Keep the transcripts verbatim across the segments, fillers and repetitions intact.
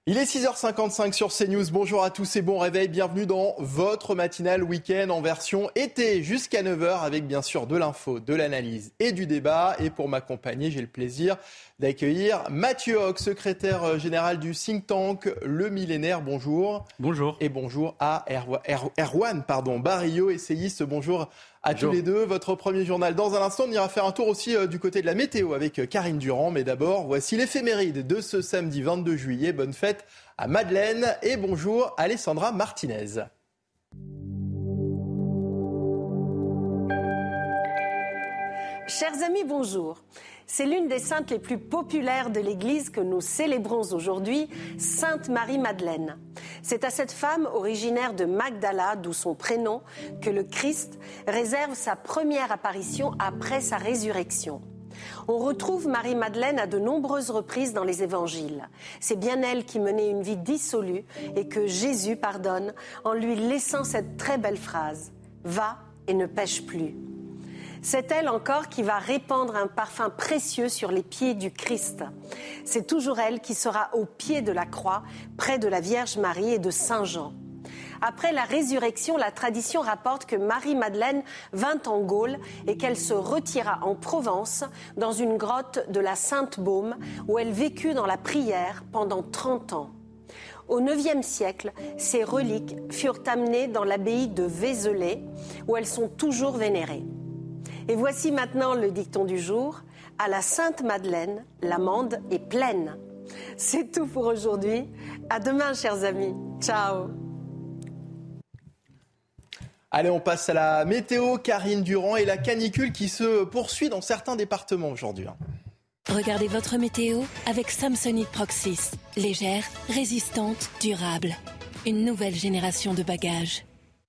Il est six heures cinquante-cinq sur CNews. Bonjour à tous et bon réveil. Bienvenue dans votre matinale week-end en version été jusqu'à neuf heures avec bien sûr de l'info, de l'analyse et du débat. Et pour m'accompagner, j'ai le plaisir d'accueillir Mathieu Hoc, secrétaire général du think tank Le Millénaire. Bonjour. Bonjour. Et bonjour à Erwan, Erwan pardon, Barillo, essayiste. Bonjour à Bonjour. Tous les deux. Votre premier journal. Dans un instant, on ira faire un tour aussi euh, du côté de la météo avec euh, Karine Durand. Mais d'abord, voici l'éphéméride de ce samedi vingt-deux juillet. Bonne fête à Madeleine et bonjour Alessandra Martinez. Chers amis, bonjour. C'est l'une des saintes les plus populaires de l'Église que nous célébrons aujourd'hui, Sainte Marie-Madeleine. C'est à cette femme originaire de Magdala, d'où son prénom, que le Christ réserve sa première apparition après sa résurrection. On retrouve Marie-Madeleine à de nombreuses reprises dans les évangiles. C'est bien elle qui menait une vie dissolue et que Jésus pardonne en lui laissant cette très belle phrase « Va et ne pêche plus ». C'est elle encore qui va répandre un parfum précieux sur les pieds du Christ. C'est toujours elle qui sera au pied de la croix, près de la Vierge Marie et de Saint Jean. Après la résurrection, la tradition rapporte que Marie-Madeleine vint en Gaule et qu'elle se retira en Provence, dans une grotte de la Sainte-Baume, où elle vécut dans la prière pendant trente ans. Au neuvième siècle, ces reliques furent amenées dans l'abbaye de Vézelay, où elles sont toujours vénérées. Et voici maintenant le dicton du jour. À la Sainte Madeleine, l'amande est pleine. C'est tout pour aujourd'hui. À demain, chers amis. Ciao. Allez, on passe à la météo. Karine Durand et la canicule qui se poursuit dans certains départements aujourd'hui. Regardez votre météo avec Samsonite Proxys. Légère, résistante, durable. Une nouvelle génération de bagages.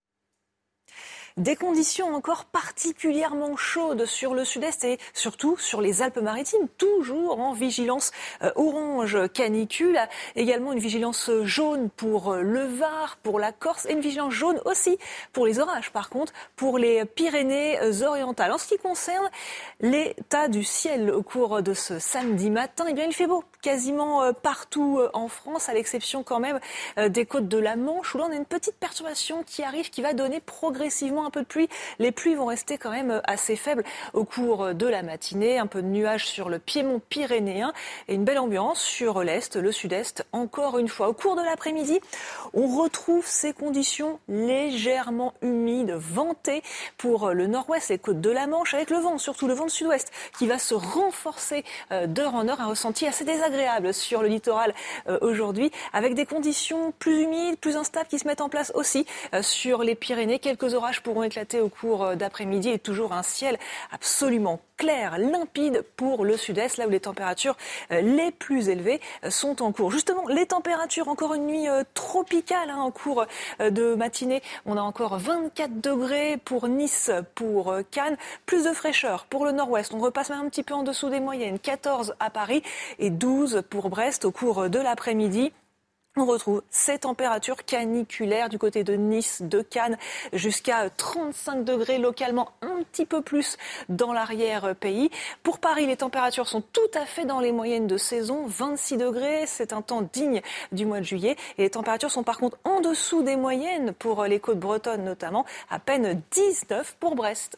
Des conditions encore particulièrement chaudes sur le sud-est et surtout sur les Alpes-Maritimes, toujours en vigilance euh, orange canicule. Également une vigilance jaune pour le Var, pour la Corse et une vigilance jaune aussi pour les orages, par contre, pour les Pyrénées-Orientales. En ce qui concerne l'état du ciel au cours de ce samedi matin, eh bien, il fait beau quasiment partout en France, à l'exception quand même des côtes de la Manche, où là on a une petite perturbation qui arrive, qui va donner progressivement un peu de pluie. Les pluies vont rester quand même assez faibles au cours de la matinée. Un peu de nuages sur le piémont pyrénéen et une belle ambiance sur l'est, le sud-est, encore une fois. Au cours de l'après-midi, on retrouve ces conditions légèrement humides, ventées pour le nord-ouest, les côtes de la Manche, avec le vent, surtout le vent de sud-ouest, qui va se renforcer d'heure en heure. Un ressenti assez désagréable sur le littoral aujourd'hui, avec des conditions plus humides, plus instables qui se mettent en place aussi sur les Pyrénées. Quelques orages pourront éclater au cours d'après-midi et toujours un ciel absolument clair, limpide pour le sud-est, là où les températures les plus élevées sont en cours. Justement, les températures, encore une nuit tropicale hein, en cours de matinée. On a encore vingt-quatre degrés pour Nice, pour Cannes, plus de fraîcheur pour le nord-ouest. On repasse même un petit peu en dessous des moyennes, quatorze à Paris et douze pour Brest au cours de l'après-midi. On retrouve ces températures caniculaires du côté de Nice, de Cannes, jusqu'à trente-cinq degrés localement, un petit peu plus dans l'arrière-pays. Pour Paris, les températures sont tout à fait dans les moyennes de saison, vingt-six degrés, c'est un temps digne du mois de juillet. Et les températures sont par contre en dessous des moyennes pour les côtes bretonnes notamment, à peine dix-neuf pour Brest.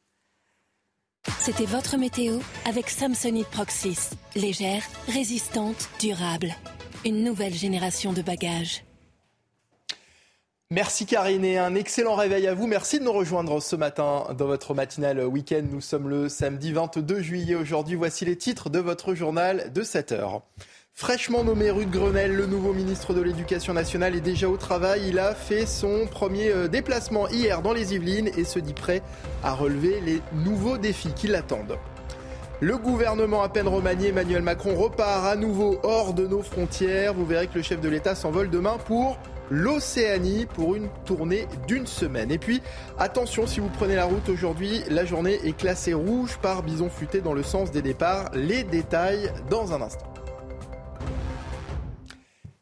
C'était votre météo avec Samsonite Proxys. Légère, résistante, durable. Une nouvelle génération de bagages. Merci Karine et un excellent réveil à vous. Merci de nous rejoindre ce matin dans votre matinale week-end. Nous sommes le samedi vingt-deux juillet aujourd'hui. Voici les titres de votre journal de sept heures. Fraîchement nommé Ruth Grenelle, le nouveau ministre de l'Éducation nationale est déjà au travail. Il a fait son premier déplacement hier dans les Yvelines et se dit prêt à relever les nouveaux défis qui l'attendent. Le gouvernement à peine remanié, Emmanuel Macron repart à nouveau hors de nos frontières. Vous verrez que le chef de l'État s'envole demain pour l'Océanie pour une tournée d'une semaine. Et puis, attention, si vous prenez la route aujourd'hui, la journée est classée rouge par bison futé dans le sens des départs. Les détails dans un instant.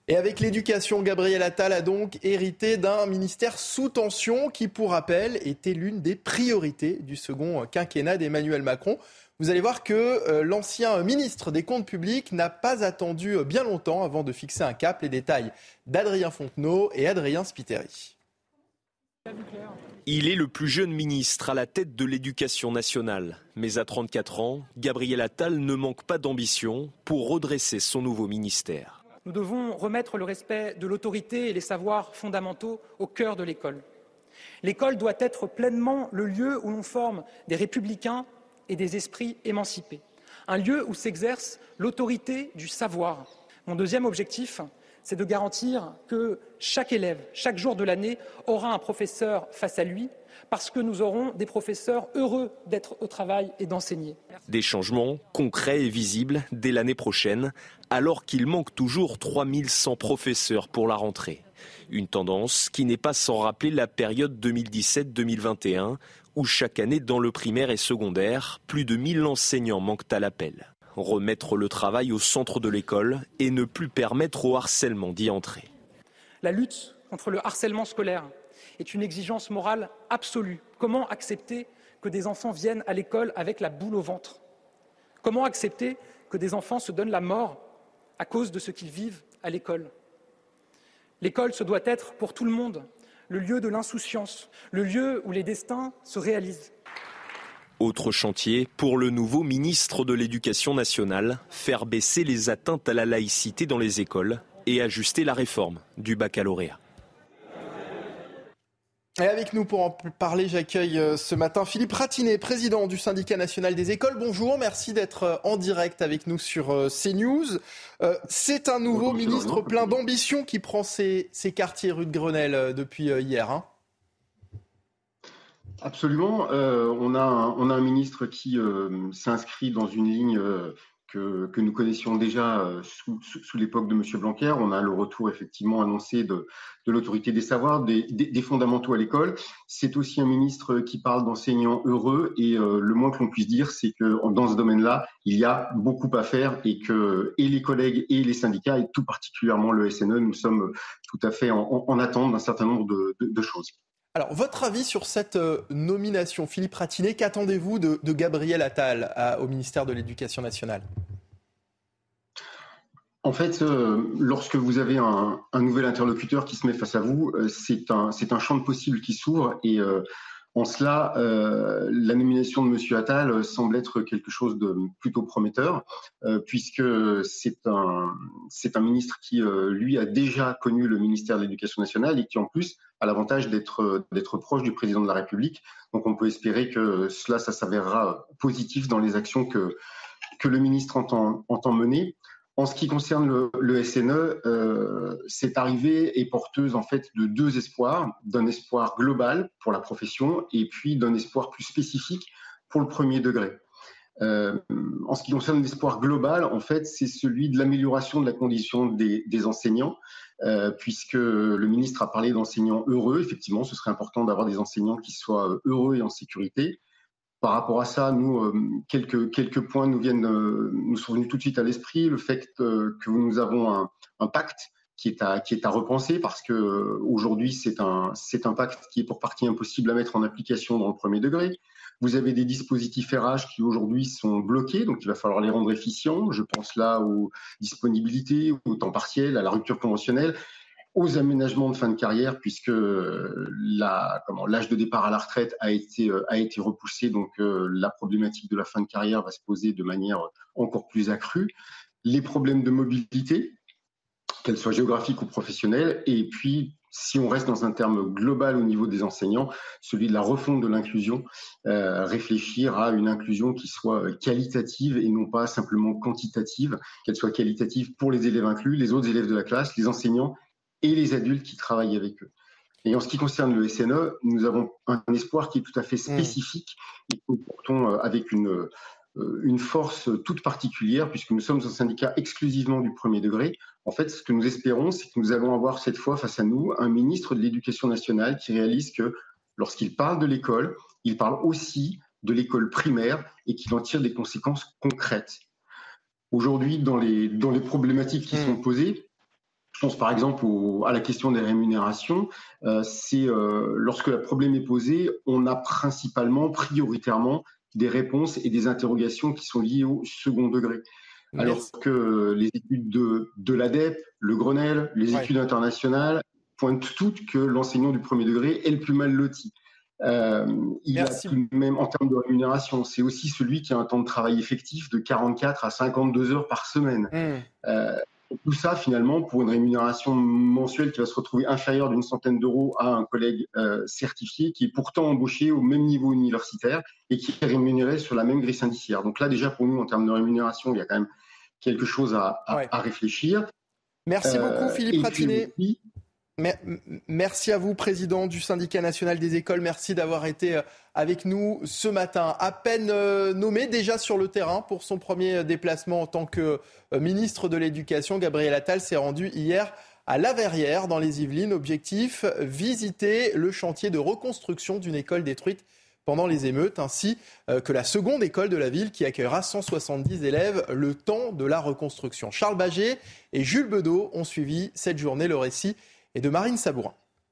Et avec l'éducation, Gabriel Attal a donc hérité d'un ministère sous tension qui, pour rappel, était l'une des priorités du second quinquennat d'Emmanuel Macron. Vous allez voir que euh, l'ancien ministre des Comptes publics n'a pas attendu bien longtemps avant de fixer un cap. Les détails d'Adrien Fontenot et Adrien Spiteri. Il est le plus jeune ministre à la tête de l'éducation nationale. Mais à trente-quatre ans, Gabriel Attal ne manque pas d'ambition pour redresser son nouveau ministère. Nous devons remettre le respect de l'autorité et les savoirs fondamentaux au cœur de l'école. L'école doit être pleinement le lieu où l'on forme des républicains et des esprits émancipés. Un lieu où s'exerce l'autorité du savoir. Mon deuxième objectif, c'est de garantir que chaque élève, chaque jour de l'année, aura un professeur face à lui, parce que nous aurons des professeurs heureux d'être au travail et d'enseigner. Des changements concrets et visibles dès l'année prochaine, alors qu'il manque toujours trois mille cent professeurs pour la rentrée. Une tendance qui n'est pas sans rappeler la période deux mille dix-sept deux mille vingt et un, où chaque année dans le primaire et secondaire, plus de mille enseignants manquent à l'appel. Remettre le travail au centre de l'école et ne plus permettre au harcèlement d'y entrer. La lutte contre le harcèlement scolaire est une exigence morale absolue. Comment accepter que des enfants viennent à l'école avec la boule au ventre ? Comment accepter que des enfants se donnent la mort à cause de ce qu'ils vivent à l'école ? L'école, ce doit être pour tout le monde le lieu de l'insouciance, le lieu où les destins se réalisent. Autre chantier pour le nouveau ministre de l'Éducation nationale, faire baisser les atteintes à la laïcité dans les écoles et ajuster la réforme du baccalauréat. Et avec nous pour en parler, j'accueille ce matin Philippe Ratinet, président du syndicat national des écoles. Bonjour, merci d'être en direct avec nous sur CNews. C'est un nouveau ministre plein d'ambition qui prend ses, ses quartiers rue de Grenelle depuis hier. Hein. Absolument. Euh, on, a un, on a un ministre qui euh, s'inscrit dans une ligne euh, que, que nous connaissions déjà euh, sous, sous, sous l'époque de M. Blanquer. On a le retour effectivement annoncé de, de l'autorité des savoirs, des, des, des fondamentaux à l'école. C'est aussi un ministre qui parle d'enseignants heureux et euh, le moins que l'on puisse dire, c'est que dans ce domaine-là, il y a beaucoup à faire et que et les collègues et les syndicats, et tout particulièrement le S N E, nous sommes tout à fait en, en attente d'un certain nombre de, de, de choses. Alors, votre avis sur cette euh, nomination, Philippe Ratinet, qu'attendez-vous de, de Gabriel Attal à, au ministère de l'Éducation nationale ? En fait, euh, lorsque vous avez un, un nouvel interlocuteur qui se met face à vous, euh, c'est un, c'est un champ de possibles qui s'ouvre et euh, en cela, euh, la nomination de M. Attal semble être quelque chose de plutôt prometteur, euh, puisque c'est un, c'est un ministre qui, euh, lui, a déjà connu le ministère de l'Éducation nationale et qui, en plus, a l'avantage d'être, d'être proche du président de la République. Donc, on peut espérer que cela, ça s'avérera positif dans les actions que, que le ministre entend, entend mener. En ce qui concerne le, le S N E, euh, cette arrivée est porteuse en fait de deux espoirs, d'un espoir global pour la profession et puis d'un espoir plus spécifique pour le premier degré. Euh, en ce qui concerne l'espoir global, en fait, c'est celui de l'amélioration de la condition des, des enseignants, euh, puisque le ministre a parlé d'enseignants heureux. Effectivement, ce serait important d'avoir des enseignants qui soient heureux et en sécurité. Par rapport à ça, nous, euh, quelques, quelques points nous viennent, euh, nous sont venus tout de suite à l'esprit. Le fait que, que nous avons un, un pacte qui est à, qui est à repenser parce que euh, aujourd'hui, c'est un, c'est un pacte qui est pour partie impossible à mettre en application dans le premier degré. Vous avez des dispositifs R H qui aujourd'hui sont bloqués, donc il va falloir les rendre efficients. Je pense là aux disponibilités, au temps partiel, à la rupture conventionnelle, aux aménagements de fin de carrière, puisque la, comment, l'âge de départ à la retraite a été, a été repoussé, donc euh, la problématique de la fin de carrière va se poser de manière encore plus accrue. Les problèmes de mobilité, qu'elles soient géographiques ou professionnelles, et puis si on reste dans un terme global au niveau des enseignants, celui de la refonte de l'inclusion, euh, réfléchir à une inclusion qui soit qualitative et non pas simplement quantitative, qu'elle soit qualitative pour les élèves inclus, les autres élèves de la classe, les enseignants et les adultes qui travaillent avec eux. Et en ce qui concerne le S N E, nous avons un espoir qui est tout à fait spécifique mmh. et que nous portons avec une, une force toute particulière, puisque nous sommes un syndicat exclusivement du premier degré. En fait, ce que nous espérons, c'est que nous allons avoir cette fois face à nous un ministre de l'Éducation nationale qui réalise que lorsqu'il parle de l'école, il parle aussi de l'école primaire et qu'il en tire des conséquences concrètes. Aujourd'hui, dans les, dans les problématiques qui mmh. sont posées, Je pense par exemple au, à la question des rémunérations. Euh, c'est euh, lorsque le problème est posé, on a principalement, prioritairement, des réponses et des interrogations qui sont liées au second degré. Alors Merci. que les études de, de l'ADEPE, le Grenelle, les ouais. études internationales pointent toutes que l'enseignant du premier degré est le plus mal loti. Euh, il Merci. a tout de même, en termes de rémunération, c'est aussi celui qui a un temps de travail effectif de quarante-quatre à cinquante-deux heures par semaine. Mmh. Euh, tout ça, finalement, pour une rémunération mensuelle qui va se retrouver inférieure d'une centaine d'euros à un collègue euh, certifié qui est pourtant embauché au même niveau universitaire et qui est rémunéré sur la même grille indiciaire. Donc là, déjà, pour nous, en termes de rémunération, il y a quand même quelque chose à, à, ouais. à réfléchir. Merci euh, beaucoup, Philippe Ratinet. Puis, Merci à vous, président du syndicat national des écoles. Merci d'avoir été avec nous ce matin. À peine nommé déjà sur le terrain pour son premier déplacement en tant que ministre de l'Éducation, Gabriel Attal s'est rendu hier à La Verrière, dans les Yvelines. Objectif, visiter le chantier de reconstruction d'une école détruite pendant les émeutes, ainsi que la seconde école de la ville qui accueillera cent soixante-dix élèves le temps de la reconstruction. Charles Baget et Jules Bedeau ont suivi cette journée. Le récit et de Marine Sabourin.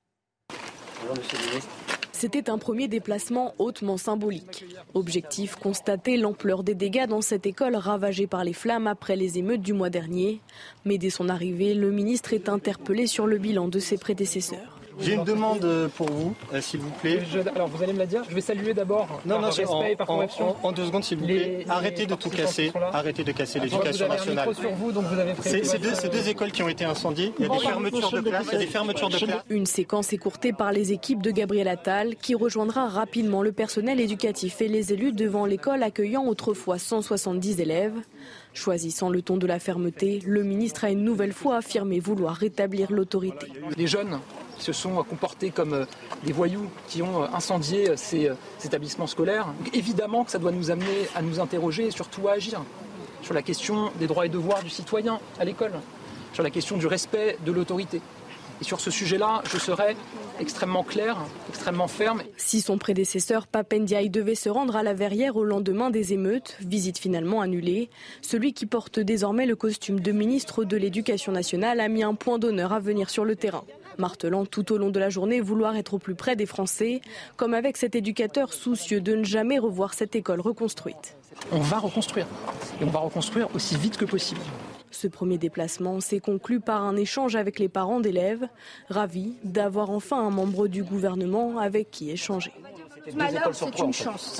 C'était un premier déplacement hautement symbolique. Objectif, constater l'ampleur des dégâts dans cette école ravagée par les flammes après les émeutes du mois dernier. Mais dès son arrivée, le ministre est interpellé sur le bilan de ses prédécesseurs. J'ai une demande pour vous, euh, s'il vous plaît. Je, alors vous allez me la dire. Je vais saluer d'abord non, par non, respect en, et par correction. En, en deux secondes, s'il vous plaît. Les, les Arrêtez de tout casser. Arrêtez de casser l'éducation nationale. Sur vous, donc vous avez c'est, c'est, deux, c'est deux écoles qui ont été incendiées. Il y a des fermetures de classes. Il y a des fermetures de classes. Une séquence écourtée par les équipes de Gabriel Attal qui rejoindra rapidement le personnel éducatif et les élus devant l'école accueillant autrefois cent soixante-dix élèves. Choisissant le ton de la fermeté, le ministre a une nouvelle fois affirmé vouloir rétablir l'autorité. Les jeunes qui se sont comportés comme des voyous, qui ont incendié ces établissements scolaires. Donc évidemment que ça doit nous amener à nous interroger et surtout à agir sur la question des droits et devoirs du citoyen à l'école, sur la question du respect de l'autorité. Et sur ce sujet-là, je serai extrêmement clair, extrêmement ferme. Si son prédécesseur Pape Ndiaye devait se rendre à La Verrière au lendemain des émeutes, visite finalement annulée, celui qui porte désormais le costume de ministre de l'Éducation nationale a mis un point d'honneur à venir sur le terrain, martelant tout au long de la journée vouloir être au plus près des Français, comme avec cet éducateur soucieux de ne jamais revoir cette école reconstruite. On va reconstruire, et on va reconstruire aussi vite que possible. Ce premier déplacement s'est conclu par un échange avec les parents d'élèves, ravis d'avoir enfin un membre du gouvernement avec qui échanger. Malheur, c'est une chance.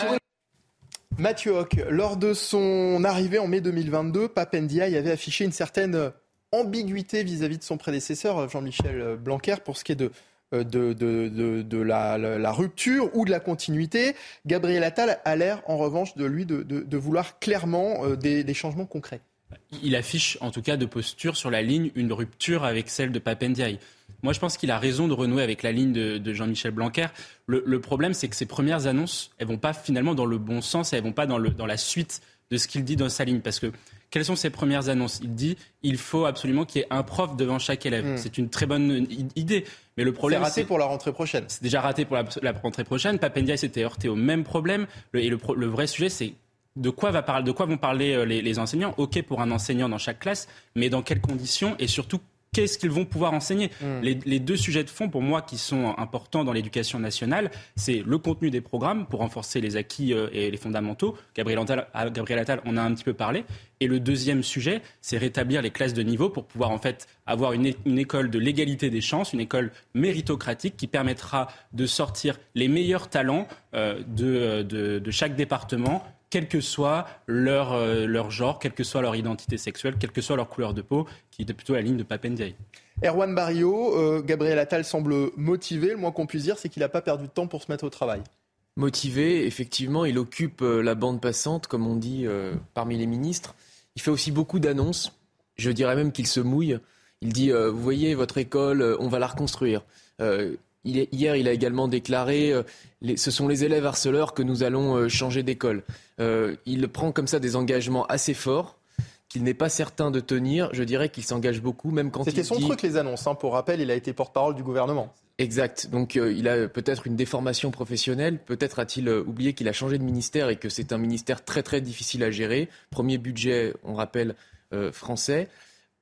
Mathieu Hoc, lors de son arrivée en mai deux mille vingt-deux, Pape Ndiaye avait affiché une certaine ambiguïté vis-à-vis de son prédécesseur, Jean-Michel Blanquer, pour ce qui est de, de, de, de, de la, la, la rupture ou de la continuité. Gabriel Attal a l'air, en revanche, de lui de, de, de vouloir clairement des, des changements concrets. Il affiche, en tout cas, de posture sur la ligne, une rupture avec celle de Pape Ndiaye. Moi, je pense qu'il a raison de renouer avec la ligne de, de Jean-Michel Blanquer. Le, le problème, c'est que ces premières annonces, elles vont pas finalement dans le bon sens, elles vont pas dans, le, dans la suite de ce qu'il dit dans sa ligne. Parce que, quelles sont ces premières annonces ? Il dit, il faut absolument qu'il y ait un prof devant chaque élève. Mmh. C'est une très bonne idée. Mais le problème, c'est raté c'est, pour la rentrée prochaine. C'est déjà raté pour la, la rentrée prochaine. Pape Ndiaye s'était heurté au même problème. Le, et le, le vrai sujet, c'est De quoi, va parler, de quoi vont parler les, les enseignants ? Ok pour un enseignant dans chaque classe, mais dans quelles conditions et surtout qu'est-ce qu'ils vont pouvoir enseigner ? mmh. les, les deux sujets de fond pour moi qui sont importants dans l'éducation nationale, c'est le contenu des programmes pour renforcer les acquis euh, et les fondamentaux. Gabriel Attal, Gabriel Attal en a un petit peu parlé. Et le deuxième sujet, c'est rétablir les classes de niveau pour pouvoir en fait avoir une, une école de l'égalité des chances, une école méritocratique qui permettra de sortir les meilleurs talents euh, de, de, de chaque département, quel que soit leur, euh, leur genre, quelle que soit leur identité sexuelle, quelle que soit leur couleur de peau, qui était plutôt la ligne de Pape Ndiaye. Erwan Barrio, euh, Gabriel Attal semble motivé. Le moins qu'on puisse dire, c'est qu'il n'a pas perdu de temps pour se mettre au travail. Motivé, effectivement, il occupe euh, la bande passante, comme on dit, euh, parmi les ministres. Il fait aussi beaucoup d'annonces. Je dirais même qu'il se mouille. Il dit, euh, vous voyez, votre école, euh, on va la reconstruire. Euh, Il est, hier, il a également déclaré euh, les, ce sont les élèves harceleurs que nous allons euh, changer d'école. Euh, il prend comme ça des engagements assez forts qu'il n'est pas certain de tenir. Je dirais qu'il s'engage beaucoup, même quand C'était il son dit... truc, les annonces. Hein. Pour rappel, il a été porte-parole du gouvernement. Exact. Donc euh, il a peut-être une déformation professionnelle. Peut-être a-t-il euh, oublié qu'il a changé de ministère et que c'est un ministère très très difficile à gérer. Premier budget, on rappelle, euh, français.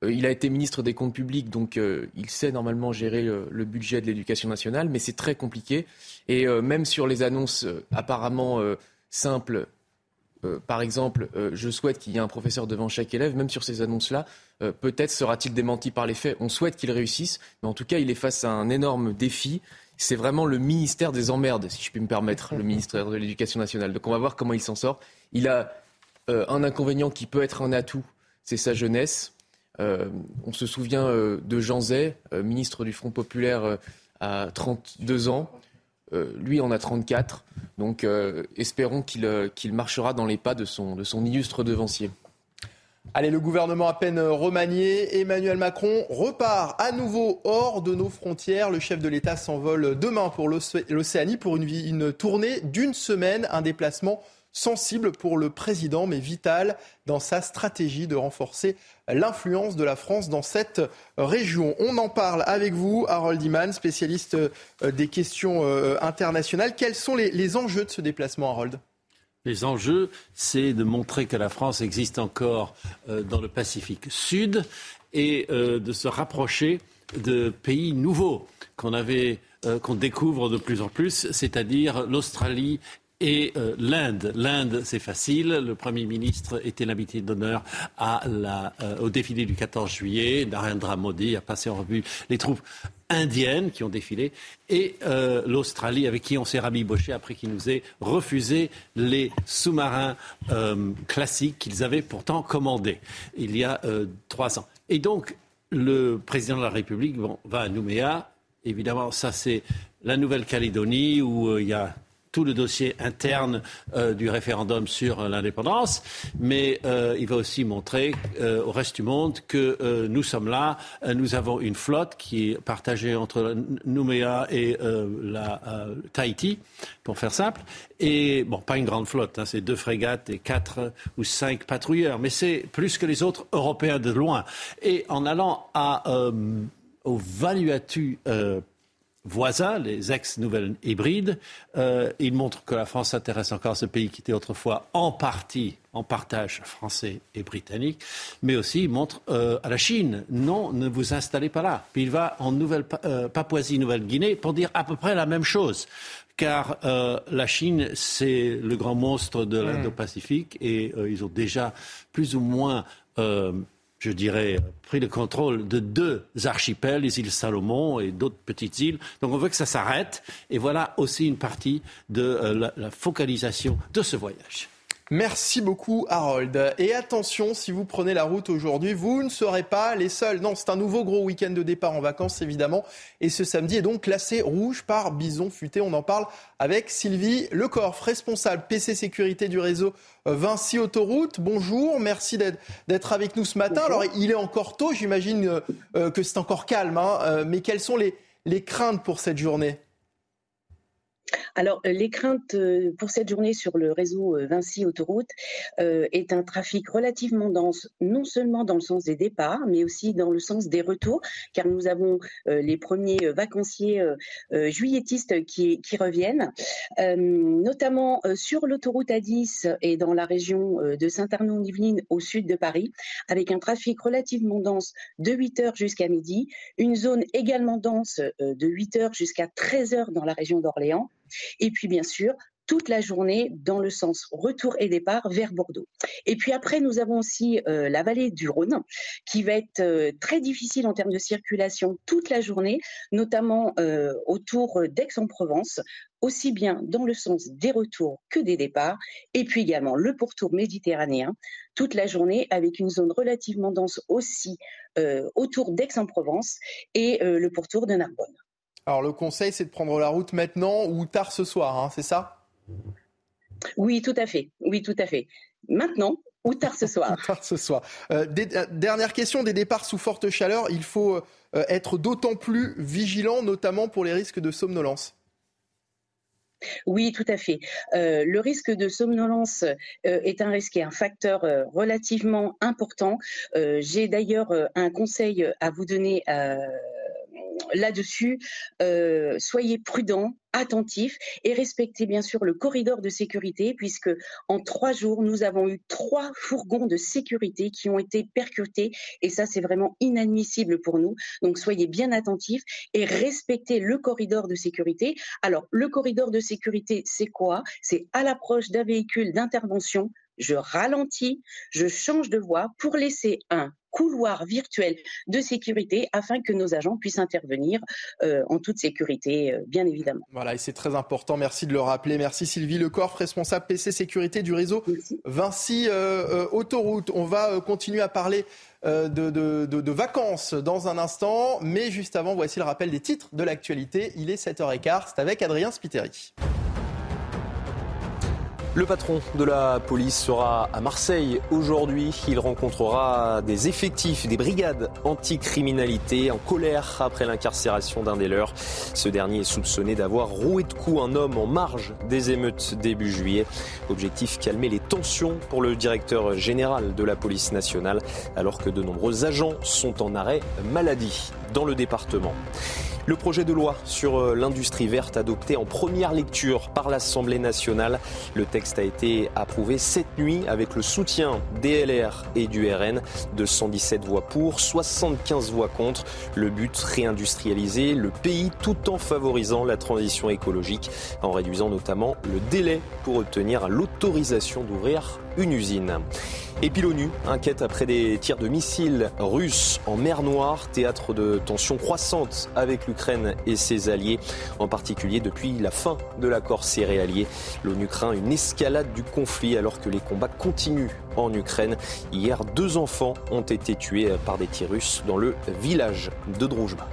Euh, il a été ministre des Comptes publics, donc euh, il sait normalement gérer le, le budget de l'éducation nationale, mais c'est très compliqué. Et euh, même sur les annonces euh, apparemment euh, simples, euh, par exemple, euh, je souhaite qu'il y ait un professeur devant chaque élève, même sur ces annonces-là, euh, peut-être sera-t-il démenti par les faits. On souhaite qu'il réussisse, mais en tout cas, il est face à un énorme défi. C'est vraiment le ministère des emmerdes, si je puis me permettre, le ministère de l'Éducation nationale. Donc on va voir comment il s'en sort. Il a euh, un inconvénient qui peut être un atout, c'est sa jeunesse. Euh, on se souvient euh, de Jean Zay, euh, ministre du Front populaire euh, à trente-deux ans. Euh, lui en a trente-quatre. Donc euh, espérons qu'il, euh, qu'il marchera dans les pas de son, de son illustre devancier. Allez, le gouvernement à peine remanié, Emmanuel Macron repart à nouveau hors de nos frontières. Le chef de l'État s'envole demain pour l'Océanie pour une, une tournée d'une semaine, un déplacement sensible pour le président, mais vital dans sa stratégie de renforcer l'influence de la France dans cette région. On en parle avec vous, Harold Iman, spécialiste des questions internationales. Quels sont les, les enjeux de ce déplacement, Harold ? Les enjeux, c'est de montrer que la France existe encore euh, dans le Pacifique Sud et euh, de se rapprocher de pays nouveaux qu'on avait, euh, qu'on découvre de plus en plus, c'est-à-dire l'Australie et euh, l'Inde. L'Inde, c'est facile. Le Premier ministre était l'invité d'honneur à la, euh, au défilé du quatorze juillet. Narendra Modi a passé en revue les troupes indiennes qui ont défilé et euh, l'Australie avec qui on s'est rabiboché après qu'ils nous aient refusé les sous-marins euh, classiques qu'ils avaient pourtant commandés il y a euh, trois ans. Et donc, le président de la République bon, va à Nouméa. Évidemment, ça c'est la Nouvelle-Calédonie où euh, il y a tout le dossier interne euh, du référendum sur euh, l'indépendance, mais euh, il va aussi montrer euh, au reste du monde que euh, nous sommes là, euh, nous avons une flotte qui est partagée entre Nouméa et euh, la, euh, Tahiti, pour faire simple, et bon, pas une grande flotte, hein, c'est deux frégates et quatre ou cinq patrouilleurs, mais c'est plus que les autres Européens de loin. Et en allant à, euh, au Vanuatu euh, voisins, les ex-nouvelles hybrides, euh, ils montrent que la France s'intéresse encore à ce pays qui était autrefois en partie en partage français et britannique, mais aussi ils montrent euh, à la Chine, non, ne vous installez pas là. Puis il va en Nouvelle, euh, Papouasie-Nouvelle-Guinée pour dire à peu près la même chose. Car euh, la Chine, c'est le grand monstre de l'Indo-Pacifique et euh, ils ont déjà plus ou moins... Euh, je dirais, pris le contrôle de deux archipels, les îles Salomon et d'autres petites îles. Donc on veut que ça s'arrête. Et voilà aussi une partie de euh, la, la focalisation de ce voyage. Merci beaucoup Harold. Et attention, si vous prenez la route aujourd'hui, vous ne serez pas les seuls. Non, c'est un nouveau gros week-end de départ en vacances évidemment. Et ce samedi est donc classé rouge par Bison Futé. On en parle avec Sylvie Lecorf, responsable P C sécurité du réseau Vinci Autoroute. Bonjour, merci d'être, d'être avec nous ce matin. Bonjour. Alors il est encore tôt, j'imagine euh, que c'est encore calme. Hein, euh, mais quelles sont les, les craintes pour cette journée ? Alors, les craintes pour cette journée sur le réseau Vinci Autoroute euh, est un trafic relativement dense, non seulement dans le sens des départs, mais aussi dans le sens des retours, car nous avons euh, les premiers vacanciers euh, euh, juilletistes qui, qui reviennent, euh, notamment euh, sur l'autoroute A dix et dans la région euh, de Saint-Arnaud-en-Yvelines au sud de Paris, avec un trafic relativement dense de huit heures jusqu'à midi, une zone également dense euh, de huit heures jusqu'à treize heures dans la région d'Orléans, et puis bien sûr toute la journée dans le sens retour et départ vers Bordeaux. Et puis après, nous avons aussi euh, la vallée du Rhône qui va être euh, très difficile en termes de circulation toute la journée, notamment euh, autour d'Aix-en-Provence, aussi bien dans le sens des retours que des départs, et puis également le pourtour méditerranéen toute la journée avec une zone relativement dense aussi euh, autour d'Aix-en-Provence et euh, le pourtour de Narbonne. Alors le conseil, c'est de prendre la route maintenant ou tard ce soir, hein, c'est ça ? Oui, tout à fait. Oui, tout à fait. Maintenant ou tard ce soir. tard ce soir. Euh, des, euh, dernière question, des départs sous forte chaleur, il faut euh, être d'autant plus vigilant, notamment pour les risques de somnolence. Oui, tout à fait. Euh, le risque de somnolence euh, est un risque et un facteur euh, relativement important. Euh, j'ai d'ailleurs euh, un conseil à vous donner euh, là-dessus, euh, soyez prudents, attentifs et respectez bien sûr le corridor de sécurité puisque en trois jours, nous avons eu trois fourgons de sécurité qui ont été percutés et ça, c'est vraiment inadmissible pour nous. Donc, soyez bien attentifs et respectez le corridor de sécurité. Alors, le corridor de sécurité, c'est quoi? C'est à l'approche d'un véhicule d'intervention, je ralentis, je change de voie pour laisser un couloir virtuel de sécurité afin que nos agents puissent intervenir euh, en toute sécurité, euh, bien évidemment. Voilà, et c'est très important, merci de le rappeler. Merci Sylvie Lecorf, responsable P C Sécurité du réseau merci. Vinci euh, euh, Autoroute. On va euh, continuer à parler euh, de, de, de, de vacances dans un instant, mais juste avant, voici le rappel des titres de l'actualité. Il est sept heures quinze, c'est avec Adrien Spiteri. Le patron de la police sera à Marseille aujourd'hui. Il rencontrera des effectifs, des brigades anticriminalité en colère après l'incarcération d'un des leurs. Ce dernier est soupçonné d'avoir roué de coups un homme en marge des émeutes début juillet. Objectif, calmer les tensions pour le directeur général de la police nationale alors que de nombreux agents sont en arrêt maladie dans le département. Le projet de loi sur l'industrie verte adopté en première lecture par l'Assemblée nationale. Le texte a été approuvé cette nuit avec le soutien des L R et du R N. deux cent dix-sept voix pour, soixante-quinze voix contre. Le but, réindustrialiser le pays tout en favorisant la transition écologique, en réduisant notamment le délai pour obtenir l'autorisation d'ouvrir une usine. Et puis l'ONU inquiète après des tirs de missiles russes en mer Noire, théâtre de tensions croissantes avec l'Ukraine et ses alliés, en particulier depuis la fin de l'accord céréalier. L'ONU craint une escalade du conflit alors que les combats continuent en Ukraine. Hier, deux enfants ont été tués par des tirs russes dans le village de Droujba.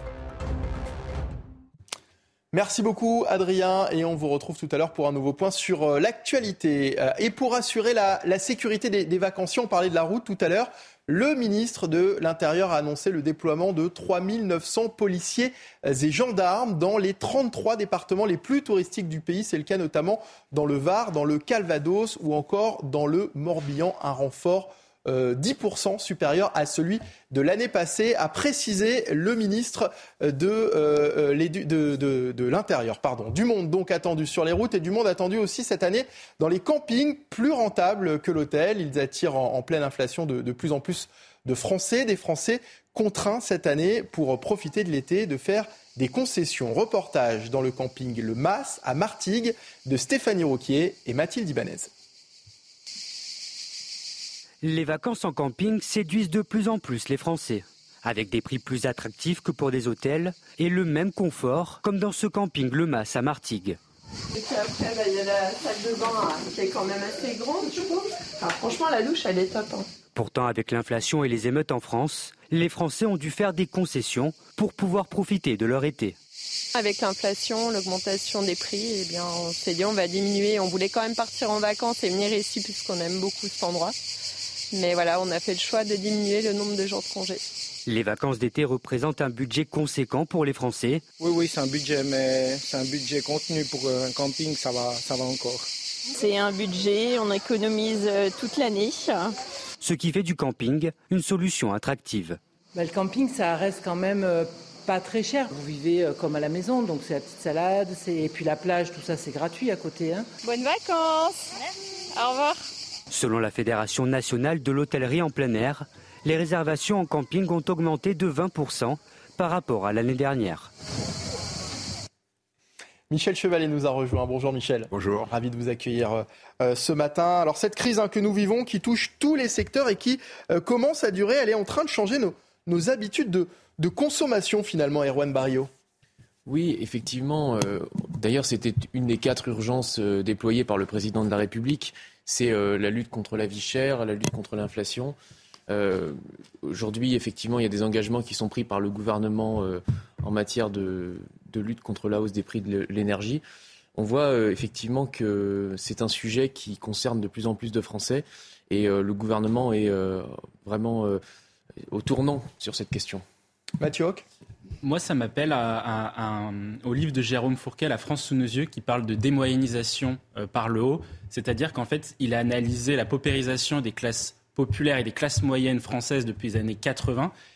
Merci beaucoup Adrien et on vous retrouve tout à l'heure pour un nouveau point sur l'actualité. Et pour assurer la, la sécurité des, des vacanciers, on parlait de la route tout à l'heure, le ministre de l'Intérieur a annoncé le déploiement de trois mille neuf cents policiers et gendarmes dans les trente-trois départements les plus touristiques du pays. C'est le cas notamment dans le Var, dans le Calvados ou encore dans le Morbihan, un renfort Euh, dix pour cent supérieur à celui de l'année passée, a précisé le ministre de, euh, de, de, de l'Intérieur. Pardon. Du monde donc attendu sur les routes et du monde attendu aussi cette année dans les campings plus rentables que l'hôtel. Ils attirent en, en pleine inflation de, de plus en plus de Français, des Français contraints cette année pour profiter de l'été de faire des concessions. Reportage dans le camping Le Mas à Martigues de Stéphanie Roquier et Mathilde Ibanez. Les vacances en camping séduisent de plus en plus les Français, avec des prix plus attractifs que pour des hôtels et le même confort, comme dans ce camping Le Mas à Martigues. Et puis après, il bah, y a la salle de bain hein, qui est quand même assez grande, je trouve. Enfin, franchement, la douche, elle est top. Hein. Pourtant, avec l'inflation et les émeutes en France, les Français ont dû faire des concessions pour pouvoir profiter de leur été. Avec l'inflation, l'augmentation des prix, eh bien, on s'est dit on va diminuer. On voulait quand même partir en vacances et venir ici puisqu'on aime beaucoup cet endroit. Mais voilà, on a fait le choix de diminuer le nombre de jours de congé. Les vacances d'été représentent un budget conséquent pour les Français. Oui, oui, c'est un budget, mais c'est un budget contenu pour un camping, ça va, ça va encore. C'est un budget, on économise toute l'année. Ce qui fait du camping une solution attractive. Bah, le camping, ça reste quand même pas très cher. Vous vivez comme à la maison, donc c'est la petite salade, c'est... et puis la plage, tout ça, c'est gratuit à côté. Hein. Bonnes vacances. Merci. Au revoir. Selon la Fédération nationale de l'hôtellerie en plein air, les réservations en camping ont augmenté de vingt pour cent par rapport à l'année dernière. Michel Chevalet nous a rejoint. Bonjour Michel. Bonjour. Ravi de vous accueillir euh, ce matin. Alors cette crise hein, que nous vivons, qui touche tous les secteurs et qui euh, commence à durer, elle est en train de changer nos, nos habitudes de, de consommation finalement, Erwan Barrio. Oui, effectivement. Euh, d'ailleurs, c'était une des quatre urgences euh, déployées par le président de la République. C'est euh, la lutte contre la vie chère, la lutte contre l'inflation. Euh, aujourd'hui, effectivement, il y a des engagements qui sont pris par le gouvernement euh, en matière de, de lutte contre la hausse des prix de l'énergie. On voit euh, effectivement que c'est un sujet qui concerne de plus en plus de Français et euh, le gouvernement est euh, vraiment euh, au tournant sur cette question. Mathieu Hoc. Moi, ça m'appelle à, à, à, au livre de Jérôme Fourquet, La France sous nos yeux, qui parle de démoyennisation euh, par le haut. C'est-à-dire qu'en fait, il a analysé la paupérisation des classes populaires et des classes moyennes françaises depuis les années quatre-vingts.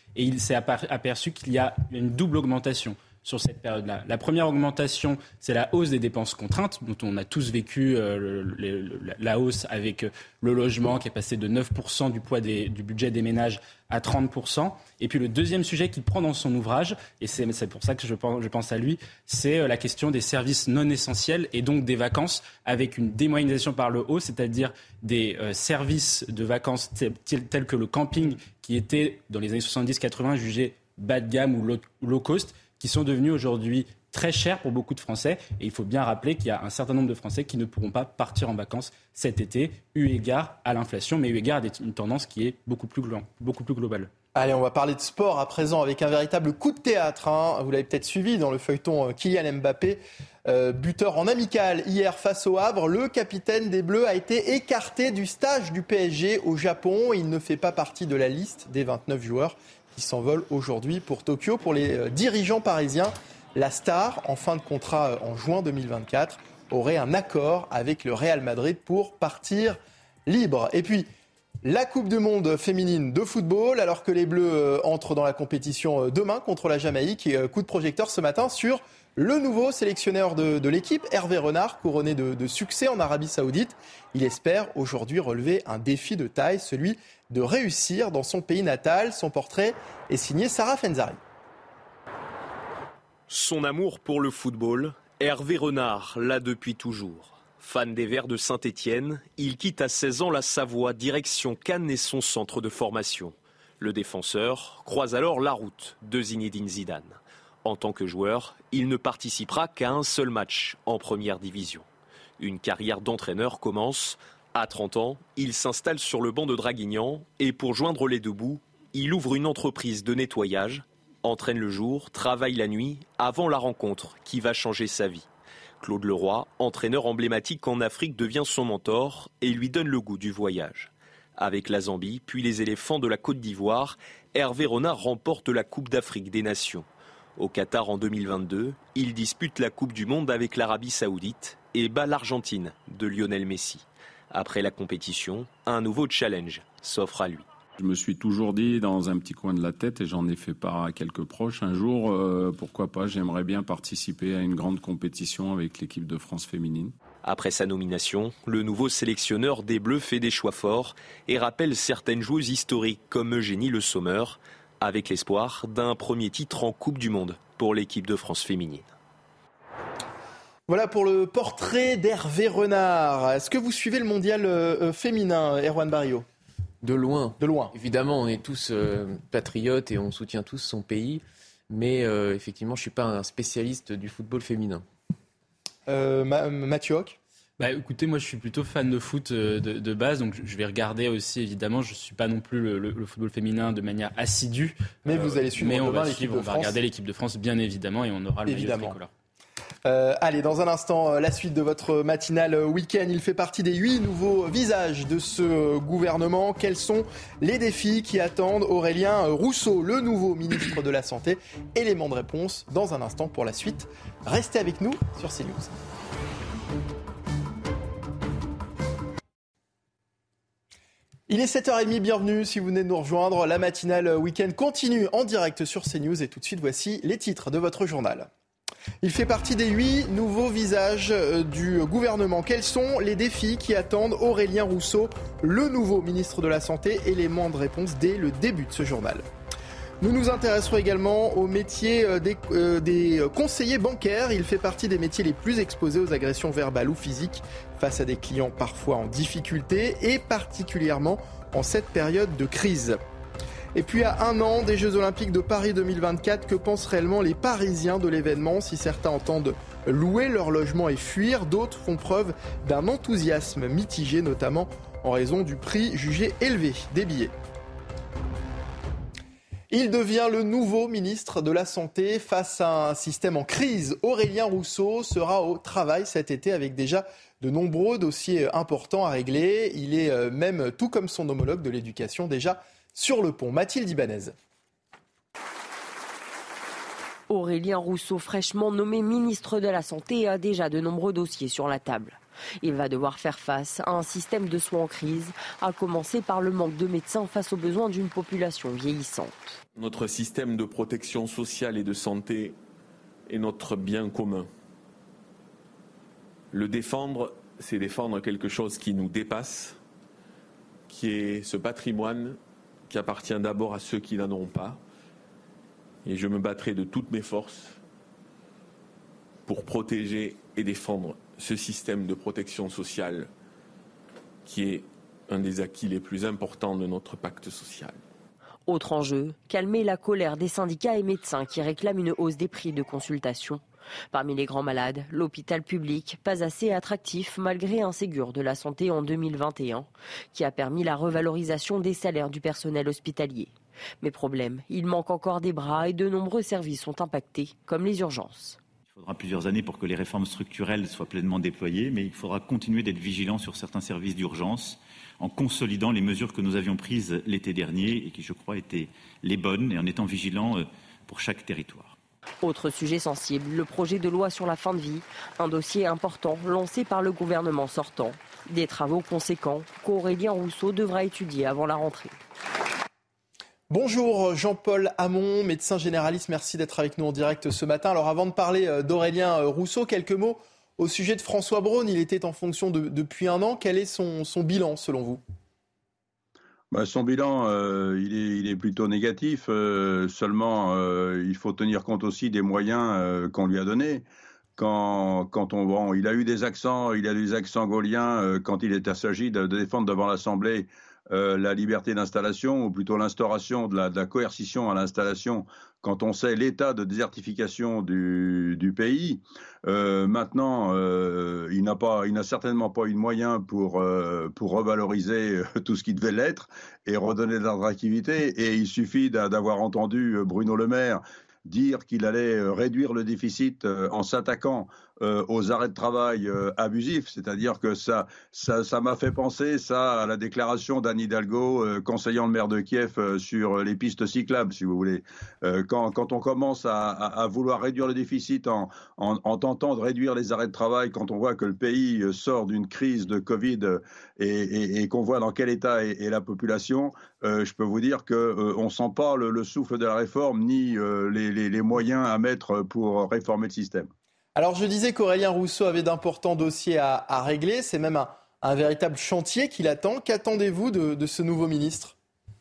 Et il s'est aperçu qu'il y a une double augmentation sur cette période-là. La première augmentation, c'est la hausse des dépenses contraintes, dont on a tous vécu euh, le, le, la hausse avec le logement qui est passé de neuf pour cent du poids des, du budget des ménages à trente pour cent. Et puis le deuxième sujet qu'il prend dans son ouvrage, et c'est, c'est pour ça que je pense, je pense à lui, c'est la question des services non essentiels et donc des vacances avec une démoyennisation par le haut, c'est-à-dire des euh, services de vacances tels, tels que le camping qui était dans les années soixante-dix quatre-vingts jugé bas de gamme ou low, low cost, qui sont devenus aujourd'hui très chers pour beaucoup de Français. Et il faut bien rappeler qu'il y a un certain nombre de Français qui ne pourront pas partir en vacances cet été, eu égard à l'inflation, mais eu égard à une tendance qui est beaucoup plus, glo- beaucoup plus globale. Allez, on va parler de sport à présent avec un véritable coup de théâtre. Hein. Vous l'avez peut-être suivi dans le feuilleton Kylian Mbappé, euh, buteur en amical hier face au Havre. Le capitaine des Bleus a été écarté du stage du P S G au Japon. Il ne fait pas partie de la liste des vingt-neuf joueurs qui s'envolent aujourd'hui pour Tokyo. Pour les euh, dirigeants parisiens, la star, en fin de contrat euh, en juin deux mille vingt-quatre, aurait un accord avec le Real Madrid pour partir libre. Et puis, la Coupe du Monde féminine de football, alors que les Bleus euh, entrent dans la compétition euh, demain contre la Jamaïque. Et euh, coup de projecteur ce matin sur le nouveau sélectionneur de, de l'équipe, Hervé Renard, couronné de, de succès en Arabie Saoudite. Il espère aujourd'hui relever un défi de taille, celui de réussir dans son pays natal. Son portrait est signé Sarah Fenzari. Son amour pour le football, Hervé Renard l'a depuis toujours. Fan des Verts de Saint-Étienne, il quitte à seize ans la Savoie, direction Cannes et son centre de formation. Le défenseur croise alors la route de Zinedine Zidane. En tant que joueur, il ne participera qu'à un seul match en première division. Une carrière d'entraîneur commence. À trente ans, il s'installe sur le banc de Draguignan et pour joindre les deux bouts, il ouvre une entreprise de nettoyage, entraîne le jour, travaille la nuit, avant la rencontre qui va changer sa vie. Claude Leroy, entraîneur emblématique en Afrique, devient son mentor et lui donne le goût du voyage. Avec la Zambie, puis les éléphants de la Côte d'Ivoire, Hervé Renard remporte la Coupe d'Afrique des Nations. Au Qatar en deux mille vingt-deux, il dispute la Coupe du Monde avec l'Arabie Saoudite et bat l'Argentine de Lionel Messi. Après la compétition, un nouveau challenge s'offre à lui. Je me suis toujours dit dans un petit coin de la tête, et j'en ai fait part à quelques proches, un jour, euh, pourquoi pas, j'aimerais bien participer à une grande compétition avec l'équipe de France féminine. Après sa nomination, le nouveau sélectionneur des Bleus fait des choix forts et rappelle certaines joueuses historiques comme Eugénie Le Sommer, avec l'espoir d'un premier titre en Coupe du Monde pour l'équipe de France féminine. Voilà pour le portrait d'Hervé Renard. Est-ce que vous suivez le mondial euh, féminin, Erwan Barrio ? De loin. De loin. Évidemment, on est tous euh, patriotes et on soutient tous son pays. Mais euh, effectivement, je ne suis pas un spécialiste du football féminin. Euh, Ma- Mathieu Hoc ? Bah, écoutez, moi je suis plutôt fan de foot de, de base, donc je vais regarder aussi, évidemment, je ne suis pas non plus le, le, le football féminin de manière assidue. Mais euh, vous allez suivre mais on demain va l'équipe suivre, de on France. va regarder l'équipe de France, bien évidemment, et on aura le maillot tricolore. Euh, allez, dans un instant, euh, la suite de votre matinale euh, week-end. Il fait partie des huit nouveaux visages de ce euh, gouvernement. Quels sont les défis qui attendent Aurélien Rousseau, le nouveau ministre de la Santé ? Élément de réponse dans un instant pour la suite. Restez avec nous sur CNews. Il est sept heures trente, bienvenue si vous venez de nous rejoindre. La matinale week-end continue en direct sur CNews et tout de suite voici les titres de votre journal. Il fait partie des huit nouveaux visages du gouvernement. Quels sont les défis qui attendent Aurélien Rousseau, le nouveau ministre de la Santé ? Élément de réponse dès le début de ce journal. Nous nous intéresserons également au métier des, euh, des conseillers bancaires. Il fait partie des métiers les plus exposés aux agressions verbales ou physiques face à des clients parfois en difficulté et particulièrement en cette période de crise. Et puis à un an des Jeux Olympiques de Paris deux mille vingt-quatre, que pensent réellement les Parisiens de l'événement ? Si certains entendent louer leur logement et fuir, d'autres font preuve d'un enthousiasme mitigé, notamment en raison du prix jugé élevé des billets. Il devient le nouveau ministre de la Santé face à un système en crise. Aurélien Rousseau sera au travail cet été avec déjà de nombreux dossiers importants à régler. Il est même, tout comme son homologue de l'éducation, déjà sur le pont. Mathilde Ibanez. Aurélien Rousseau, fraîchement nommé ministre de la Santé, a déjà de nombreux dossiers sur la table. Il va devoir faire face à un système de soins en crise, à commencer par le manque de médecins face aux besoins d'une population vieillissante. Notre système de protection sociale et de santé est notre bien commun. Le défendre, c'est défendre quelque chose qui nous dépasse, qui est ce patrimoine qui appartient d'abord à ceux qui n'en ont pas. Et je me battrai de toutes mes forces pour protéger et défendre ce système de protection sociale qui est un des acquis les plus importants de notre pacte social. Autre enjeu, calmer la colère des syndicats et médecins qui réclament une hausse des prix de consultation. Parmi les grands malades, l'hôpital public, pas assez attractif malgré un Ségur de la santé en deux mille vingt et un, qui a permis la revalorisation des salaires du personnel hospitalier. Mais problème, il manque encore des bras et de nombreux services sont impactés, comme les urgences. Il faudra plusieurs années pour que les réformes structurelles soient pleinement déployées, mais il faudra continuer d'être vigilant sur certains services d'urgence en consolidant les mesures que nous avions prises l'été dernier et qui, je crois, étaient les bonnes et en étant vigilants pour chaque territoire. Autre sujet sensible, le projet de loi sur la fin de vie, un dossier important lancé par le gouvernement sortant. Des travaux conséquents qu'Aurélien Rousseau devra étudier avant la rentrée. Bonjour Jean-Paul Hamon, médecin généraliste, merci d'être avec nous en direct ce matin. Alors avant de parler d'Aurélien Rousseau, quelques mots au sujet de François Braun. Il était en fonction de, depuis un an. Quel est son, son bilan selon vous ? Bah, son bilan, euh, il, est, il est plutôt négatif. Euh, seulement, euh, il faut tenir compte aussi des moyens euh, qu'on lui a donnés. Quand, quand on, bon, il a eu des accents, il a eu des accents gauliens euh, quand il était s'agit de, de défendre devant l'Assemblée euh, la liberté d'installation, ou plutôt l'instauration de la, de la coercition à l'installation, quand on sait l'état de désertification du, du pays. Euh, maintenant, euh, il n'a pas, il n'a certainement pas eu de moyens pour euh, pour revaloriser tout ce qui devait l'être et redonner de l'attractivité. Et il suffit d'avoir entendu Bruno Le Maire dire qu'il allait réduire le déficit en s'attaquant euh, aux arrêts de travail euh, abusifs, c'est-à-dire que ça, ça, ça m'a fait penser ça à la déclaration d'Anne Hidalgo, euh, conseillant le maire de Kiev euh, sur les pistes cyclables, si vous voulez. Euh, quand, quand on commence à, à, à vouloir réduire le déficit en, en, en tentant de réduire les arrêts de travail, quand on voit que le pays sort d'une crise de Covid et, et, et qu'on voit dans quel état est, est la population, euh, je peux vous dire que euh, on sent pas le, le souffle de la réforme ni euh, les, les, les moyens à mettre pour réformer le système. Alors je disais qu'Aurélien Rousseau avait d'importants dossiers à, à régler. C'est même un, un véritable chantier qui l'attend. Qu'attendez-vous de, de ce nouveau ministre ?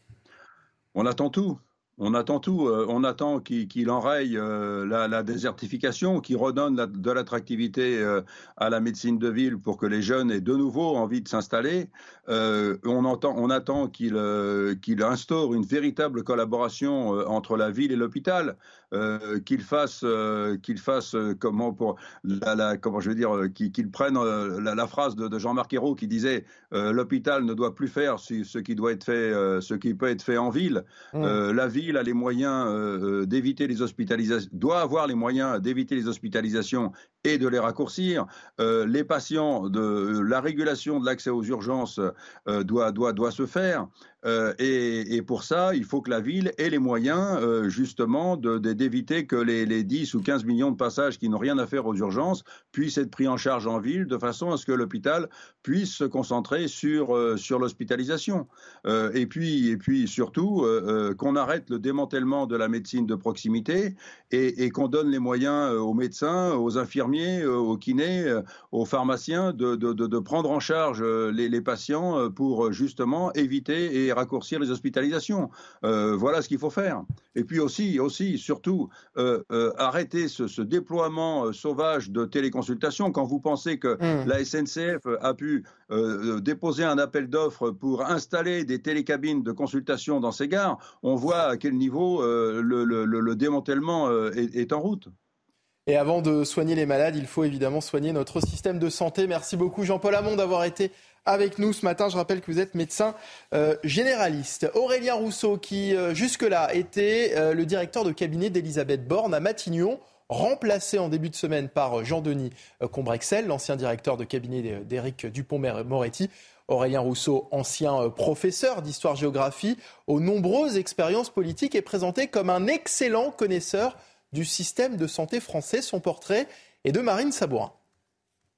On attend tout. On attend tout. Euh, on attend qu'il, qu'il enraye euh, la, la désertification, qu'il redonne la, de l'attractivité euh, à la médecine de ville pour que les jeunes aient de nouveau envie de s'installer. Euh, on, entend, on attend qu'il, euh, qu'il instaure une véritable collaboration euh, entre la ville et l'hôpital. Euh, qu'il fasse, euh, qu'il fasse euh, comment pour la, la, comment je veux dire, euh, qu'il, qu'il prenne euh, la, la phrase de, de Jean-Marc Ayrault qui disait euh, l'hôpital ne doit plus faire ce, ce qui doit être fait, euh, ce qui peut être fait en ville. Mmh. Euh, la ville a les moyens euh, d'éviter les hospitalisations, doit avoir les moyens d'éviter les hospitalisations et de les raccourcir. Euh, les patients, de la régulation de l'accès aux urgences euh, doit, doit, doit se faire. Euh, et, et pour ça, il faut que la ville ait les moyens, euh, justement, de, de, d'éviter que les, les dix ou quinze millions de passages qui n'ont rien à faire aux urgences puissent être pris en charge en ville, de façon à ce que l'hôpital puisse se concentrer sur, euh, sur l'hospitalisation. Euh, et, puis, et puis, surtout, euh, euh, qu'on arrête le démantèlement de la médecine de proximité et, et qu'on donne les moyens aux médecins, aux infirmiers, aux kinés, aux pharmaciens de, de, de, de prendre en charge les, les patients pour, justement, éviter et raccourcir les hospitalisations. Euh, voilà ce qu'il faut faire. Et puis aussi, aussi surtout, euh, euh, arrêter ce, ce déploiement euh, sauvage de téléconsultation. Quand vous pensez que mmh. la S N C F a pu euh, déposer un appel d'offres pour installer des télécabines de consultation dans ces gares, on voit à quel niveau euh, le, le, le démantèlement euh, est, est en route. Et avant de soigner les malades, il faut évidemment soigner notre système de santé. Merci beaucoup Jean-Paul Hamon d'avoir été avec nous ce matin. Je rappelle que vous êtes médecin euh, généraliste. Aurélien Rousseau, qui euh, jusque-là était euh, le directeur de cabinet d'Elisabeth Borne à Matignon, remplacé en début de semaine par Jean-Denis euh, Combrexel, l'ancien directeur de cabinet d'Éric Dupond-Moretti. Aurélien Rousseau, ancien euh, professeur d'histoire-géographie, aux nombreuses expériences politiques, est présenté comme un excellent connaisseur du système de santé français. Son portrait est de Marine Sabourin.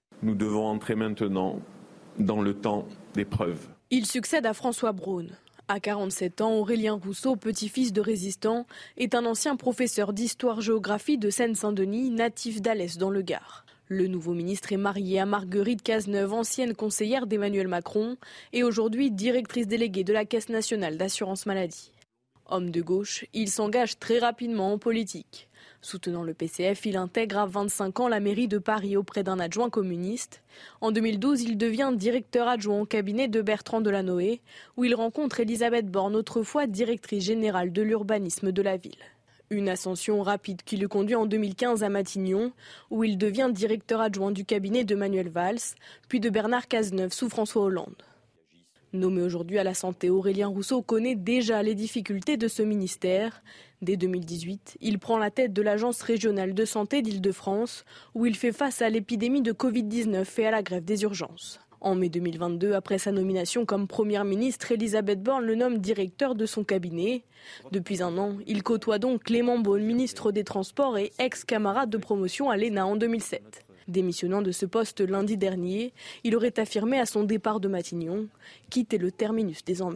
Nous devons entrer maintenant dans le temps des preuves. Il succède à François Braun. À quarante-sept ans, Aurélien Rousseau, petit-fils de résistant, est un ancien professeur d'histoire-géographie de Seine-Saint-Denis, natif d'Alès dans le Gard. Le nouveau ministre est marié à Marguerite Cazeneuve, ancienne conseillère d'Emmanuel Macron et aujourd'hui directrice déléguée de la Caisse nationale d'assurance maladie. Homme de gauche, il s'engage très rapidement en politique. Soutenant le P C F, il intègre à vingt-cinq ans la mairie de Paris auprès d'un adjoint communiste. En deux mille douze, il devient directeur adjoint au cabinet de Bertrand Delanoë, où il rencontre Elisabeth Borne, autrefois directrice générale de l'urbanisme de la ville. Une ascension rapide qui le conduit en deux mille quinze à Matignon, où il devient directeur adjoint du cabinet de Manuel Valls, puis de Bernard Cazeneuve sous François Hollande. Nommé aujourd'hui à la santé, Aurélien Rousseau connaît déjà les difficultés de ce ministère. Dès deux mille dix-huit, il prend la tête de l'Agence régionale de santé d'Île-de-France, où il fait face à l'épidémie de covid dix-neuf et à la grève des urgences. En mai deux mille vingt-deux, après sa nomination comme première ministre, Elisabeth Borne le nomme directeur de son cabinet. Depuis un an, il côtoie donc Clément Beaune, ministre des Transports et ex-camarade de promotion à l'E N A en deux mille sept. Démissionnant de ce poste lundi dernier, il aurait affirmé à son départ de Matignon « quitter le terminus des emmerdes ».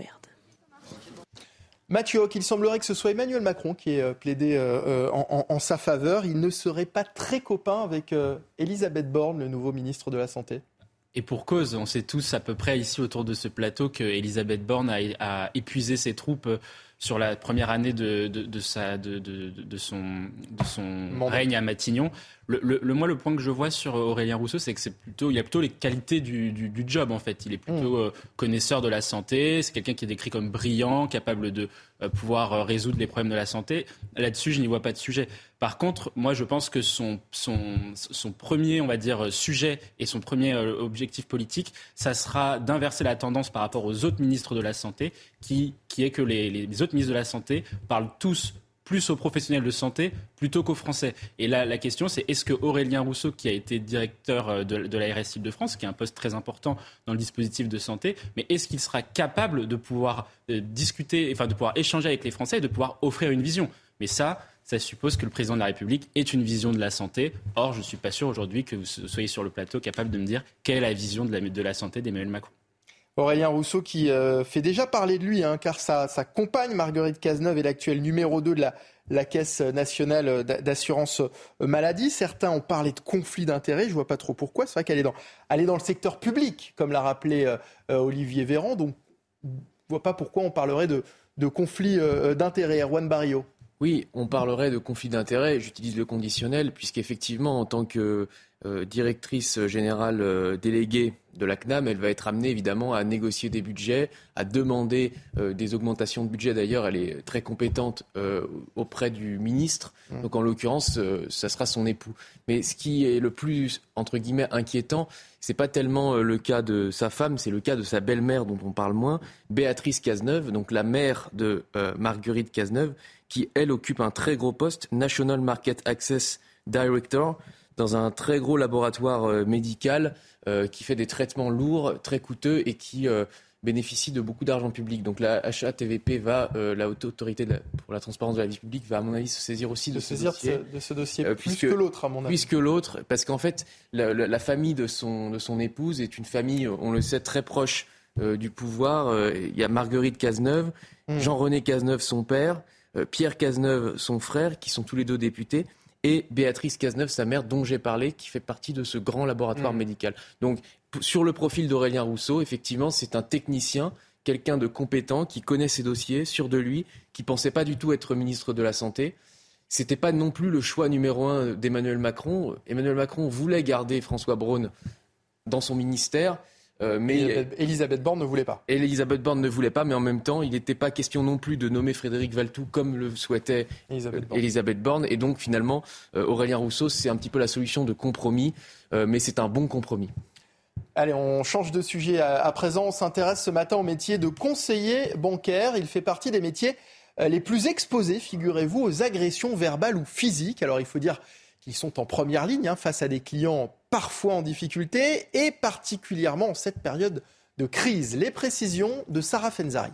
Mathieu Hoc, il semblerait que ce soit Emmanuel Macron qui ait plaidé euh, en, en, en sa faveur. Il ne serait pas très copain avec euh, Elisabeth Borne, le nouveau ministre de la Santé. Et pour cause, on sait tous à peu près ici autour de ce plateau que Elisabeth Borne a, a épuisé ses troupes sur la première année de, de, de, sa, de, de, de son, de son règne à Matignon. Le, le, le, moi, le point que je vois sur Aurélien Rousseau, c'est que c'est plutôt, il y a plutôt les qualités du, du, du job, en fait. Il est plutôt euh, connaisseur de la santé. C'est quelqu'un qui est décrit comme brillant, capable de euh, pouvoir euh, résoudre les problèmes de la santé. Là-dessus, je n'y vois pas de sujet. Par contre, moi, je pense que son, son, son premier, on va dire, sujet et son premier euh, objectif politique, ça sera d'inverser la tendance par rapport aux autres ministres de la Santé, qui, qui est que les, les autres ministres de la Santé parlent tous plus aux professionnels de santé plutôt qu'aux Français. Et là, la question, c'est est-ce que Aurélien Rousseau, qui a été directeur de, de l'A R S Île-de-France, qui est un poste très important dans le dispositif de santé, mais est-ce qu'il sera capable de pouvoir euh, discuter, enfin de pouvoir échanger avec les Français et de pouvoir offrir une vision ? Mais ça, ça suppose que le président de la République ait une vision de la santé. Or, je ne suis pas sûr aujourd'hui que vous soyez sur le plateau capable de me dire quelle est la vision de la, de la santé d'Emmanuel Macron. Aurélien Rousseau qui euh, fait déjà parler de lui, hein, car sa, sa compagne Marguerite Cazeneuve est l'actuelle numéro deux de la, la Caisse nationale d'assurance maladie. Certains ont parlé de conflit d'intérêts, je ne vois pas trop pourquoi. C'est vrai qu'elle est dans, elle est dans le secteur public, comme l'a rappelé euh, Olivier Véran, donc je ne vois pas pourquoi on parlerait de, de conflit euh, d'intérêts. Erwan Barrio. Oui, on parlerait de conflit d'intérêts, j'utilise le conditionnel, puisqu'effectivement, en tant que euh, directrice générale euh, déléguée de la C N A M, elle va être amenée évidemment à négocier des budgets, à demander euh, des augmentations de budget. D'ailleurs, elle est très compétente euh, auprès du ministre, mmh. donc en l'occurrence, euh, ça sera son époux. Mais ce qui est le plus, entre guillemets, inquiétant, c'est pas tellement euh, le cas de sa femme, c'est le cas de sa belle-mère dont on parle moins, Béatrice Cazeneuve, donc la mère de euh, Marguerite Cazeneuve, qui, elle, occupe un très gros poste, National Market Access Director, dans un très gros laboratoire euh, médical euh, qui fait des traitements lourds, très coûteux et qui euh, bénéficie de beaucoup d'argent public. Donc la H A T V P va, euh, la Haute Autorité de la, pour la transparence de la vie publique, va à mon avis se saisir aussi de, de ce saisir dossier. De ce dossier euh, plus puisque, que l'autre, à mon avis. Plus que l'autre, parce qu'en fait, la, la, la famille de son, de son épouse est une famille, on le sait, très proche euh, du pouvoir. Euh, il y a Marguerite Cazeneuve, mmh. Jean-René Cazeneuve, son père, euh, Pierre Cazeneuve, son frère, qui sont tous les deux députés, et Béatrice Cazeneuve, sa mère, dont j'ai parlé, qui fait partie de ce grand laboratoire mmh. médical. Donc, p- sur le profil d'Aurélien Rousseau, effectivement, c'est un technicien, quelqu'un de compétent, qui connaît ses dossiers, sûr de lui, qui ne pensait pas du tout être ministre de la Santé. Ce n'était pas non plus le choix numéro un d'Emmanuel Macron. Emmanuel Macron voulait garder François Braun dans son ministère. Euh, mais Elisabeth, Elisabeth Borne ne voulait pas. Elisabeth Borne ne voulait pas, mais en même temps, il n'était pas question non plus de nommer Frédéric Valletoux comme le souhaitait Elisabeth Borne. Elisabeth Borne. Et donc, finalement, euh, Aurélien Rousseau, c'est un petit peu la solution de compromis, euh, mais c'est un bon compromis. Allez, on change de sujet à, à présent. On s'intéresse ce matin au métier de conseiller bancaire. Il fait partie des métiers les plus exposés, figurez-vous, aux agressions verbales ou physiques. Alors, il faut dire qu'ils sont en première ligne hein, face à des clients parfois en difficulté et particulièrement en cette période de crise. Les précisions de Sarah Fenzari.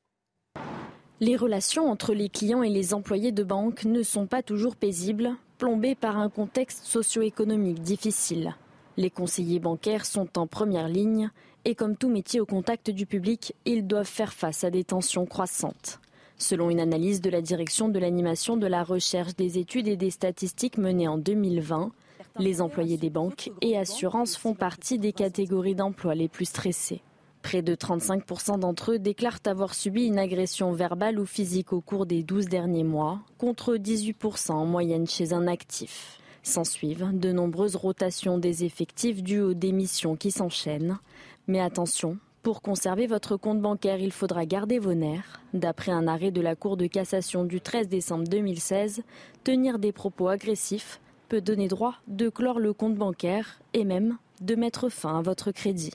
Les relations entre les clients et les employés de banque ne sont pas toujours paisibles, plombées par un contexte socio-économique difficile. Les conseillers bancaires sont en première ligne et comme tout métier au contact du public, ils doivent faire face à des tensions croissantes. Selon une analyse de la direction de l'animation de la recherche, des études et des statistiques menées en deux mille vingt, les employés des banques et assurances font partie des catégories d'emploi les plus stressées. Près de trente-cinq pour cent d'entre eux déclarent avoir subi une agression verbale ou physique au cours des douze derniers mois, contre dix-huit pour cent en moyenne chez un actif. S'ensuivent de nombreuses rotations des effectifs dues aux démissions qui s'enchaînent. Mais attention, pour conserver votre compte bancaire, il faudra garder vos nerfs. D'après un arrêt de la Cour de cassation du treize décembre deux mille seize, tenir des propos agressifs peut donner droit de clore le compte bancaire et même de mettre fin à votre crédit.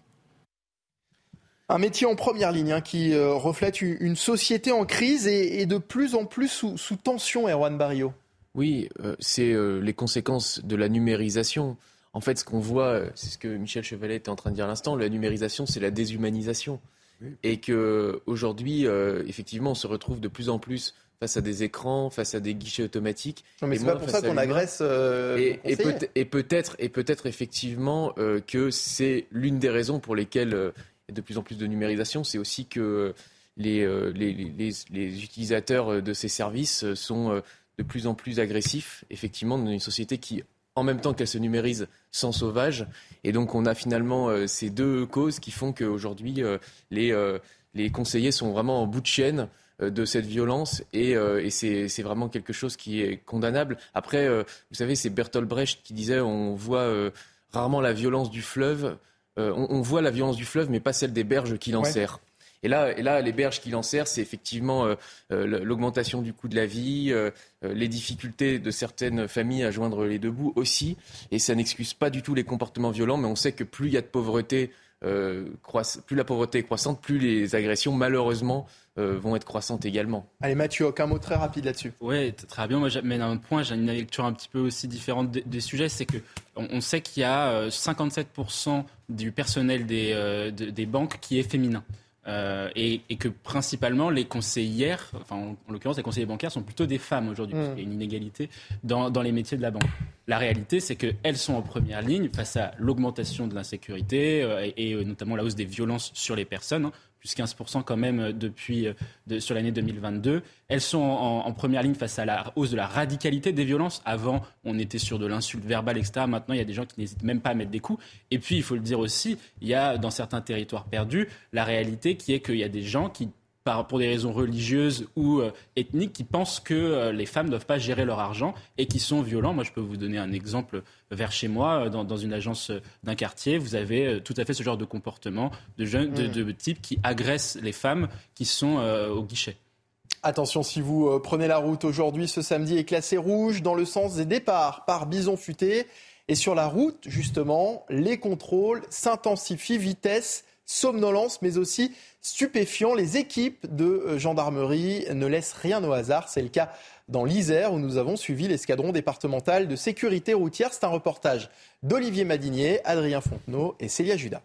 Un métier en première ligne hein, qui euh, reflète une société en crise et, et de plus en plus sous, sous tension, Erwan Barrio. Oui, euh, c'est euh, les conséquences de la numérisation. En fait, ce qu'on voit, c'est ce que Michel Chevalet était en train de dire à l'instant, la numérisation, c'est la déshumanisation. Oui. Et qu'aujourd'hui, euh, effectivement, on se retrouve de plus en plus face à des écrans, face à des guichets automatiques. Non, mais et c'est pas pour ça qu'on agresse euh, et, et, peut- et, peut-être, et peut-être effectivement euh, que c'est l'une des raisons pour lesquelles euh, il y a de plus en plus de numérisation. C'est aussi que les, euh, les, les, les utilisateurs de ces services sont euh, de plus en plus agressifs, effectivement, dans une société qui, en même temps qu'elle se numérise, sans sauvage. Et donc on a finalement euh, ces deux causes qui font qu'aujourd'hui, euh, les, euh, les conseillers sont vraiment en bout de chaîne euh, de cette violence. Et, euh, et c'est, c'est vraiment quelque chose qui est condamnable. Après, euh, vous savez, c'est Bertolt Brecht qui disait on voit euh, rarement la violence du fleuve. Euh, on, on voit la violence du fleuve, mais pas celle des berges qui l'enserrent. Ouais. Et là, et là, les berges qui l'enserrent, c'est effectivement euh, euh, l'augmentation du coût de la vie, euh, les difficultés de certaines familles à joindre les deux bouts aussi. Et ça n'excuse pas du tout les comportements violents, mais on sait que plus il y a de pauvreté, euh, croiss- plus la pauvreté est croissante, plus les agressions, malheureusement, euh, vont être croissantes également. Allez, Mathieu, un mot très rapide là-dessus. Oui, très bien. Moi, mais d'un point, j'ai une lecture un petit peu aussi différente des, des sujets. C'est que on, on sait qu'il y a cinquante-sept pour cent du personnel des, euh, de, des banques qui est féminin. Euh, et, et que principalement les conseillères, enfin en, en l'occurrence les conseillers bancaires sont plutôt des femmes aujourd'hui, mmh. parce qu'il y a une inégalité dans, dans les métiers de la banque. La réalité, c'est qu'elles sont en première ligne face à l'augmentation de l'insécurité euh, et, et notamment la hausse des violences sur les personnes, hein, plus quinze pour cent quand même depuis, euh, de, sur l'année deux mille vingt-deux. Elles sont en, en première ligne face à la hausse de la radicalité des violences. Avant, on était sur de l'insulte verbale, et cetera. Maintenant, il y a des gens qui n'hésitent même pas à mettre des coups. Et puis, il faut le dire aussi, il y a dans certains territoires perdus la réalité qui est qu'il y a des gens qui, par, pour des raisons religieuses ou euh, ethniques, qui pensent que euh, les femmes ne doivent pas gérer leur argent et qui sont violents. Moi, je peux vous donner un exemple vers chez moi, dans, dans une agence d'un quartier. Vous avez euh, tout à fait ce genre de comportement de jeunes, mmh. de, de types qui agressent les femmes qui sont euh, au guichet. Attention, si vous euh, prenez la route aujourd'hui, ce samedi est classé rouge dans le sens des départs par Bison Futé. Et sur la route, justement, les contrôles s'intensifient, vitesse, somnolence, mais aussi stupéfiants. Les équipes de gendarmerie ne laissent rien au hasard. C'est le cas dans l'Isère où nous avons suivi l'escadron départemental de sécurité routière. C'est un reportage d'Olivier Madinier, Adrien Fontenot et Célia Judas.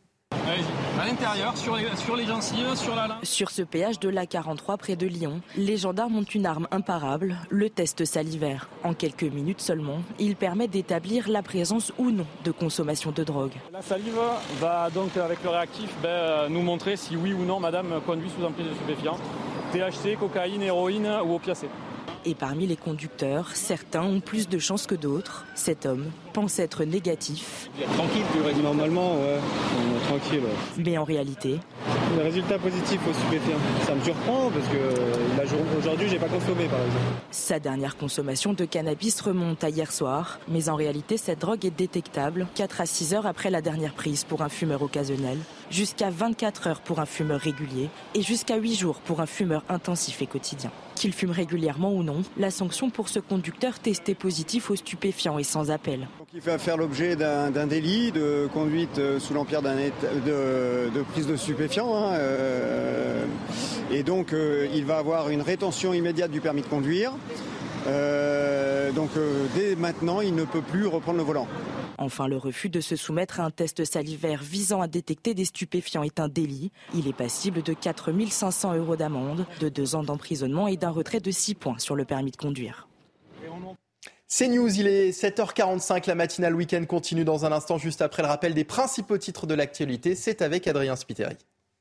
À l'intérieur, sur les, sur les gencives, sur la lame. Sur ce péage de l'A quarante-trois près de Lyon, les gendarmes ont une arme imparable, le test salivaire. En quelques minutes seulement, il permet d'établir la présence ou non de consommation de drogue. La salive va donc, avec le réactif, ben, nous montrer si oui ou non madame conduit sous emprise de stupéfiants. T H C, cocaïne, héroïne ou opiacés. Et parmi les conducteurs, certains ont plus de chance que d'autres. Cet homme pense être négatif. Tranquille, tu aurais dit normalement, ouais, on est tranquille. Ouais. Mais en réalité... Le résultat positif au stupéfiant. Ça me surprend parce que la, aujourd'hui, j'ai pas consommé par exemple. Sa dernière consommation de cannabis remonte à hier soir. Mais en réalité, cette drogue est détectable quatre à six heures après la dernière prise pour un fumeur occasionnel, jusqu'à vingt-quatre heures pour un fumeur régulier et jusqu'à huit jours pour un fumeur intensif et quotidien. Qu'il fume régulièrement ou non, la sanction pour ce conducteur testé positif aux stupéfiants est sans appel. Donc il va faire l'objet d'un, d'un délit de conduite sous l'empire d'un état, de, de prise de stupéfiants. Hein, euh, et donc euh, il va avoir une rétention immédiate du permis de conduire. Euh, donc euh, dès maintenant, il ne peut plus reprendre le volant. Enfin, le refus de se soumettre à un test salivaire visant à détecter des stupéfiants est un délit. Il est passible de quatre mille cinq cents euros d'amende, de deux ans d'emprisonnement et d'un retrait de six points sur le permis de conduire. C'est News, il est sept heures quarante-cinq, la matinale week-end continue dans un instant, juste après le rappel des principaux titres de l'actualité. C'est avec Adrien Spiteri.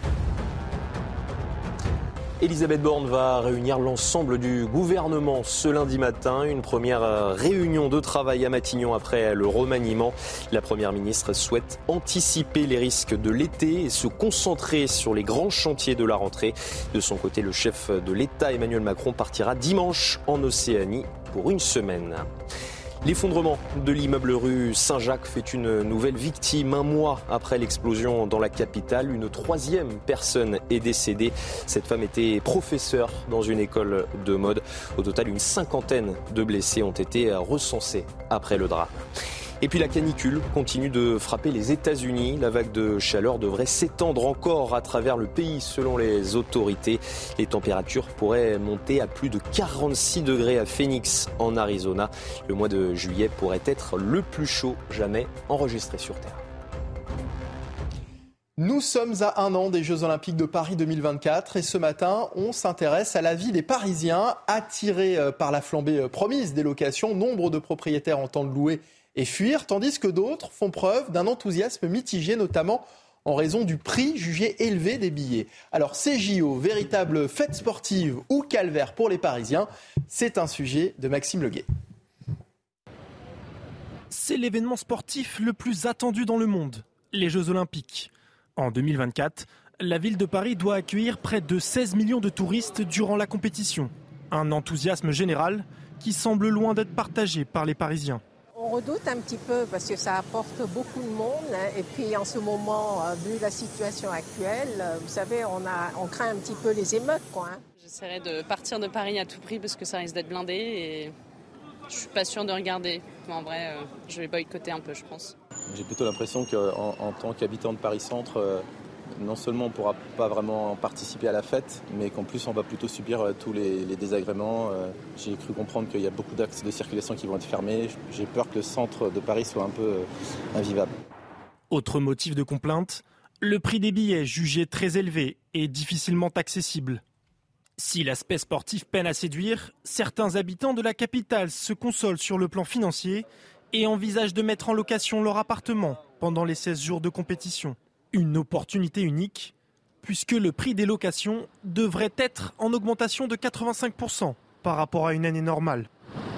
Elisabeth Borne va réunir l'ensemble du gouvernement ce lundi matin. Une première réunion de travail à Matignon après le remaniement. La Première ministre souhaite anticiper les risques de l'été et se concentrer sur les grands chantiers de la rentrée. De son côté, le chef de l'État, Emmanuel Macron, partira dimanche en Océanie pour une semaine. L'effondrement de l'immeuble rue Saint-Jacques fait une nouvelle victime. Un mois après l'explosion dans la capitale, une troisième personne est décédée. Cette femme était professeure dans une école de mode. Au total, une cinquantaine de blessés ont été recensés après le drame. Et puis la canicule continue de frapper les États-Unis. La vague de chaleur devrait s'étendre encore à travers le pays selon les autorités. Les températures pourraient monter à plus de quarante-six degrés à Phoenix en Arizona. Le mois de juillet pourrait être le plus chaud jamais enregistré sur Terre. Nous sommes à un an des Jeux Olympiques de Paris deux mille vingt-quatre et ce matin, on s'intéresse à la vie des Parisiens. Attirés par la flambée promise des locations, nombre de propriétaires entendent louer et fuir, tandis que d'autres font preuve d'un enthousiasme mitigé, notamment en raison du prix jugé élevé des billets. Alors ces J O, véritable fête sportive ou calvaire pour les Parisiens, c'est un sujet de Maxime Leguet. C'est l'événement sportif le plus attendu dans le monde, les Jeux Olympiques. En deux mille vingt-quatre, la ville de Paris doit accueillir près de seize millions de touristes durant la compétition. Un enthousiasme général qui semble loin d'être partagé par les Parisiens. On redoute un petit peu parce que ça apporte beaucoup de monde et puis en ce moment, vu la situation actuelle, vous savez, on, a, on craint un petit peu les émeutes, quoi. Hein. J'essaierai de partir de Paris à tout prix parce que ça risque d'être blindé et je suis pas sûre de regarder. En vrai, euh, je vais boycotter un peu, je pense. J'ai plutôt l'impression qu'en en tant qu'habitant de Paris-Centre, euh, non seulement on ne pourra pas vraiment participer à la fête, mais qu'en plus on va plutôt subir euh, tous les, les désagréments. Euh, j'ai cru comprendre qu'il y a beaucoup d'axes de circulation qui vont être fermés. J'ai peur que le centre de Paris soit un peu euh, invivable. Autre motif de complainte, le prix des billets jugé très élevé et difficilement accessible. Si l'aspect sportif peine à séduire, certains habitants de la capitale se consolent sur le plan financier et envisagent de mettre en location leur appartement pendant les seize jours de compétition. Une opportunité unique, puisque le prix des locations devrait être en augmentation de quatre-vingt-cinq pour cent par rapport à une année normale.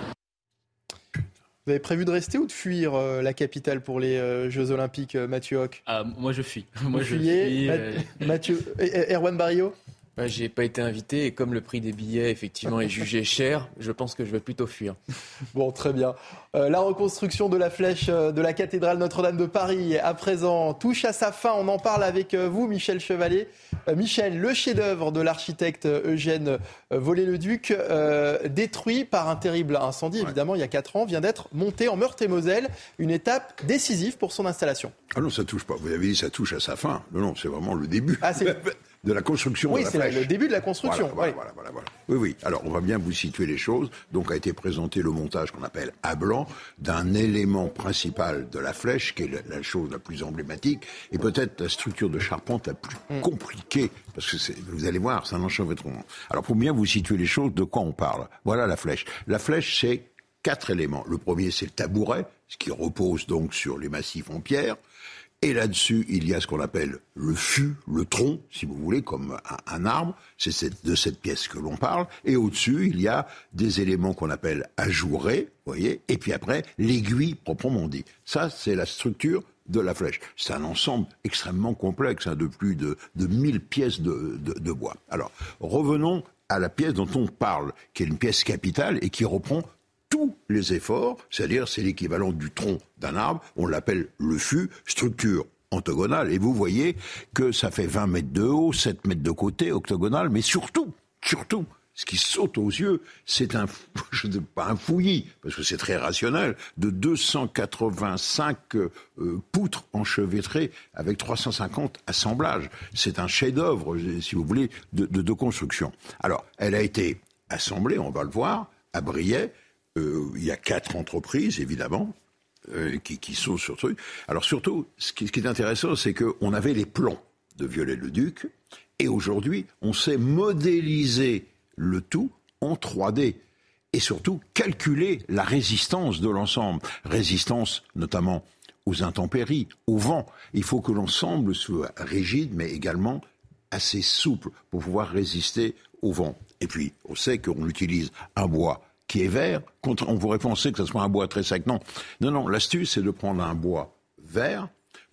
Vous avez prévu de rester ou de fuir euh, la capitale pour les euh, Jeux Olympiques, euh, Mathieu Hoc ? Ah, moi je fuis. Moi, Vous je fuyez, fuis, Ma- euh... Mathieu, Erwan Barrio ? Ouais, j'y ai pas été invité et comme le prix des billets effectivement est jugé cher, je pense que je vais plutôt fuir. Bon, très bien. Euh, la reconstruction de la flèche euh, de la cathédrale Notre-Dame de Paris, à présent, touche à sa fin. On en parle avec euh, vous, Michel Chevalier. Euh, Michel, le chef-d'œuvre de l'architecte Eugène euh, Viollet-le-Duc, euh, détruit par un terrible incendie, évidemment, il y a quatre ans, vient d'être monté en Meurthe-et-Moselle. Une étape décisive pour son installation. Ah non, ça touche pas. Vous avez dit ça touche à sa fin. Non, non, c'est vraiment le début. Ah, c'est... de la construction oui, de la flèche. Oui, c'est le début de la construction. Voilà, oui. voilà, voilà, voilà, voilà. Oui, oui. Alors, on va bien vous situer les choses. Donc, a été présenté le montage qu'on appelle à blanc d'un élément principal de la flèche, qui est la, la chose la plus emblématique, et peut-être la structure de charpente la plus mm. compliquée, parce que c'est, vous allez voir, c'est un enchevêtrement. Alors, pour bien vous situer les choses, de quoi on parle ? Voilà la flèche. La flèche, c'est quatre éléments. Le premier, c'est le tabouret, ce qui repose donc sur les massifs en pierre. Et là-dessus, il y a ce qu'on appelle le fût, le tronc, si vous voulez, comme un, un arbre. C'est cette, de cette pièce que l'on parle. Et au-dessus, il y a des éléments qu'on appelle ajourés, vous voyez. Et puis après, l'aiguille proprement dit. Ça, c'est la structure de la flèche. C'est un ensemble extrêmement complexe, hein, de plus de, de mille pièces de, de, de bois. Alors, revenons à la pièce dont on parle, qui est une pièce capitale et qui reprend tous les efforts, c'est-à-dire c'est l'équivalent du tronc d'un arbre, on l'appelle le fût, structure octogonale, et vous voyez que ça fait vingt mètres de haut, sept mètres de côté, octogonale, mais surtout, surtout, ce qui saute aux yeux, c'est un, je ne dis pas un fouillis, parce que c'est très rationnel, de deux cent quatre-vingt-cinq euh, poutres enchevêtrées avec trois cent cinquante assemblages. C'est un chef-d'œuvre, si vous voulez, de, de, de construction. Alors, elle a été assemblée, on va le voir, à Briey. Euh, il y a quatre entreprises, évidemment, euh, qui, qui sont sur ce truc. Alors surtout, ce qui, ce qui est intéressant, c'est qu'on avait les plans de Viollet-le-Duc, et aujourd'hui, on sait modéliser le tout en trois D. et surtout calculer la résistance de l'ensemble. Résistance notamment aux intempéries, au vent. Il faut que l'ensemble soit rigide, mais également assez souple pour pouvoir résister au vent. Et puis, on sait qu'on utilise un bois qui est vert. On pourrait penser que ce soit un bois très sec. Non, non, non. L'astuce, c'est de prendre un bois vert. Pourquoi ?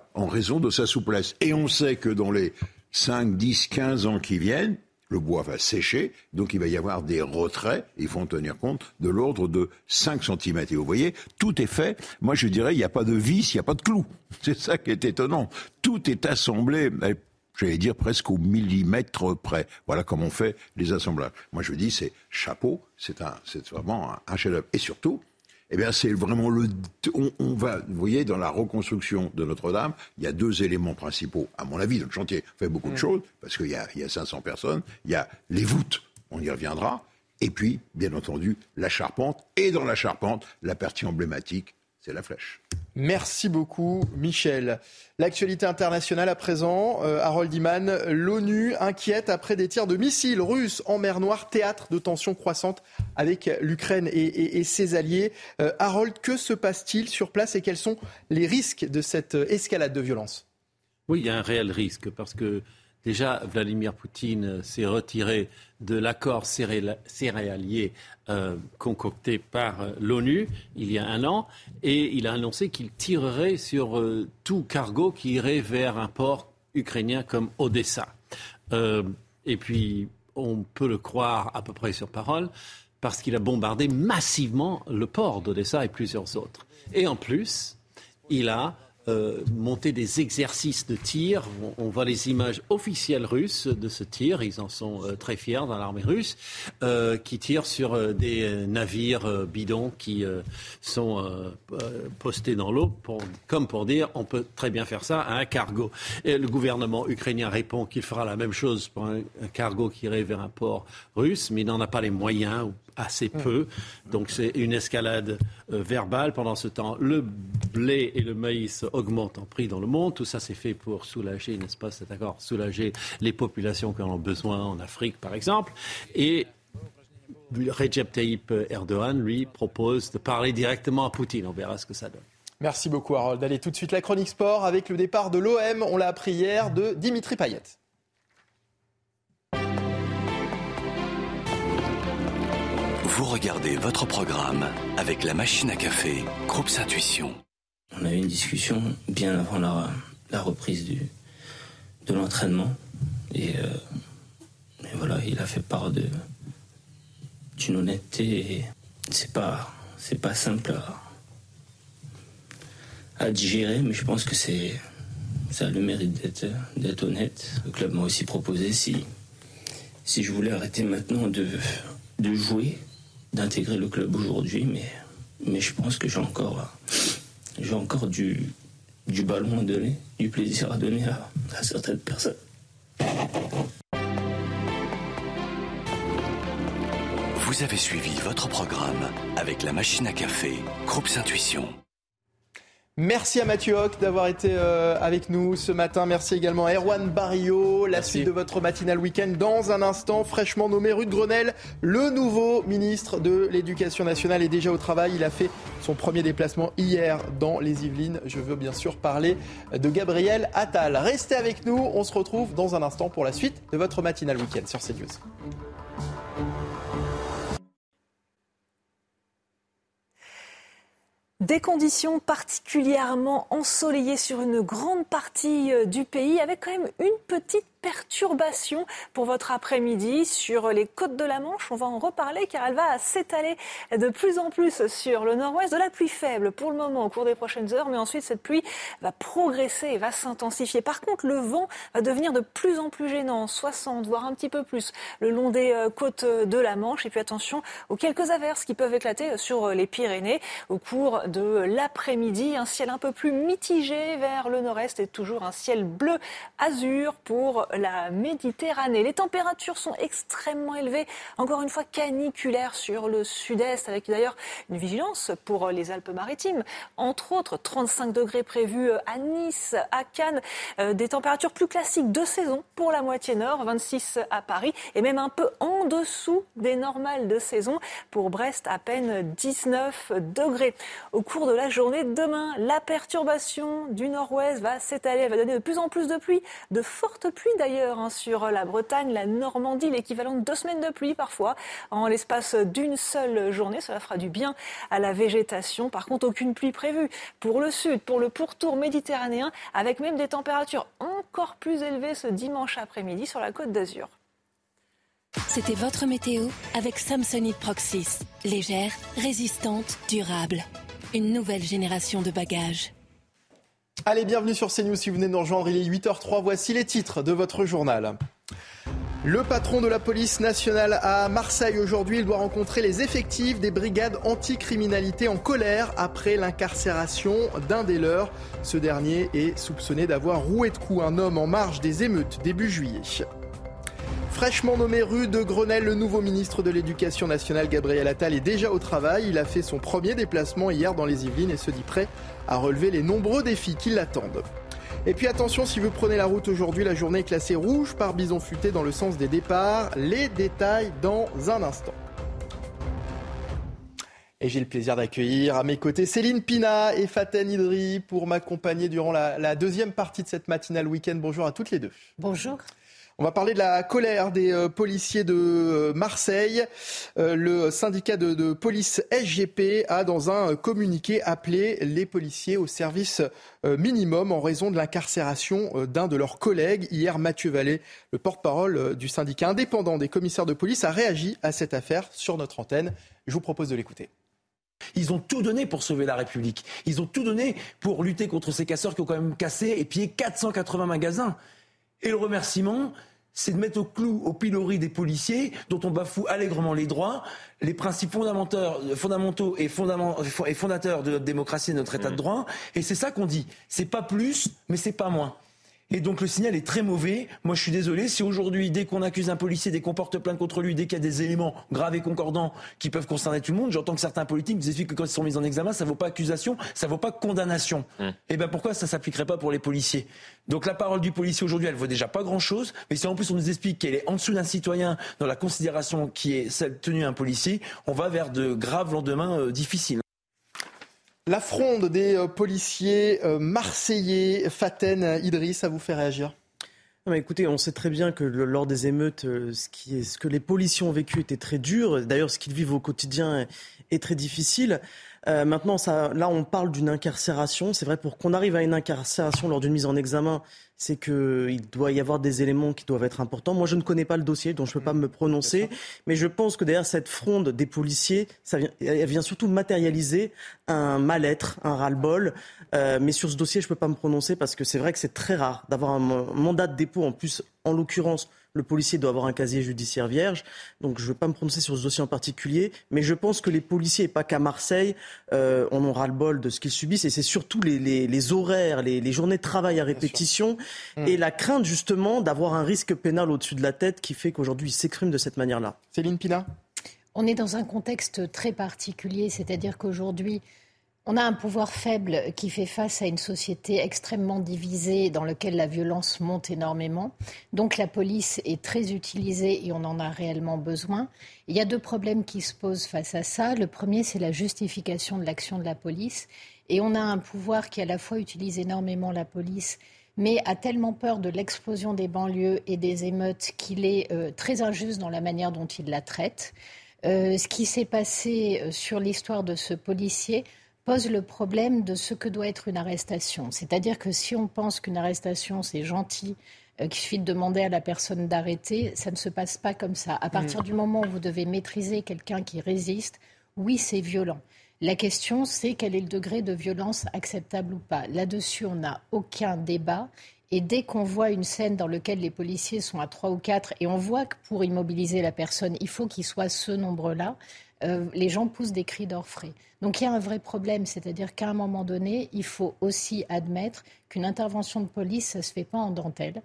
En raison de sa souplesse. Et on sait que dans les cinq, dix, quinze ans qui viennent, le bois va sécher, donc il va y avoir des retraits, il faut en tenir compte, de l'ordre de cinq centimètres. Et vous voyez, tout est fait. Moi, je dirais, il n'y a pas de vis, il n'y a pas de clou. C'est ça qui est étonnant. Tout est assemblé, j'allais dire presque au millimètre près. Voilà comment on fait les assemblages. Moi, je dis, c'est chapeau, c'est, un, c'est vraiment un, un chef-d'œuvre. Et surtout, eh bien, c'est vraiment le. On, on va, vous voyez, dans la reconstruction de Notre-Dame, il y a deux éléments principaux, à mon avis, dans le chantier. On fait beaucoup de choses, parce qu'il y a, il y a cinq cents personnes. Il y a les voûtes, on y reviendra. Et puis, bien entendu, la charpente. Et dans la charpente, la partie emblématique, c'est la flèche. Merci beaucoup, Michel. L'actualité internationale à présent. Euh, Harold Iman, l'ONU inquiète après des tirs de missiles russes en mer Noire, théâtre de tensions croissantes avec l'Ukraine et, et, et ses alliés. Euh, Harold, que se passe-t-il sur place et quels sont les risques de cette escalade de violence ? Oui, il y a un réel risque parce que déjà, Vladimir Poutine s'est retiré de l'accord céréalier euh, concocté par euh, l'ONU il y a un an et il a annoncé qu'il tirerait sur euh, tout cargo qui irait vers un port ukrainien comme Odessa. Euh, et puis, on peut le croire à peu près sur parole parce qu'il a bombardé massivement le port d'Odessa et plusieurs autres. Et en plus, il a Euh, monter des exercices de tir. On, on voit les images officielles russes de ce tir. Ils en sont euh, très fiers dans l'armée russe, euh, qui tirent sur euh, des euh, navires euh, bidons qui euh, sont euh, postés dans l'eau, pour, comme pour dire on peut très bien faire ça à un cargo. Et le gouvernement ukrainien répond qu'il fera la même chose pour un, un cargo qui irait vers un port russe, mais il n'en a pas les moyens, ou assez peu. Donc c'est une escalade euh, verbale. Pendant ce temps, le blé et le maïs augmentent en prix dans le monde. Tout ça, c'est fait pour soulager, n'est-ce pas, c'est d'accord, soulager les populations qui en ont besoin en Afrique, par exemple. Et Recep Tayyip Erdogan, lui, propose de parler directement à Poutine. On verra ce que ça donne. Merci beaucoup, Harold. Allez, tout de suite, la chronique sport avec le départ de l'O M, on l'a appris hier, de Dimitri Payet. Vous regardez votre programme avec la machine à café, Groupe Intuition. On a eu une discussion bien avant la, la reprise du, de l'entraînement. Et, euh, et voilà, il a fait part de, d'une honnêteté. Et c'est pas, c'est pas simple à, à digérer, mais je pense que c'est, ça a le mérite d'être, d'être honnête. Le club m'a aussi proposé, si, si je voulais arrêter maintenant de, de jouer, d'intégrer le club aujourd'hui, mais, mais je pense que j'ai encore, j'ai encore du, du ballon à donner, du plaisir à donner à, à certaines personnes. Vous avez suivi votre programme avec la machine à café, Groupe Intuition. Merci à Mathieu Hoc d'avoir été euh, avec nous ce matin. Merci également à Erwan Barrio. La Merci. Suite de votre matinale week-end dans un instant. Fraîchement nommé Ruud Grenelle, le nouveau ministre de l'Éducation nationale est déjà au travail. Il a fait son premier déplacement hier dans les Yvelines. Je veux bien sûr parler de Gabriel Attal. Restez avec nous. On se retrouve dans un instant pour la suite de votre matinale week-end sur CNews. Des conditions particulièrement ensoleillées sur une grande partie du pays, avec quand même une petite perturbation pour votre après-midi sur les côtes de la Manche. On va en reparler car elle va s'étaler de plus en plus sur le nord-ouest. De la pluie faible pour le moment au cours des prochaines heures, mais ensuite cette pluie va progresser et va s'intensifier. Par contre, le vent va devenir de plus en plus gênant, soixante voire un petit peu plus le long des côtes de la Manche. Et puis attention aux quelques averses qui peuvent éclater sur les Pyrénées au cours de l'après-midi. Un ciel un peu plus mitigé vers le nord-est et toujours un ciel bleu azur pour la Méditerranée. Les températures sont extrêmement élevées, encore une fois caniculaires sur le sud-est, avec d'ailleurs une vigilance pour les Alpes-Maritimes. Entre autres, trente-cinq degrés prévus à Nice, à Cannes, euh, des températures plus classiques de saison pour la moitié nord, vingt-six à Paris, et même un peu en dessous des normales de saison. Pour Brest, à peine dix-neuf degrés. Au cours de la journée de demain, la perturbation du nord-ouest va s'étaler, elle va donner de plus en plus de pluie, de fortes pluies d'ailleurs hein, sur la Bretagne, la Normandie, l'équivalent de deux semaines de pluie parfois, en l'espace d'une seule journée. Cela fera du bien à la végétation. Par contre, aucune pluie prévue pour le sud, pour le pourtour méditerranéen, avec même des températures encore plus élevées ce dimanche après-midi sur la Côte d'Azur. C'était votre météo avec Samsonite Proxys. Légère, résistante, durable. Une nouvelle génération de bagages. Allez, bienvenue sur CNews. Si vous venez de nous rejoindre, il est huit heures zéro trois. Voici les titres de votre journal. Le patron de la police nationale à Marseille aujourd'hui, il doit rencontrer les effectifs des brigades anticriminalité en colère après l'incarcération d'un des leurs. Ce dernier est soupçonné d'avoir roué de coups un homme en marge des émeutes début juillet. Fraîchement nommé rue de Grenelle, le nouveau ministre de l'Éducation nationale, Gabriel Attal, est déjà au travail. Il a fait son premier déplacement hier dans les Yvelines et se dit prêt à relever les nombreux défis qui l'attendent. Et puis attention, si vous prenez la route aujourd'hui, la journée est classée rouge par bison futé dans le sens des départs. Les détails dans un instant. Et j'ai le plaisir d'accueillir à mes côtés Céline Pina et Faten Idri pour m'accompagner durant la, la deuxième partie de cette matinale week-end. Bonjour à toutes les deux. Bonjour. On va parler de la colère des euh, policiers de euh, Marseille. Euh, le syndicat de, de police S G P a, dans un communiqué, appelé les policiers au service euh, minimum en raison de l'incarcération euh, d'un de leurs collègues. Hier, Mathieu Vallée, le porte-parole euh, du syndicat indépendant des commissaires de police, a réagi à cette affaire sur notre antenne. Je vous propose de l'écouter. Ils ont tout donné pour sauver la République. Ils ont tout donné pour lutter contre ces casseurs qui ont quand même cassé et pillé quatre cent quatre-vingts magasins. Et le remerciement, c'est de mettre au clou, au pilori des policiers, dont on bafoue allègrement les droits, les principes fondamentaux et, et fondateurs de notre démocratie et de notre état de droit. Et c'est ça qu'on dit. C'est pas plus, mais c'est pas moins. Et donc le signal est très mauvais. Moi je suis désolé, si aujourd'hui, dès qu'on accuse un policier, dès qu'on porte plainte contre lui, dès qu'il y a des éléments graves et concordants qui peuvent concerner tout le monde, j'entends que certains politiques nous expliquent que quand ils sont mis en examen, ça ne vaut pas accusation, ça ne vaut pas condamnation. Mmh. Et bien pourquoi ça ne s'appliquerait pas pour les policiers ? Donc la parole du policier aujourd'hui, elle ne vaut déjà pas grand-chose, mais si en plus on nous explique qu'elle est en dessous d'un citoyen dans la considération qui est celle tenue à un policier, on va vers de graves lendemains euh, difficiles. La fronde des euh, policiers euh, marseillais, Faten Idri, ça vous fait réagir ? Non mais écoutez, on sait très bien que le, lors des émeutes, euh, ce, qui est, ce que les policiers ont vécu était très dur. D'ailleurs, ce qu'ils vivent au quotidien est, est très difficile. Euh, maintenant, ça, là, on parle d'une incarcération. C'est vrai, pour qu'on arrive à une incarcération lors d'une mise en examen, c'est qu'il doit y avoir des éléments qui doivent être importants. Moi, je ne connais pas le dossier, donc je ne peux pas me prononcer. Mais je pense que derrière cette fronde des policiers, ça vient, elle vient surtout matérialiser un mal-être, un ras-le-bol. Euh, mais sur ce dossier, je ne peux pas me prononcer parce que c'est vrai que c'est très rare d'avoir un mandat de dépôt. En plus, en l'occurrence, le policier doit avoir un casier judiciaire vierge. Donc je ne veux pas me prononcer sur ce dossier en particulier. Mais je pense que les policiers, et pas qu'à Marseille, euh, en ont ras-le-bol de ce qu'ils subissent. Et c'est surtout les, les, les horaires, les, les journées de travail à répétition mmh. et la crainte justement d'avoir un risque pénal au-dessus de la tête qui fait qu'aujourd'hui ils s'expriment de cette manière-là. Céline Pina ? On est dans un contexte très particulier, c'est-à-dire qu'aujourd'hui, on a un pouvoir faible qui fait face à une société extrêmement divisée dans laquelle la violence monte énormément. Donc la police est très utilisée et on en a réellement besoin. Il y a deux problèmes qui se posent face à ça. Le premier, c'est la justification de l'action de la police. Et on a un pouvoir qui à la fois utilise énormément la police, mais a tellement peur de l'explosion des banlieues et des émeutes qu'il est euh, très injuste dans la manière dont il la traite. Euh, ce qui s'est passé sur l'histoire de ce policier pose le problème de ce que doit être une arrestation. C'est-à-dire que si on pense qu'une arrestation, c'est gentil, euh, qu'il suffit de demander à la personne d'arrêter, ça ne se passe pas comme ça. À partir mmh. du moment où vous devez maîtriser quelqu'un qui résiste, oui, c'est violent. La question, c'est quel est le degré de violence acceptable ou pas. Là-dessus, on n'a aucun débat. Et dès qu'on voit une scène dans laquelle les policiers sont à trois ou quatre, et on voit que pour immobiliser la personne, il faut qu'il soit ce nombre-là, euh, les gens poussent des cris d'orfraie. Donc il y a un vrai problème, c'est-à-dire qu'à un moment donné, il faut aussi admettre qu'une intervention de police, ça ne se fait pas en dentelle.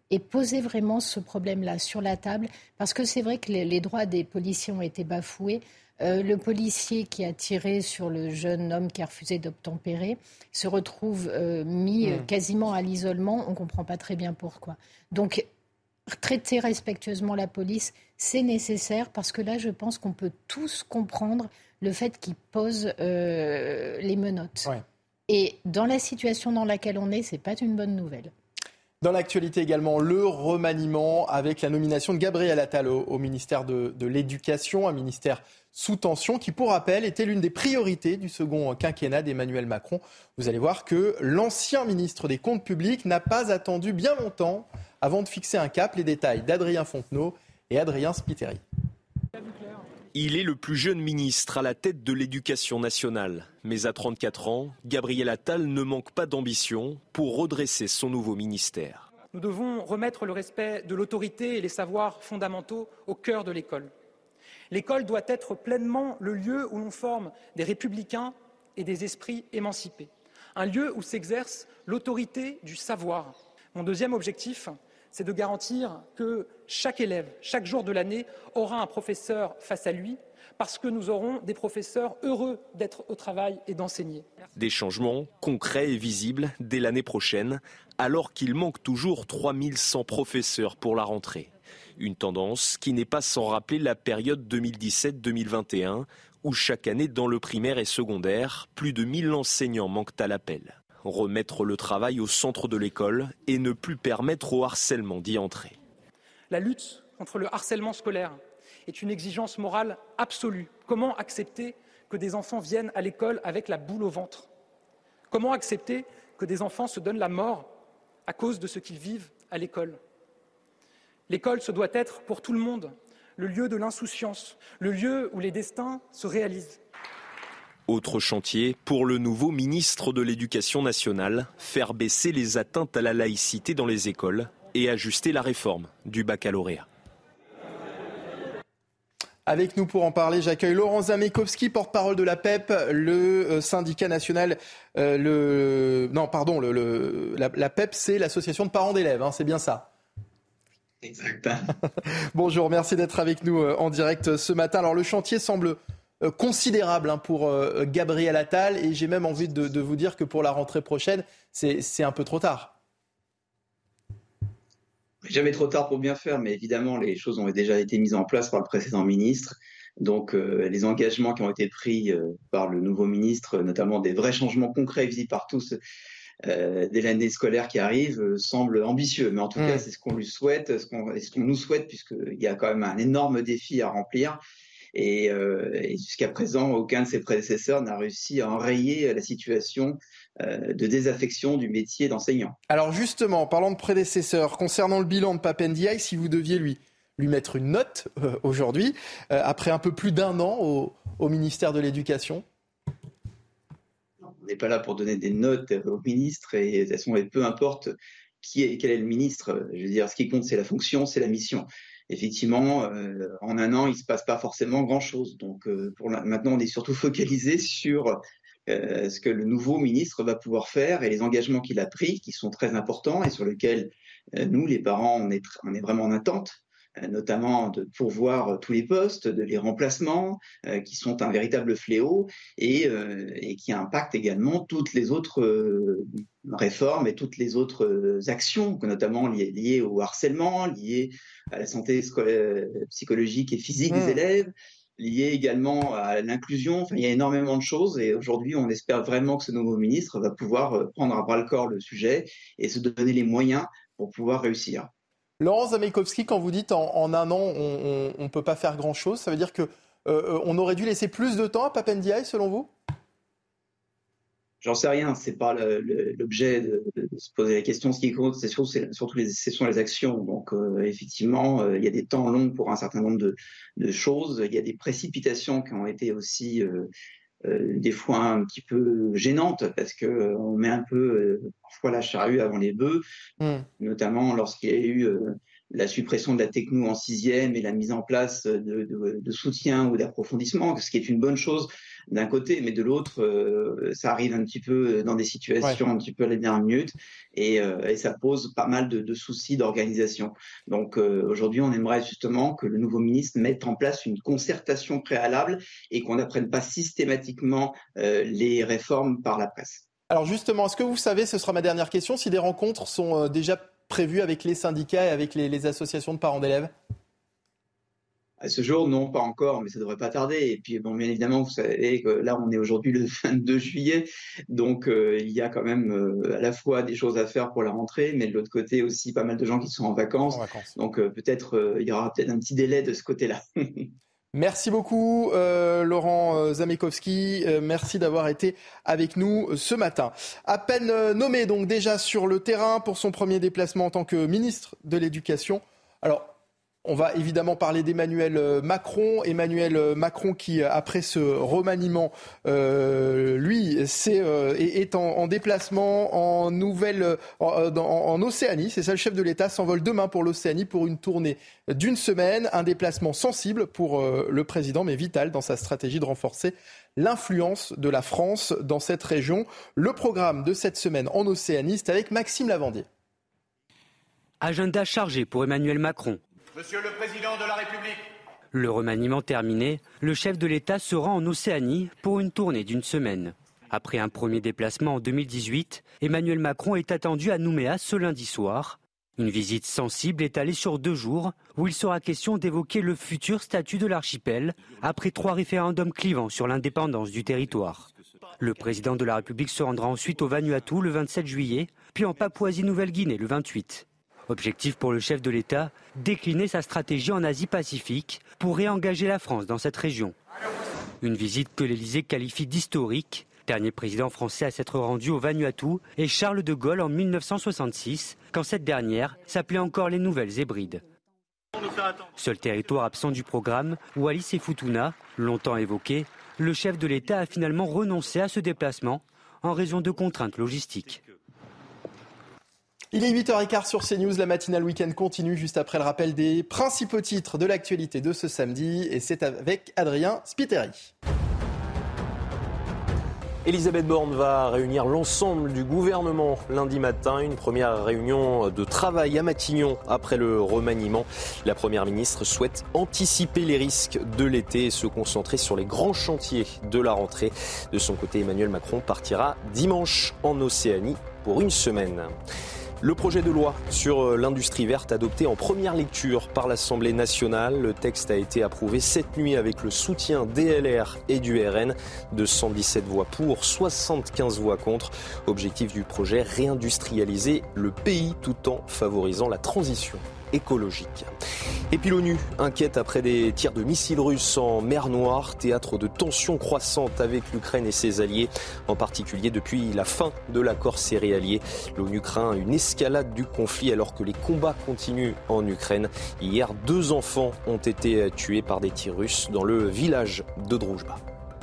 et poser vraiment ce problème-là sur la table, parce que c'est vrai que les, les droits des policiers ont été bafoués. Euh, le policier qui a tiré sur le jeune homme qui a refusé d'obtempérer se retrouve euh, mis mmh. euh, quasiment à l'isolement. On ne comprend pas très bien pourquoi. Donc, traiter respectueusement la police, c'est nécessaire, parce que là, je pense qu'on peut tous comprendre le fait qu'il pose euh, les menottes. Ouais. Et dans la situation dans laquelle on est, ce n'est pas une bonne nouvelle. Dans l'actualité également, le remaniement avec la nomination de Gabriel Attal au, au ministère de, de l'Éducation, un ministère sous tension qui, pour rappel, était l'une des priorités du second quinquennat d'Emmanuel Macron. Vous allez voir que l'ancien ministre des Comptes publics n'a pas attendu bien longtemps avant de fixer un cap. Les détails d'Adrien Fontenot et Adrien Spiteri. Il est le plus jeune ministre à la tête de l'Éducation nationale. Mais à trente-quatre ans, Gabriel Attal ne manque pas d'ambition pour redresser son nouveau ministère. Nous devons remettre le respect de l'autorité et les savoirs fondamentaux au cœur de l'école. L'école doit être pleinement le lieu où l'on forme des républicains et des esprits émancipés. Un lieu où s'exerce l'autorité du savoir. Mon deuxième objectif, c'est de garantir que chaque élève, chaque jour de l'année, aura un professeur face à lui, parce que nous aurons des professeurs heureux d'être au travail et d'enseigner. Des changements concrets et visibles dès l'année prochaine, alors qu'il manque toujours trois mille cent professeurs pour la rentrée. Une tendance qui n'est pas sans rappeler la période deux mille dix-sept deux mille vingt et un, où chaque année dans le primaire et secondaire, plus de mille enseignants manquent à l'appel. Remettre le travail au centre de l'école et ne plus permettre au harcèlement d'y entrer. La lutte contre le harcèlement scolaire est une exigence morale absolue. Comment accepter que des enfants viennent à l'école avec la boule au ventre ? Comment accepter que des enfants se donnent la mort à cause de ce qu'ils vivent à l'école ? L'école, ce doit être pour tout le monde le lieu de l'insouciance, le lieu où les destins se réalisent. Autre chantier pour le nouveau ministre de l'Éducation nationale, faire baisser les atteintes à la laïcité dans les écoles et ajuster la réforme du baccalauréat. Avec nous pour en parler, j'accueille Laurent Zamekowski, porte-parole de la P E P, le syndicat national, euh, le non pardon, le, le, la, la P E P, c'est l'association de parents d'élèves, hein, c'est bien ça. Exact. Bonjour, merci d'être avec nous euh, en direct ce matin. Alors le chantier semble euh, considérable hein, pour euh, Gabriel Attal, et j'ai même envie de, de vous dire que pour la rentrée prochaine, c'est, c'est un peu trop tard. Jamais trop tard pour bien faire, mais évidemment, les choses ont déjà été mises en place par le précédent ministre. Donc, euh, les engagements qui ont été pris euh, par le nouveau ministre, notamment des vrais changements concrets visibles par tous euh, dès l'année scolaire qui arrive, euh, semblent ambitieux. Mais en tout mmh. cas, c'est ce qu'on lui souhaite, ce qu'on, ce qu'on nous souhaite, puisqu'il y a quand même un énorme défi à remplir. Et, euh, et jusqu'à présent, aucun de ses prédécesseurs n'a réussi à enrayer la situation euh, de désaffection du métier d'enseignant. Alors justement, parlant de prédécesseurs, concernant le bilan de Pape Ndiaye, si vous deviez lui, lui mettre une note euh, aujourd'hui, euh, après un peu plus d'un an au, au ministère de l'Éducation. On n'est pas là pour donner des notes au ministre, et de toute façon, peu importe qui est, quel est le ministre. Je veux dire, ce qui compte, c'est la fonction, c'est la mission. Effectivement, euh, en un an, il ne se passe pas forcément grand-chose. Donc, euh, pour la, maintenant, on est surtout focalisé sur euh, ce que le nouveau ministre va pouvoir faire et les engagements qu'il a pris, qui sont très importants et sur lesquels euh, nous, les parents, on est, on est vraiment en attente, euh, notamment de pourvoir tous les postes, de les remplacements, euh, qui sont un véritable fléau et, euh, et qui impactent également toutes les autres euh, réformes et toutes les autres euh, actions, notamment liées, liées au harcèlement, liées à la santé scolaire, psychologique et physique mmh. des élèves, liées également à l'inclusion. Enfin, il y a énormément de choses et aujourd'hui, on espère vraiment que ce nouveau ministre va pouvoir prendre à bras-le-corps le sujet et se donner les moyens pour pouvoir réussir. Laurent Zamekowski, quand vous dites en, en un an, on ne peut pas faire grand-chose, ça veut dire qu'on euh, aurait dû laisser plus de temps à Pape Ndiaye, selon vous ? J'en sais rien, c'est pas le, le, l'objet de, de se poser la question. Ce qui compte, c'est surtout, c'est, surtout les, ce sont les actions. Donc, euh, effectivement, euh, il y a des temps longs pour un certain nombre de, de choses. Il y a des précipitations qui ont été aussi euh, euh, des fois un petit peu gênantes parce que euh, on met un peu euh, parfois la charrue avant les bœufs, mmh. notamment lorsqu'il y a eu euh, la suppression de la techno en sixième et la mise en place de, de, de soutien ou d'approfondissement, ce qui est une bonne chose d'un côté, mais de l'autre, euh, ça arrive un petit peu dans des situations ouais. un petit peu à la dernière minute et, euh, et ça pose pas mal de, de soucis d'organisation. Donc euh, aujourd'hui, on aimerait justement que le nouveau ministre mette en place une concertation préalable et qu'on n'apprenne pas systématiquement euh, les réformes par la presse. Alors justement, est-ce que vous savez, ce sera ma dernière question, si des rencontres sont euh, déjà prévues avec les syndicats et avec les, les associations de parents d'élèves ? À ce jour, non, pas encore, mais ça devrait pas tarder. Et puis, bon, bien évidemment, vous savez que là, on est aujourd'hui le vingt-deux juillet, donc euh, il y a quand même euh, à la fois des choses à faire pour la rentrée, mais de l'autre côté aussi pas mal de gens qui sont en vacances. En vacances. Donc euh, peut-être euh, il y aura peut-être un petit délai de ce côté-là. Merci beaucoup euh, Laurent Zamekowski, euh, merci d'avoir été avec nous ce matin. À peine euh, nommé donc déjà sur le terrain pour son premier déplacement en tant que ministre de l'Éducation. Alors, on va évidemment parler d'Emmanuel Macron. Emmanuel Macron qui, après ce remaniement, euh, lui, c'est, euh, est, est en, en déplacement en Nouvelle, en, en, en Océanie. C'est ça, le chef de l'État s'envole demain pour l'Océanie pour une tournée d'une semaine. Un déplacement sensible pour euh, le président, mais vital dans sa stratégie de renforcer l'influence de la France dans cette région. Le programme de cette semaine en Océanie, c'est avec Maxime Lavandier. Agenda chargé pour Emmanuel Macron. Monsieur le Président de la République. Le remaniement terminé, le chef de l'État se rend en Océanie pour une tournée d'une semaine. Après un premier déplacement en deux mille dix-huit, Emmanuel Macron est attendu à Nouméa ce lundi soir. Une visite sensible étalée sur deux jours où il sera question d'évoquer le futur statut de l'archipel après trois référendums clivants sur l'indépendance du territoire. Le président de la République se rendra ensuite au Vanuatu le vingt-sept juillet, puis en Papouasie-Nouvelle-Guinée le vingt-huit. Objectif pour le chef de l'État, décliner sa stratégie en Asie-Pacifique pour réengager la France dans cette région. Une visite que l'Élysée qualifie d'historique. Dernier président français à s'être rendu au Vanuatu est Charles de Gaulle en mille neuf cent soixante-six, quand cette dernière s'appelait encore les Nouvelles Hébrides. Seul territoire absent du programme, Wallis et Futuna, longtemps évoqué, le chef de l'État a finalement renoncé à ce déplacement en raison de contraintes logistiques. Il est huit heures quinze sur CNews, la matinale week-end continue juste après le rappel des principaux titres de l'actualité de ce samedi et c'est avec Adrien Spiteri. Elisabeth Borne va réunir l'ensemble du gouvernement lundi matin. Une première réunion de travail à Matignon après le remaniement. La Première ministre souhaite anticiper les risques de l'été et se concentrer sur les grands chantiers de la rentrée. De son côté, Emmanuel Macron partira dimanche en Océanie pour une semaine. Le projet de loi sur l'industrie verte adopté en première lecture par l'Assemblée nationale. Le texte a été approuvé cette nuit avec le soutien des L R et du R N. deux cent dix-sept voix pour, soixante-quinze voix contre. Objectif du projet, réindustrialiser le pays tout en favorisant la transition écologique. Et puis l'ONU inquiète après des tirs de missiles russes en mer Noire, théâtre de tensions croissantes avec l'Ukraine et ses alliés, en particulier depuis la fin de l'accord céréalier. L'ONU craint une escalade du conflit alors que les combats continuent en Ukraine. Hier, deux enfants ont été tués par des tirs russes dans le village de Droujba.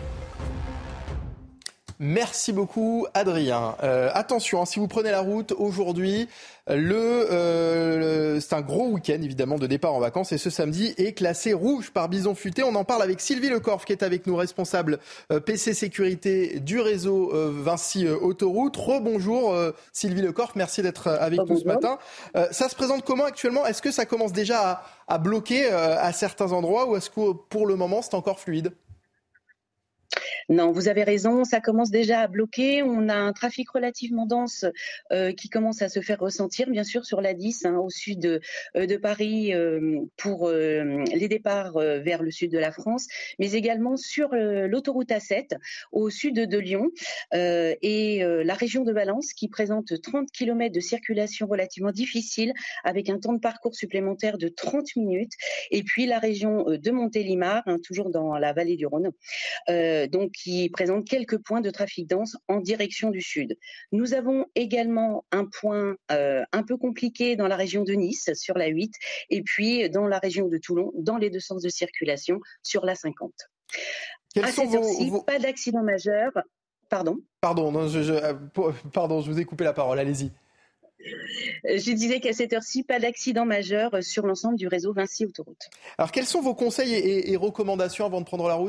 Merci beaucoup Adrien. Euh, attention, hein, si vous prenez la route aujourd'hui, le, euh, le, c'est un gros week-end évidemment de départ en vacances et ce samedi est classé rouge par Bison Futé. On en parle avec Sylvie Lecorf qui est avec nous, responsable euh, P C sécurité du réseau euh, Vinci euh, Autoroute. Rebonjour euh, Sylvie Lecorf, merci d'être avec Bonjour. nous ce matin. Euh, ça se présente comment actuellement ? Est-ce que ça commence déjà à, à bloquer euh, à certains endroits ou est-ce que pour le moment c'est encore fluide ? Non, vous avez raison, ça commence déjà à bloquer. On a un trafic relativement dense euh, qui commence à se faire ressentir, bien sûr, sur l'A dix, hein, au sud de, euh, de Paris, euh, pour euh, les départs euh, vers le sud de la France, mais également sur euh, l'autoroute A sept, au sud de Lyon, euh, et euh, la région de Valence, qui présente trente kilomètres de circulation relativement difficile, avec un temps de parcours supplémentaire de trente minutes, et puis la région de Montélimar, hein, toujours dans la vallée du Rhône, euh, donc qui présente quelques points de trafic dense en direction du sud. Nous avons également un point euh, un peu compliqué dans la région de Nice, sur la huit, et puis dans la région de Toulon, dans les deux sens de circulation, sur la cinquante. Quels à sont cette heure-ci, vos... pas d'accident majeur. Pardon Pardon, non, je, je, pardon, je vous ai coupé la parole, allez-y. Je disais qu'à cette heure-ci, pas d'accident majeur sur l'ensemble du réseau Vinci Autoroute. Alors, quels sont vos conseils et, et recommandations avant de prendre la route ?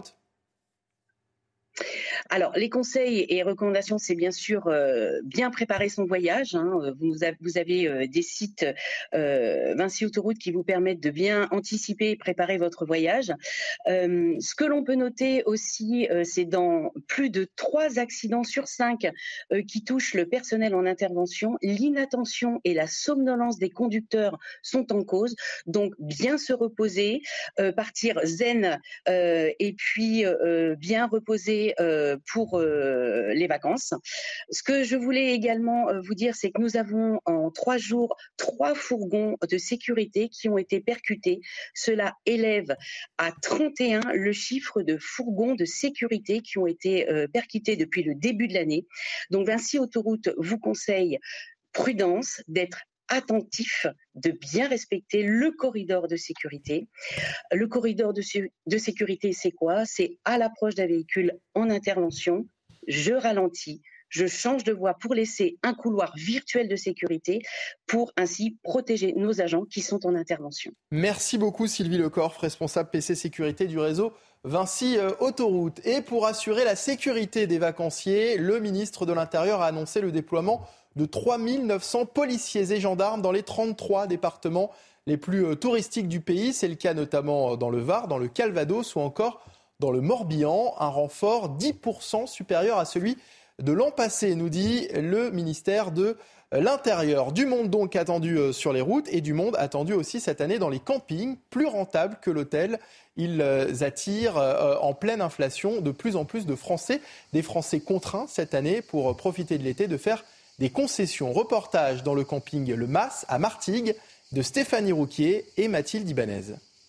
Alors, les conseils et recommandations, c'est bien sûr euh, bien préparer son voyage. Hein. Vous, avez, vous avez euh, des sites euh, Vinci Autoroute qui vous permettent de bien anticiper et préparer votre voyage. Euh, ce que l'on peut noter aussi, euh, c'est dans plus de trois accidents sur cinq euh, qui touchent le personnel en intervention, l'inattention et la somnolence des conducteurs sont en cause. Donc, bien se reposer, euh, partir zen euh, et puis euh, bien reposer euh, pour euh, les vacances. Ce que je voulais également euh, vous dire, c'est que nous avons en trois jours trois fourgons de sécurité qui ont été percutés. Cela élève à trente et un le chiffre de fourgons de sécurité qui ont été euh, percutés depuis le début de l'année. Donc Vinci Autoroute vous conseille prudence, d'être attentif, de bien respecter le corridor de sécurité. Le corridor de, de sécurité, c'est quoi ? C'est à l'approche d'un véhicule en intervention, je ralentis, je change de voie pour laisser un couloir virtuel de sécurité pour ainsi protéger nos agents qui sont en intervention. Merci beaucoup Sylvie Lecorf, responsable P C sécurité du réseau Vinci Autoroute. Et pour assurer la sécurité des vacanciers, le ministre de l'Intérieur a annoncé le déploiement de trois mille neuf cents policiers et gendarmes dans les trente-trois départements les plus touristiques du pays. C'est le cas notamment dans le Var, dans le Calvados ou encore dans le Morbihan. Un renfort dix pour cent supérieur à celui de l'an passé, nous dit le ministère de l'Intérieur. Du monde donc attendu sur les routes et du monde attendu aussi cette année dans les campings, plus rentables que l'hôtel. Ils attirent en pleine inflation de plus en plus de Français, des Français contraints cette année pour profiter de l'été de faire des concessions. Reportage dans le camping Le Mas à Martigues de Stéphanie Rouquier et Mathilde Ibanez.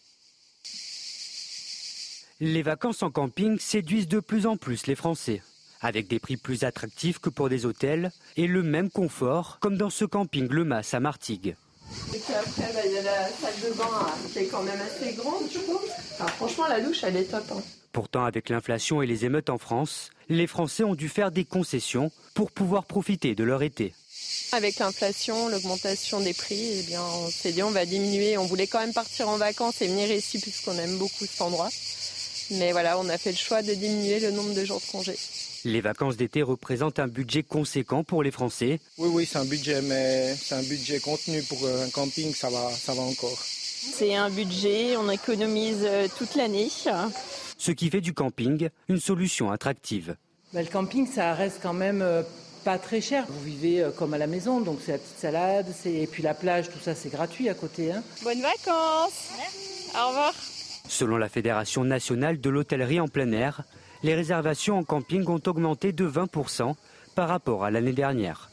Les vacances en camping séduisent de plus en plus les Français, avec des prix plus attractifs que pour des hôtels et le même confort comme dans ce camping Le Mas à Martigues. Et puis après, bah, il y a la salle de bain qui est quand même assez grande, je trouve. Enfin, franchement, la douche, elle est top. Hein. Pourtant, avec l'inflation et les émeutes en France, les Français ont dû faire des concessions pour pouvoir profiter de leur été. Avec l'inflation, l'augmentation des prix, eh bien, on s'est dit on va diminuer. On voulait quand même partir en vacances et venir ici puisqu'on aime beaucoup cet endroit. Mais voilà, on a fait le choix de diminuer le nombre de jours de congé. Les vacances d'été représentent un budget conséquent pour les Français. Oui, oui, c'est un budget, mais c'est un budget contenu pour un camping, ça va, ça va encore. C'est un budget, on économise toute l'année. Ce qui fait du camping une solution attractive. Bah, le camping, ça reste quand même euh, pas très cher. Vous vivez euh, comme à la maison, donc c'est la petite salade, c'est... et puis la plage, tout ça, c'est gratuit à côté. Hein. Bonnes vacances. Merci. Au revoir. Selon la Fédération nationale de l'hôtellerie en plein air, les réservations en camping ont augmenté de vingt pour cent par rapport à l'année dernière.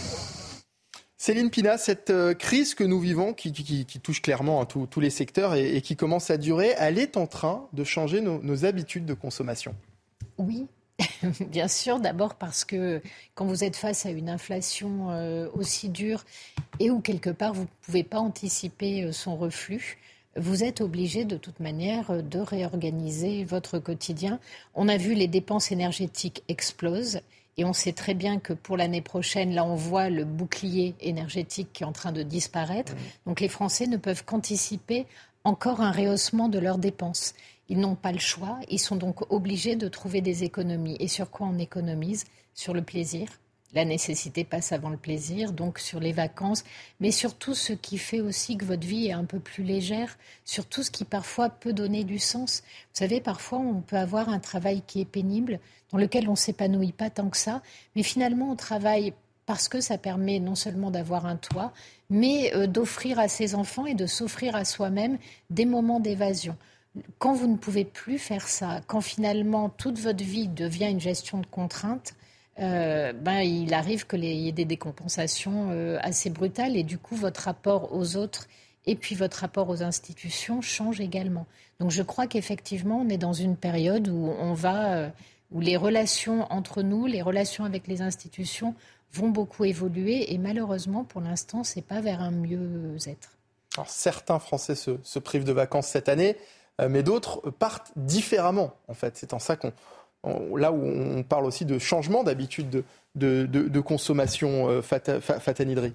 Céline Pina, cette crise que nous vivons, qui, qui, qui touche clairement hein, tous, tous les secteurs et, et qui commence à durer, elle est en train de changer nos, nos habitudes de consommation. Oui, bien sûr. D'abord parce que quand vous êtes face à une inflation euh, aussi dure et où quelque part vous ne pouvez pas anticiper son reflux, vous êtes obligé de toute manière de réorganiser votre quotidien. On a vu les dépenses énergétiques explosent. Et on sait très bien que pour l'année prochaine, là, on voit le bouclier énergétique qui est en train de disparaître. Donc les Français ne peuvent qu'anticiper encore un rehaussement de leurs dépenses. Ils n'ont pas le choix. Ils sont donc obligés de trouver des économies. Et sur quoi on économise ? Sur le plaisir. La nécessité passe avant le plaisir, donc sur les vacances, mais surtout ce qui fait aussi que votre vie est un peu plus légère, sur tout ce qui parfois peut donner du sens. Vous savez, parfois on peut avoir un travail qui est pénible, dans lequel on ne s'épanouit pas tant que ça, mais finalement on travaille parce que ça permet non seulement d'avoir un toit, mais euh, d'offrir à ses enfants et de s'offrir à soi-même des moments d'évasion. Quand vous ne pouvez plus faire ça, quand finalement toute votre vie devient une gestion de contraintes, Euh, ben, il arrive qu'il y ait des décompensations euh, assez brutales et du coup votre rapport aux autres et puis votre rapport aux institutions change également. Donc je crois qu'effectivement on est dans une période où on va, euh, où les relations entre nous, les relations avec les institutions vont beaucoup évoluer et malheureusement pour l'instant c'est pas vers un mieux-être. Alors, certains Français se, se privent de vacances cette année, euh, mais d'autres partent différemment en fait. C'est en ça qu'on Là où on parle aussi de changement d'habitude de, de, de, de consommation, euh, Fata, Fatah Nidri.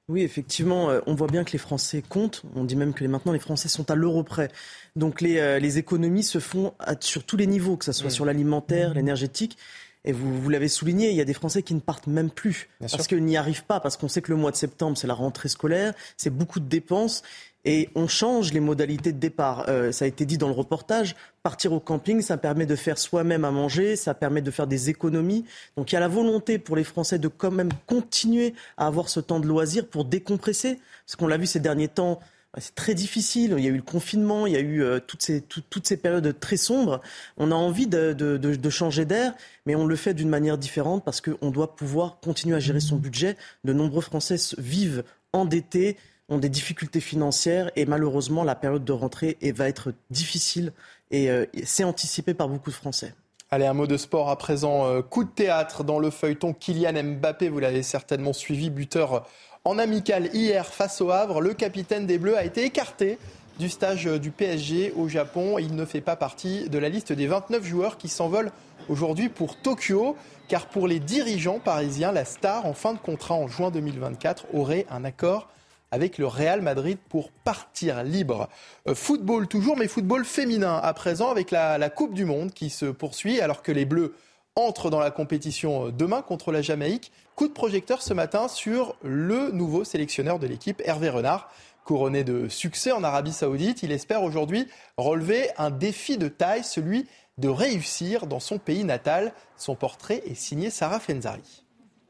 Oui, effectivement, on voit bien que les Français comptent. On dit même que maintenant les Français sont à l'euro près. Donc les, euh, les économies se font à, sur tous les niveaux, que ce soit mmh. sur l'alimentaire, mmh. l'énergétique. Et vous, vous l'avez souligné, il y a des Français qui ne partent même plus bien parce sûr. Qu'ils n'y arrivent pas, parce qu'on sait que le mois de septembre, c'est la rentrée scolaire, c'est beaucoup de dépenses. Et on change les modalités de départ. Euh, ça a été dit dans le reportage, partir au camping, ça permet de faire soi-même à manger, ça permet de faire des économies. Donc il y a la volonté pour les Français de quand même continuer à avoir ce temps de loisir pour décompresser. Parce qu'on l'a vu ces derniers temps, c'est très difficile. Il y a eu le confinement, il y a eu euh, toutes, ces, tout, toutes ces périodes très sombres. On a envie de, de, de, de changer d'air, mais on le fait d'une manière différente parce qu'on doit pouvoir continuer à gérer son budget. De nombreux Français vivent endettés, ont des difficultés financières et malheureusement la période de rentrée va être difficile et euh, c'est anticipé par beaucoup de Français. Allez, un mot de sport à présent. Euh, coup de théâtre dans le feuilleton Kylian Mbappé, vous l'avez certainement suivi, buteur en amical hier face au Havre. Le capitaine des Bleus a été écarté du stage du P S G au Japon. Il ne fait pas partie de la liste des vingt-neuf joueurs qui s'envolent aujourd'hui pour Tokyo. Car pour les dirigeants parisiens, la star en fin de contrat en juin deux mille vingt-quatre aurait un accord avec le Real Madrid pour partir libre. Euh, football toujours, mais football féminin à présent avec la, la Coupe du Monde qui se poursuit alors que les Bleus entrent dans la compétition demain contre la Jamaïque. Coup de projecteur ce matin sur le nouveau sélectionneur de l'équipe, Hervé Renard. Couronné de succès en Arabie Saoudite, il espère aujourd'hui relever un défi de taille, celui de réussir dans son pays natal. Son portrait est signé Sarah Fenzari.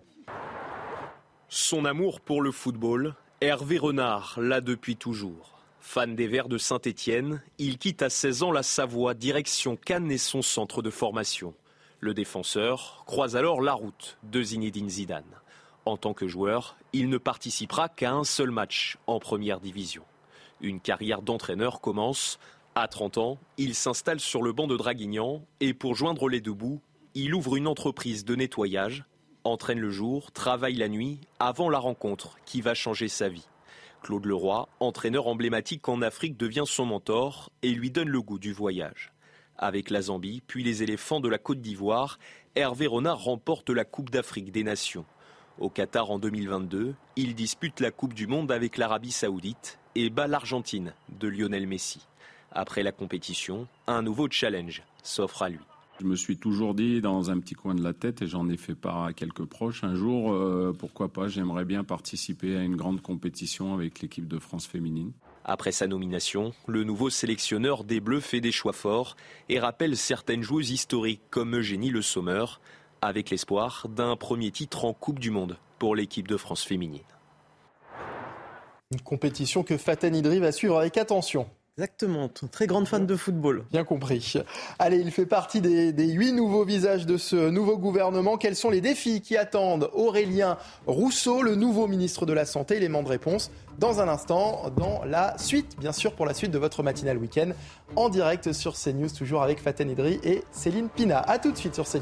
Son amour pour le football, Hervé Renard, là depuis toujours. Fan des Verts de Saint-Étienne, il quitte à seize ans la Savoie, direction Cannes et son centre de formation. Le défenseur croise alors la route de Zinedine Zidane. En tant que joueur, il ne participera qu'à un seul match en première division. Une carrière d'entraîneur commence. À trente ans, il s'installe sur le banc de Draguignan et pour joindre les deux bouts, il ouvre une entreprise de nettoyage, entraîne le jour, travaille la nuit, avant la rencontre qui va changer sa vie. Claude Leroy, entraîneur emblématique en Afrique, devient son mentor et lui donne le goût du voyage. Avec la Zambie, puis les éléphants de la Côte d'Ivoire, Hervé Renard remporte la Coupe d'Afrique des Nations. Au Qatar en deux mille vingt-deux, il dispute la Coupe du Monde avec l'Arabie Saoudite et bat l'Argentine de Lionel Messi. Après la compétition, un nouveau challenge s'offre à lui. Je me suis toujours dit dans un petit coin de la tête, et j'en ai fait part à quelques proches, un jour, euh, pourquoi pas, j'aimerais bien participer à une grande compétition avec l'équipe de France féminine. Après sa nomination, le nouveau sélectionneur des Bleus fait des choix forts et rappelle certaines joueuses historiques comme Eugénie Le Sommer, avec l'espoir d'un premier titre en Coupe du Monde pour l'équipe de France féminine. Une compétition que Faten Idri va suivre avec attention. Exactement, très grande fan de football. Bien compris. Allez, il fait partie des, des huit nouveaux visages de ce nouveau gouvernement. Quels sont les défis qui attendent Aurélien Rousseau, le nouveau ministre de la Santé? Élément de réponse dans un instant, dans la suite, bien sûr, pour la suite de votre matinale week-end, en direct sur CNews, toujours avec Faten Idri et Céline Pina. A tout de suite sur CNews.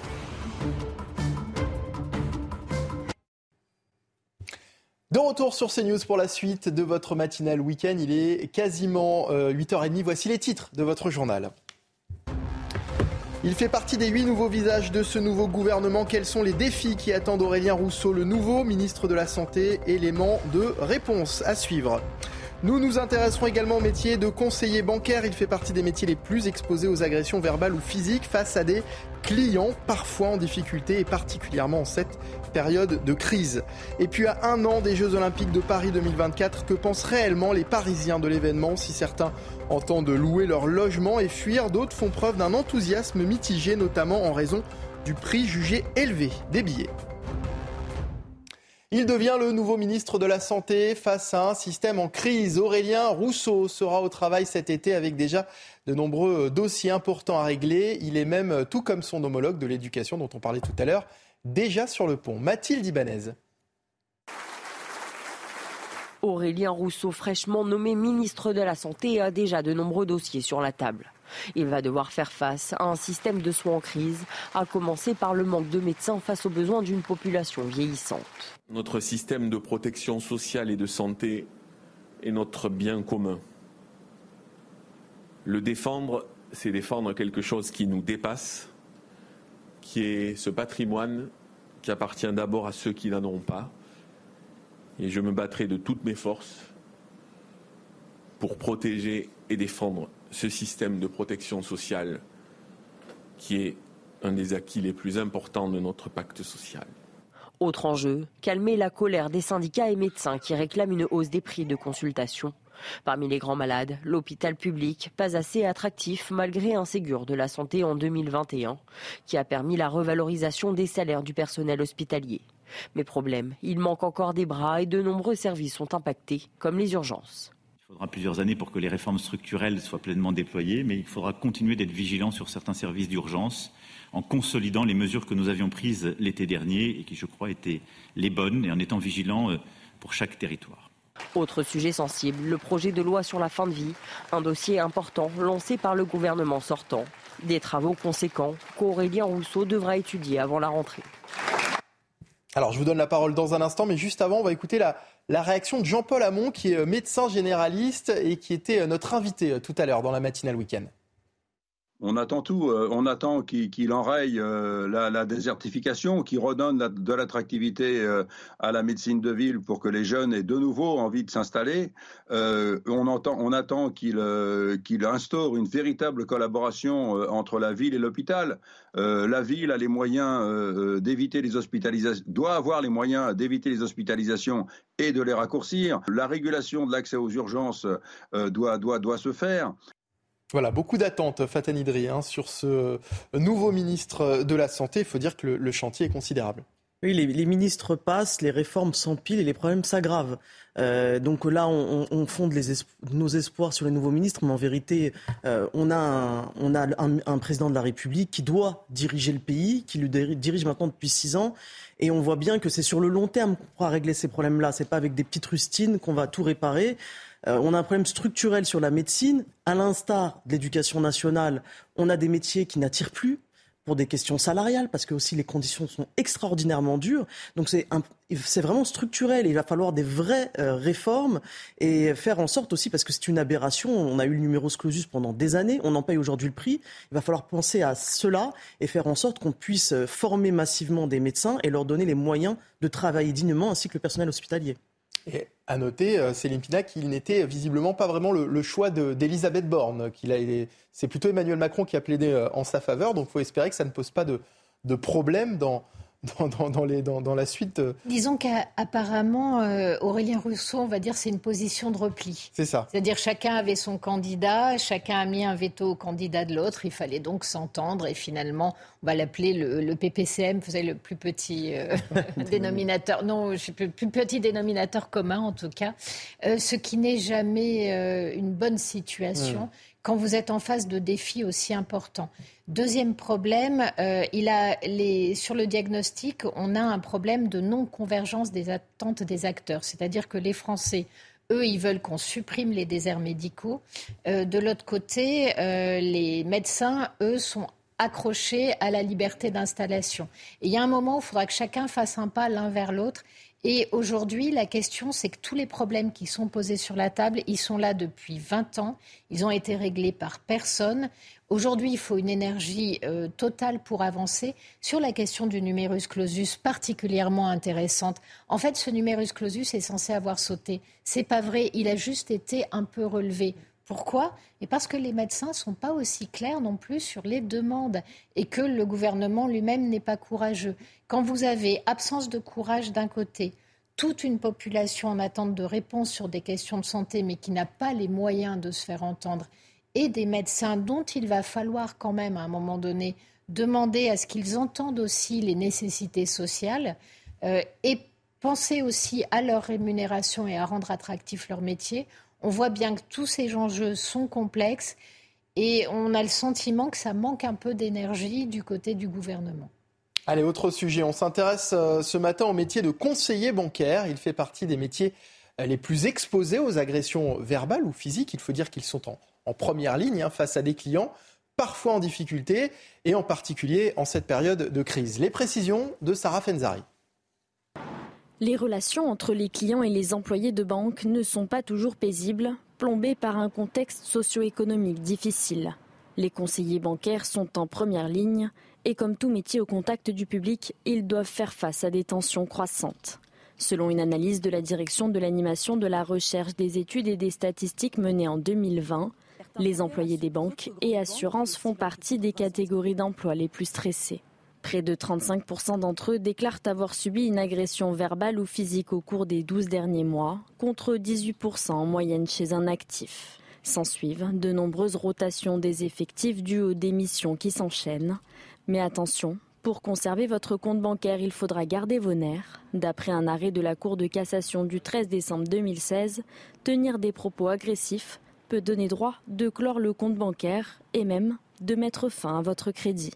De retour sur CNews pour la suite de votre matinale week-end. Il est quasiment euh, huit heures trente. Voici les titres de votre journal. Il fait partie des huit nouveaux visages de ce nouveau gouvernement. Quels sont les défis qui attendent Aurélien Rousseau, le nouveau ministre de la Santé? Élément de réponse à suivre. Nous nous intéresserons également au métier de conseiller bancaire. Il fait partie des métiers les plus exposés aux agressions verbales ou physiques face à des clients parfois en difficulté et particulièrement en cette période de crise. Et puis à un an des Jeux Olympiques de Paris deux mille vingt-quatre, que pensent réellement les Parisiens de l'événement? Si certains entendent louer leur logement et fuir, d'autres font preuve d'un enthousiasme mitigé, notamment en raison du prix jugé élevé des billets. Il devient le nouveau ministre de la Santé face à un système en crise. Aurélien Rousseau sera au travail cet été avec déjà de nombreux dossiers importants à régler. Il est même, tout comme son homologue de l'éducation dont on parlait tout à l'heure, déjà sur le pont. Mathilde Ibanez. Aurélien Rousseau, fraîchement nommé ministre de la Santé, a déjà de nombreux dossiers sur la table. Il va devoir faire face à un système de soins en crise, à commencer par le manque de médecins face aux besoins d'une population vieillissante. Notre système de protection sociale et de santé est notre bien commun. Le défendre, c'est défendre quelque chose qui nous dépasse, qui est ce patrimoine qui appartient d'abord à ceux qui n'en ont pas, Et je me battrai de toutes mes forces pour protéger et défendre ce système de protection sociale qui est un des acquis les plus importants de notre pacte social. Autre enjeu, calmer la colère des syndicats et médecins qui réclament une hausse des prix de consultation. Parmi les grands malades, l'hôpital public, pas assez attractif malgré un Ségur de la santé en deux mille vingt et un, qui a permis la revalorisation des salaires du personnel hospitalier. Mais problème, il manque encore des bras et de nombreux services sont impactés, comme les urgences. Il faudra plusieurs années pour que les réformes structurelles soient pleinement déployées, mais il faudra continuer d'être vigilant sur certains services d'urgence en consolidant les mesures que nous avions prises l'été dernier et qui, je crois, étaient les bonnes et en étant vigilants pour chaque territoire. Autre sujet sensible, le projet de loi sur la fin de vie, un dossier important lancé par le gouvernement sortant. Des travaux conséquents qu'Aurélien Rousseau devra étudier avant la rentrée. Alors, je vous donne la parole dans un instant, mais juste avant, on va écouter la, la réaction de Jean-Paul Hamon, qui est médecin généraliste et qui était notre invité tout à l'heure dans la matinale week-end. On attend tout, on attend qu'il, qu'il enraye la, la désertification, qu'il redonne la, de l'attractivité à la médecine de ville pour que les jeunes aient de nouveau envie de s'installer. Euh, on, entend, on attend qu'il, qu'il instaure une véritable collaboration entre la ville et l'hôpital. Euh, la ville a les moyens euh, d'éviter les hospitalisations, doit avoir les moyens d'éviter les hospitalisations et de les raccourcir. La régulation de l'accès aux urgences euh, doit, doit, doit se faire. Voilà, beaucoup d'attentes, Faten Idri, hein, sur ce nouveau ministre de la Santé. Il faut dire que le, le chantier est considérable. Oui, les, les ministres passent, les réformes s'empilent et les problèmes s'aggravent. Euh, donc là, on, on fonde les espo- nos espoirs sur les nouveaux ministres, mais en vérité, euh, on a, un, on a un, un président de la République qui doit diriger le pays, qui le dirige maintenant depuis six ans. Et on voit bien que c'est sur le long terme qu'on pourra régler ces problèmes-là. C'est pas avec des petites rustines qu'on va tout réparer. Euh, on a un problème structurel sur la médecine. À l'instar de l'éducation nationale, on a des métiers qui n'attirent plus pour des questions salariales, parce que aussi les conditions sont extraordinairement dures. Donc c'est, un, c'est vraiment structurel. Il va falloir des vraies euh, réformes et faire en sorte aussi, parce que c'est une aberration, on a eu le numerus clausus pendant des années, on en paye aujourd'hui le prix. Il va falloir penser à cela et faire en sorte qu'on puisse former massivement des médecins et leur donner les moyens de travailler dignement, ainsi que le personnel hospitalier. Et à noter, Céline Pina, qu'il n'était visiblement pas vraiment le, le choix de, d'Elisabeth Borne. Qu'il a, c'est plutôt Emmanuel Macron qui a plaidé en sa faveur. Donc il faut espérer que ça ne pose pas de, de problème dans, dans, dans, dans, les, dans, dans la suite. Disons qu'apparemment, euh, Aurélien Rousseau, on va dire, c'est une position de repli. C'est ça. C'est-à-dire chacun avait son candidat, chacun a mis un veto au candidat de l'autre. Il fallait donc s'entendre et finalement, on va l'appeler le, le P P C M, vous savez, le plus petit euh, dénominateur, non, je sais plus, plus petit dénominateur commun en tout cas, euh, ce qui n'est jamais euh, une bonne situation. Mmh. Quand vous êtes en face de défis aussi importants. Deuxième problème, euh, il a les, sur le diagnostic, on a un problème de non-convergence des attentes des acteurs. C'est-à-dire que les Français, eux, ils veulent qu'on supprime les déserts médicaux. Euh, de l'autre côté, euh, les médecins, eux, sont accrochés à la liberté d'installation. Et il y a un moment où il faudra que chacun fasse un pas l'un vers l'autre. Et aujourd'hui, la question, c'est que tous les problèmes qui sont posés sur la table, ils sont là depuis vingt ans. Ils ont été réglés par personne. Aujourd'hui, il faut une énergie euh, totale pour avancer. Sur la question du numerus clausus, particulièrement intéressante. En fait, ce numerus clausus est censé avoir sauté. C'est pas vrai. Il a juste été un peu relevé. Pourquoi ? Et parce que les médecins ne sont pas aussi clairs non plus sur les demandes et que le gouvernement lui-même n'est pas courageux. Quand vous avez absence de courage d'un côté, toute une population en attente de réponses sur des questions de santé mais qui n'a pas les moyens de se faire entendre, et des médecins dont il va falloir quand même à un moment donné demander à ce qu'ils entendent aussi les nécessités sociales euh, et penser aussi à leur rémunération et à rendre attractif leur métier. On voit bien que tous ces enjeux sont complexes et on a le sentiment que ça manque un peu d'énergie du côté du gouvernement. Allez, autre sujet. On s'intéresse euh, ce matin au métier de conseiller bancaire. Il fait partie des métiers euh, les plus exposés aux agressions verbales ou physiques. Il faut dire qu'ils sont en, en première ligne hein, face à des clients, parfois en difficulté, et en particulier en cette période de crise. Les précisions de Sarah Fenzari. Les relations entre les clients et les employés de banque ne sont pas toujours paisibles, plombées par un contexte socio-économique difficile. Les conseillers bancaires sont en première ligne et comme tout métier au contact du public, ils doivent faire face à des tensions croissantes. Selon une analyse de la direction de l'animation, de la recherche, des études et des statistiques menée en deux mille vingt, les employés des banques et assurances font partie des catégories d'emploi les plus stressées. Près de trente-cinq pour cent d'entre eux déclarent avoir subi une agression verbale ou physique au cours des douze derniers mois, contre dix-huit pour cent en moyenne chez un actif. S'ensuivent de nombreuses rotations des effectifs dues aux démissions qui s'enchaînent. Mais attention, pour conserver votre compte bancaire, il faudra garder vos nerfs. D'après un arrêt de la Cour de cassation du treize décembre deux mille seize, tenir des propos agressifs peut donner droit de clore le compte bancaire et même de mettre fin à votre crédit.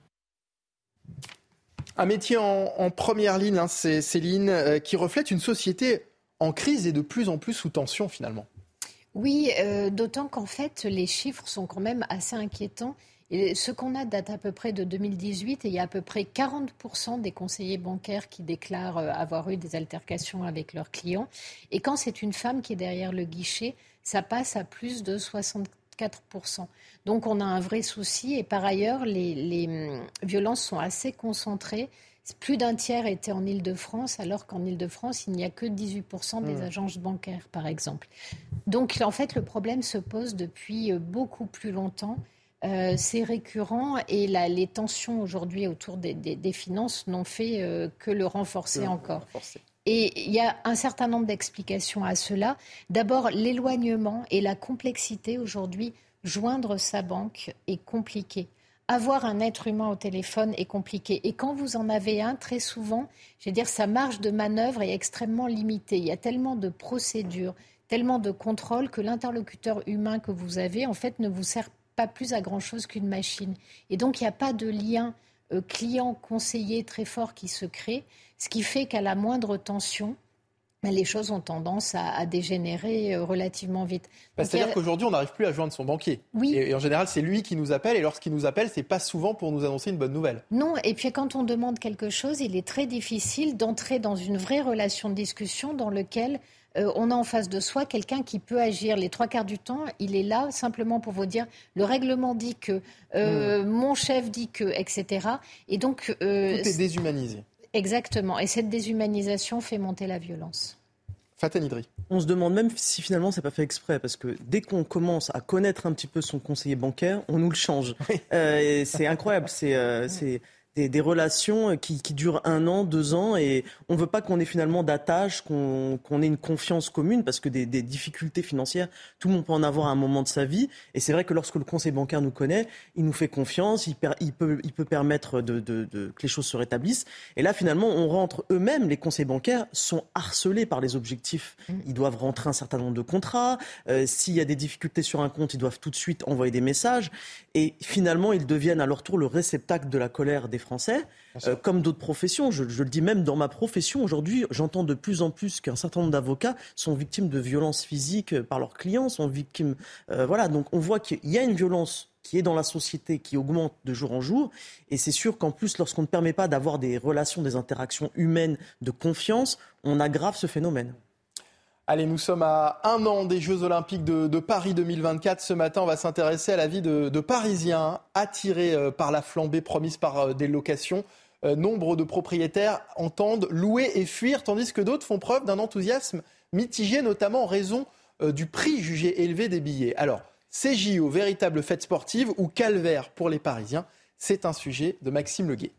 Un métier en, en première ligne, hein, c'est Céline, euh, qui reflète une société en crise et de plus en plus sous tension finalement. Oui, euh, d'autant qu'en fait, les chiffres sont quand même assez inquiétants. Et ce qu'on a date à peu près de deux mille dix-huit et il y a à peu près quarante pour cent des conseillers bancaires qui déclarent avoir eu des altercations avec leurs clients. Et quand c'est une femme qui est derrière le guichet, ça passe à plus de soixante-quatre pour cent. Donc on a un vrai souci et par ailleurs, les, les violences sont assez concentrées. Plus d'un tiers était en Île-de-France, alors qu'en Île-de-France, il n'y a que dix-huit pour cent des mmh. agences bancaires, par exemple. Donc en fait, le problème se pose depuis beaucoup plus longtemps. Euh, c'est récurrent et la, les tensions aujourd'hui autour des, des, des finances n'ont fait euh, que le renforcer mmh, encore. Renforcer. Et il y a un certain nombre d'explications à cela. D'abord, l'éloignement et la complexité aujourd'hui. Joindre sa banque est compliqué. Avoir un être humain au téléphone est compliqué. Et quand vous en avez un, très souvent, je veux dire, sa marge de manœuvre est extrêmement limitée. Il y a tellement de procédures, tellement de contrôles que l'interlocuteur humain que vous avez, en fait, ne vous sert pas plus à grand-chose qu'une machine. Et donc, il n'y a pas de lien euh, client-conseiller très fort qui se crée, ce qui fait qu'à la moindre tension, les choses ont tendance à, à dégénérer euh, relativement vite. Bah, c'est-à-dire a... qu'aujourd'hui, on n'arrive plus à joindre son banquier. Oui. Et, et en général, c'est lui qui nous appelle. Et lorsqu'il nous appelle, ce n'est pas souvent pour nous annoncer une bonne nouvelle. Non, et puis quand on demande quelque chose, il est très difficile d'entrer dans une vraie relation de discussion dans laquelle euh, on a en face de soi quelqu'un qui peut agir. Les trois quarts du temps, il est là simplement pour vous dire le règlement dit que, euh, mmh. mon chef dit que, et cetera. Et donc, euh, tout est déshumanisé. Exactement. Et cette déshumanisation fait monter la violence. Faten Idri. On se demande même si finalement c'est pas fait exprès, parce que dès qu'on commence à connaître un petit peu son conseiller bancaire, on nous le change. Oui. Euh, et c'est incroyable. C'est, euh, c'est des, des relations qui, qui durent un an, deux ans, et on veut pas qu'on ait finalement d'attache, qu'on, qu'on ait une confiance commune, parce que des, des difficultés financières, tout le monde peut en avoir à un moment de sa vie. Et c'est vrai que lorsque le conseiller bancaire nous connaît, il nous fait confiance, il, per, il, peut, il peut permettre de, de, de, que les choses se rétablissent. Et là, finalement, on rentre eux-mêmes, les conseillers bancaires sont harcelés par les objectifs. Ils doivent rentrer un certain nombre de contrats. Euh, s'il y a des difficultés sur un compte, ils doivent tout de suite envoyer des messages. Et finalement, ils deviennent à leur tour le réceptacle de la colère des Français, euh, comme d'autres professions. Je, je le dis même dans ma profession, aujourd'hui, j'entends de plus en plus qu'un certain nombre d'avocats sont victimes de violences physiques par leurs clients, sont victimes... Euh, voilà, donc on voit qu'il y a une violence qui est dans la société, qui augmente de jour en jour. Et c'est sûr qu'en plus, lorsqu'on ne permet pas d'avoir des relations, des interactions humaines de confiance, on aggrave ce phénomène. Allez, nous sommes à un an des Jeux Olympiques de, de Paris deux mille vingt-quatre. Ce matin, on va s'intéresser à la vie de, de Parisiens attirés euh, par la flambée promise par euh, des locations. Euh, nombre de propriétaires entendent louer et fuir, tandis que d'autres font preuve d'un enthousiasme mitigé, notamment en raison euh, du prix jugé élevé des billets. Alors, ces J O, véritable fête sportive ou calvaire pour les Parisiens, c'est un sujet de Maxime Leguet.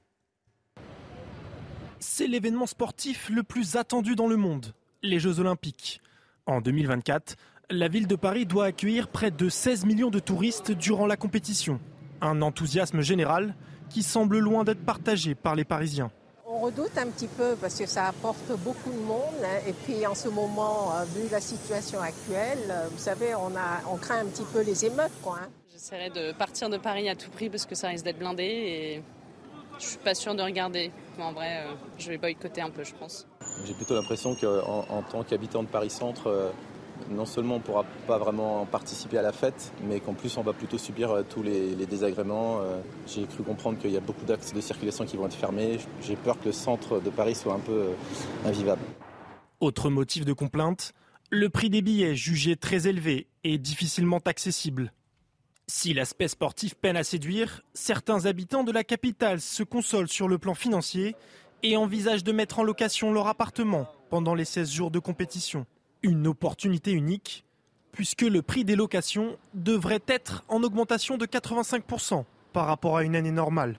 C'est l'événement sportif le plus attendu dans le monde. Les Jeux Olympiques. En deux mille vingt-quatre, la ville de Paris doit accueillir près de seize millions de touristes durant la compétition. Un enthousiasme général qui semble loin d'être partagé par les Parisiens. On redoute un petit peu parce que ça apporte beaucoup de monde. Et puis en ce moment, vu la situation actuelle, vous savez, on, a, on craint un petit peu les émeutes, quoi, hein. J'essaierai de partir de Paris à tout prix parce que ça risque d'être blindé et je suis pas sûre de regarder. Mais en vrai, je vais boycotter un peu, je pense. J'ai plutôt l'impression qu'en en tant qu'habitant de Paris-Centre, euh, non seulement on ne pourra pas vraiment participer à la fête, mais qu'en plus on va plutôt subir euh, tous les, les désagréments. Euh, j'ai cru comprendre qu'il y a beaucoup d'axes de circulation qui vont être fermés. J'ai peur que le centre de Paris soit un peu euh, invivable. Autre motif de complainte, le prix des billets jugé très élevé et difficilement accessible. Si l'aspect sportif peine à séduire, certains habitants de la capitale se consolent sur le plan financier et envisagent de mettre en location leur appartement pendant les seize jours de compétition. Une opportunité unique, puisque le prix des locations devrait être en augmentation de quatre-vingt-cinq pour cent par rapport à une année normale.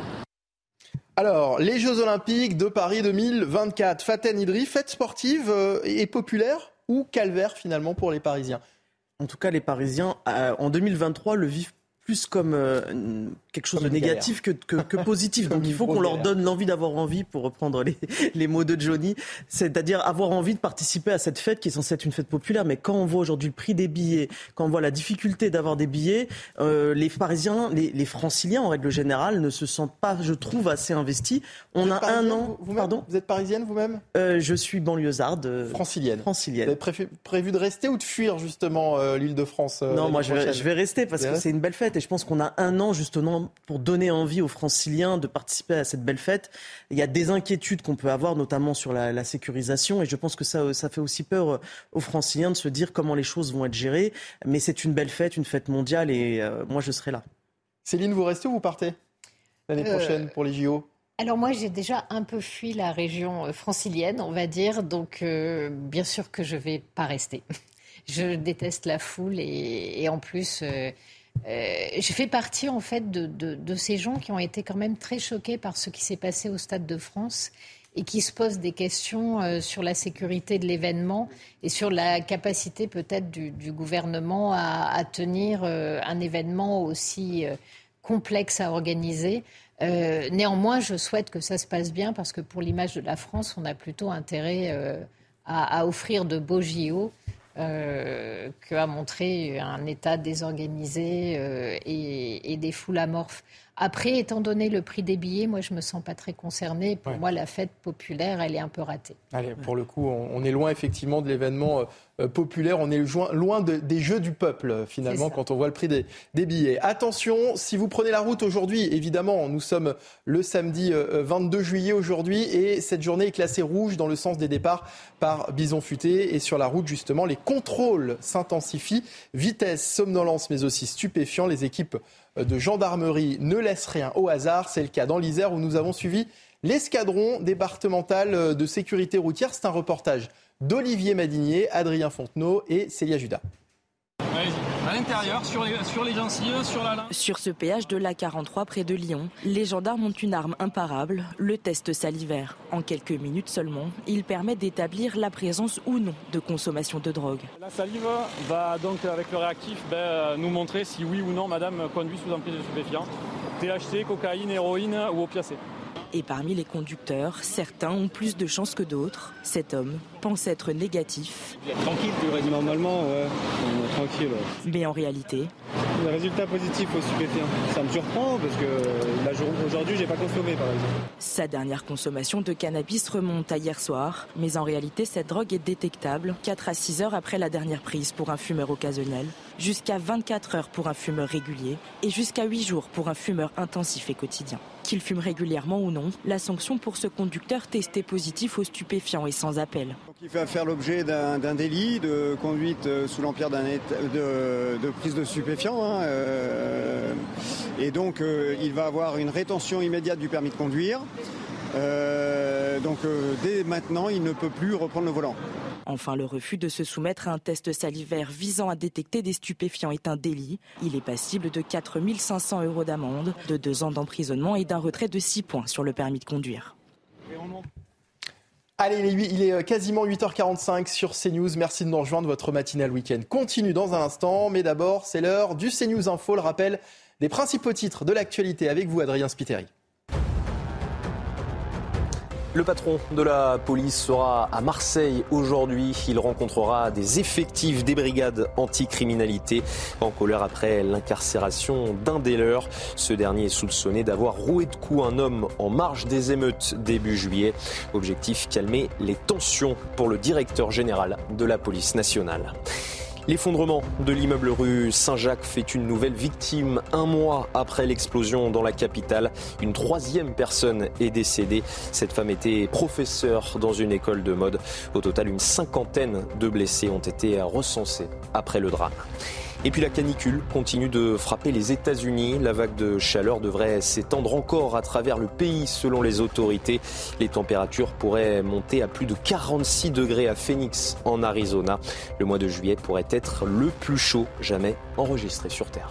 Alors, les Jeux Olympiques de Paris deux mille vingt-quatre. Faten Idri, fête sportive et populaire ou calvaire finalement pour les Parisiens ? En tout cas, les Parisiens, euh, en deux mille vingt-trois, le vivent plus comme euh, quelque chose comme de négatif que, que, que positif. Donc il faut qu'on leur donne l'envie d'avoir envie, pour reprendre les, les mots de Johnny, c'est-à-dire avoir envie de participer à cette fête qui est censée être une fête populaire. Mais quand on voit aujourd'hui le prix des billets, quand on voit la difficulté d'avoir des billets, euh, les Parisiens, les, les Franciliens en règle générale ne se sentent pas, je trouve, assez investis. On a un an... Vous, Pardon ? Vous êtes parisienne vous-même ? euh, Je suis banlieusarde. Euh, francilienne. Francilienne. Vous avez prévu, prévu de rester ou de fuir justement euh, l'Île-de-France euh, Non, moi je vais, je vais rester parce que c'est une belle fête. Et je pense qu'on a un an justement pour donner envie aux Franciliens de participer à cette belle fête. Il y a des inquiétudes qu'on peut avoir, notamment sur la, la sécurisation. Et je pense que ça, ça fait aussi peur aux Franciliens de se dire comment les choses vont être gérées. Mais c'est une belle fête, une fête mondiale et euh, moi je serai là. Céline, vous restez ou vous partez l'année euh... prochaine pour les J O ? Alors moi, j'ai déjà un peu fui la région francilienne, on va dire. Donc euh, bien sûr que je ne vais pas rester. Je déteste la foule et, et en plus... Euh, Euh, je fais partie en fait de, de, de ces gens qui ont été quand même très choqués par ce qui s'est passé au Stade de France et qui se posent des questions euh, sur la sécurité de l'événement et sur la capacité peut-être du, du gouvernement à, à tenir euh, un événement aussi euh, complexe à organiser. Euh, néanmoins, je souhaite que ça se passe bien parce que pour l'image de la France, on a plutôt intérêt euh, à, à offrir de beaux J O. Euh, qu'à montrer un État désorganisé euh, et, et des foules amorphes. Après, étant donné le prix des billets, moi, je ne me sens pas très concernée. Pour ouais. moi, la fête populaire, elle est un peu ratée. Allez, pour le coup, on, on est loin, effectivement, de l'événement euh, populaire. On est loin, loin de, des jeux du peuple, finalement, quand on voit le prix des, des billets. Attention, si vous prenez la route aujourd'hui, évidemment, nous sommes le samedi euh, vingt-deux juillet aujourd'hui et cette journée est classée rouge dans le sens des départs par Bison Futé. Et sur la route, justement, les contrôles s'intensifient. Vitesse, somnolence, mais aussi stupéfiants. Les équipes de gendarmerie ne laisse rien au hasard. C'est le cas dans l'Isère où nous avons suivi l'escadron départemental de sécurité routière. C'est un reportage d'Olivier Madinier, Adrien Fontenot et Célia Judas. À l'intérieur, sur les, sur les gencives, sur la langue. Sur ce péage de l'A quarante-trois près de Lyon, les gendarmes ont une arme imparable, le test salivaire. En quelques minutes seulement, il permet d'établir la présence ou non de consommation de drogue. La salive va donc, avec le réactif, ben, nous montrer si oui ou non madame conduit sous emprise de stupéfiants. T H C, cocaïne, héroïne ou opiacés. Et parmi les conducteurs, certains ont plus de chance que d'autres. Cet homme pense être négatif. Tranquille, tu aurais dit normalement, ouais, tranquille. Ouais. Mais en réalité... Le résultat positif au stupéfiant. Ça me surprend parce que la jour... aujourd'hui, j'ai pas consommé par exemple. Sa dernière consommation de cannabis remonte à hier soir. Mais en réalité, cette drogue est détectable quatre à six heures après la dernière prise pour un fumeur occasionnel, jusqu'à vingt-quatre heures pour un fumeur régulier et jusqu'à huit jours pour un fumeur intensif et quotidien. Qu'il fume régulièrement ou non, la sanction pour ce conducteur testé positif aux stupéfiants est sans appel. Donc il va faire l'objet d'un, d'un délit de conduite sous l'empire d'un état, de, de prise de stupéfiants. Hein, euh, et donc euh, il va avoir une rétention immédiate du permis de conduire. Euh, donc euh, dès maintenant, il ne peut plus reprendre le volant. Enfin, le refus de se soumettre à un test salivaire visant à détecter des stupéfiants est un délit. Il est passible de quatre mille cinq cents euros d'amende, de deux ans d'emprisonnement et d'un retrait de six points sur le permis de conduire. Allez, il est quasiment huit heures quarante-cinq sur CNews. Merci de nous rejoindre. Votre matinale week-end continue dans un instant. Mais d'abord, c'est l'heure du CNews Info, le rappel des principaux titres de l'actualité avec vous, Adrien Spiteri. Le patron de la police sera à Marseille aujourd'hui. Il rencontrera des effectifs des brigades anticriminalité en colère après l'incarcération d'un des leurs. Ce dernier est soupçonné d'avoir roué de coups un homme en marge des émeutes début juillet. Objectif, calmer les tensions pour le directeur général de la police nationale. L'effondrement de l'immeuble rue Saint-Jacques fait une nouvelle victime. Un mois après l'explosion dans la capitale, une troisième personne est décédée. Cette femme était professeure dans une école de mode. Au total, une cinquantaine de blessés ont été recensés après le drame. Et puis la canicule continue de frapper les États-Unis. La vague de chaleur devrait s'étendre encore à travers le pays selon les autorités. Les températures pourraient monter à plus de quarante-six degrés à Phoenix en Arizona. Le mois de juillet pourrait être le plus chaud jamais enregistré sur Terre.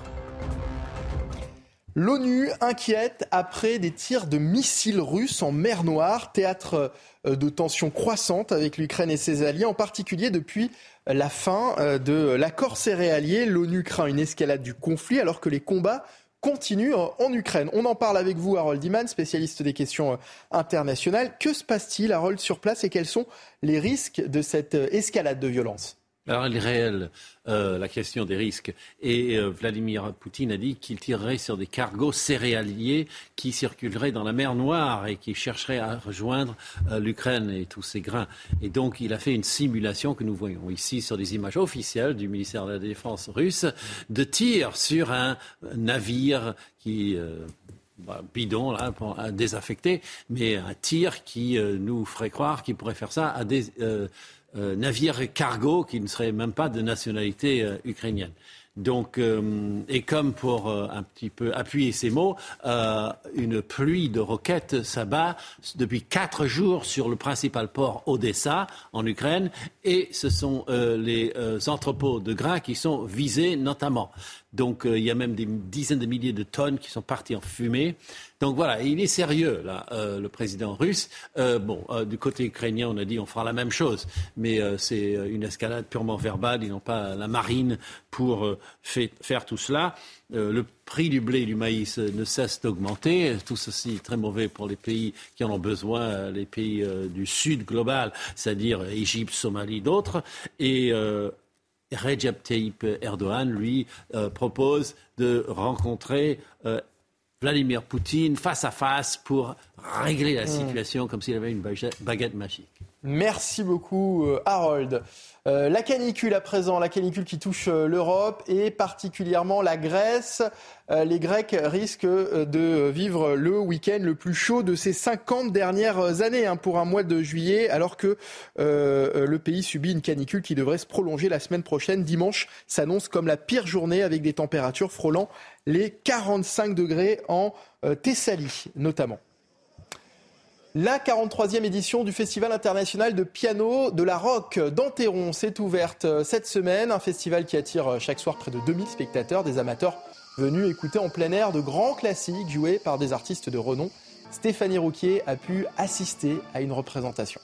L'ONU inquiète après des tirs de missiles russes en mer Noire, théâtre de tensions croissantes avec l'Ukraine et ses alliés, en particulier depuis la fin de l'accord céréalier. L'ONU craint une escalade du conflit alors que les combats continuent en Ukraine. On en parle avec vous, Harold Iman, spécialiste des questions internationales. Que se passe-t-il, Harold, sur place, et quels sont les risques de cette escalade de violence ? Alors, elle est réelle, euh, la question des risques. Et euh, Vladimir Poutine a dit qu'il tirerait sur des cargos céréaliers qui circuleraient dans la mer Noire et qui chercheraient à rejoindre euh, l'Ukraine et tous ces grains. Et donc, il a fait une simulation que nous voyons ici sur des images officielles du ministère de la Défense russe de tir sur un navire qui... Euh, Bah, bidon là pour à désaffecter, mais un tir qui euh, nous ferait croire qu'il pourrait faire ça à des euh, euh, navires cargo qui ne seraient même pas de nationalité euh, ukrainienne. Donc, euh, et comme pour euh, un petit peu appuyer ces mots, euh, une pluie de roquettes s'abat depuis quatre jours sur le principal port Odessa en Ukraine, et ce sont euh, les euh, entrepôts de grains qui sont visés notamment. Donc euh, il y a même des dizaines de milliers de tonnes qui sont parties en fumée. Donc voilà, il est sérieux là, euh, le président russe. Euh, bon, euh, du côté ukrainien, on a dit on fera la même chose, mais euh, c'est une escalade purement verbale. Ils n'ont pas la marine pour euh, fait, faire tout cela. Euh, le prix du blé et du maïs ne cesse d'augmenter. Tout ceci est très mauvais pour les pays qui en ont besoin, les pays euh, du sud global, c'est-à-dire Égypte, Somalie, d'autres. Et euh, Recep Tayyip Erdogan, lui, euh, propose de rencontrer euh, Vladimir Poutine face à face pour régler la situation mmh. comme s'il avait une baguette magique. Merci beaucoup, Harold. Euh, la canicule à présent, la canicule qui touche euh, l'Europe et particulièrement la Grèce. Euh, les Grecs risquent euh, de vivre le week-end le plus chaud de ces cinquante dernières années hein, pour un mois de juillet, alors que euh, le pays subit une canicule qui devrait se prolonger la semaine prochaine. Dimanche s'annonce comme la pire journée avec des températures frôlant les quarante-cinq degrés en euh, Thessalie notamment. La quarante-troisième édition du Festival international de piano de la Roque d'Enterron s'est ouverte cette semaine. Un festival qui attire chaque soir près de deux mille spectateurs, des amateurs venus écouter en plein air de grands classiques joués par des artistes de renom. Stéphanie Rouquier a pu assister à une représentation.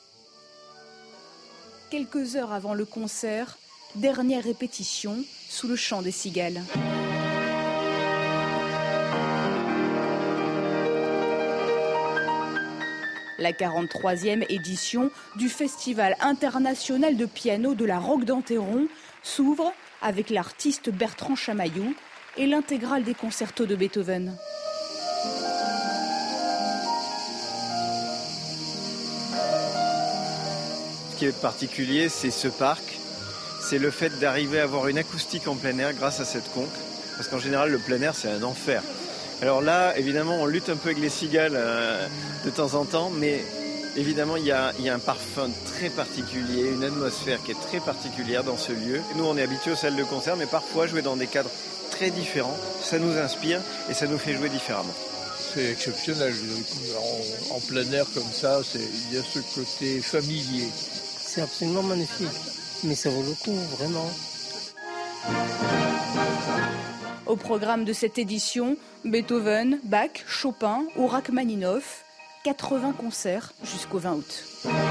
Quelques heures avant le concert, dernière répétition sous le chant des cigales. La quarante-troisième édition du Festival international de piano de la Roque d'Enterron s'ouvre avec l'artiste Bertrand Chamaillou et l'intégrale des concertos de Beethoven. Ce qui est particulier, c'est ce parc, c'est le fait d'arriver à avoir une acoustique en plein air grâce à cette conque, parce qu'en général le plein air c'est un enfer. Alors là, évidemment, on lutte un peu avec les cigales euh, de temps en temps, mais évidemment, il y a, il y a un parfum très particulier, une atmosphère qui est très particulière dans ce lieu. Nous, on est habitués aux salles de concert, mais parfois, jouer dans des cadres très différents, ça nous inspire et ça nous fait jouer différemment. C'est exceptionnel. En, en plein air comme ça, c'est, il y a ce côté familier. C'est absolument magnifique, mais ça vaut le coup, vraiment. Au programme de cette édition, Beethoven, Bach, Chopin ou Rachmaninoff, quatre-vingts concerts jusqu'au vingt août.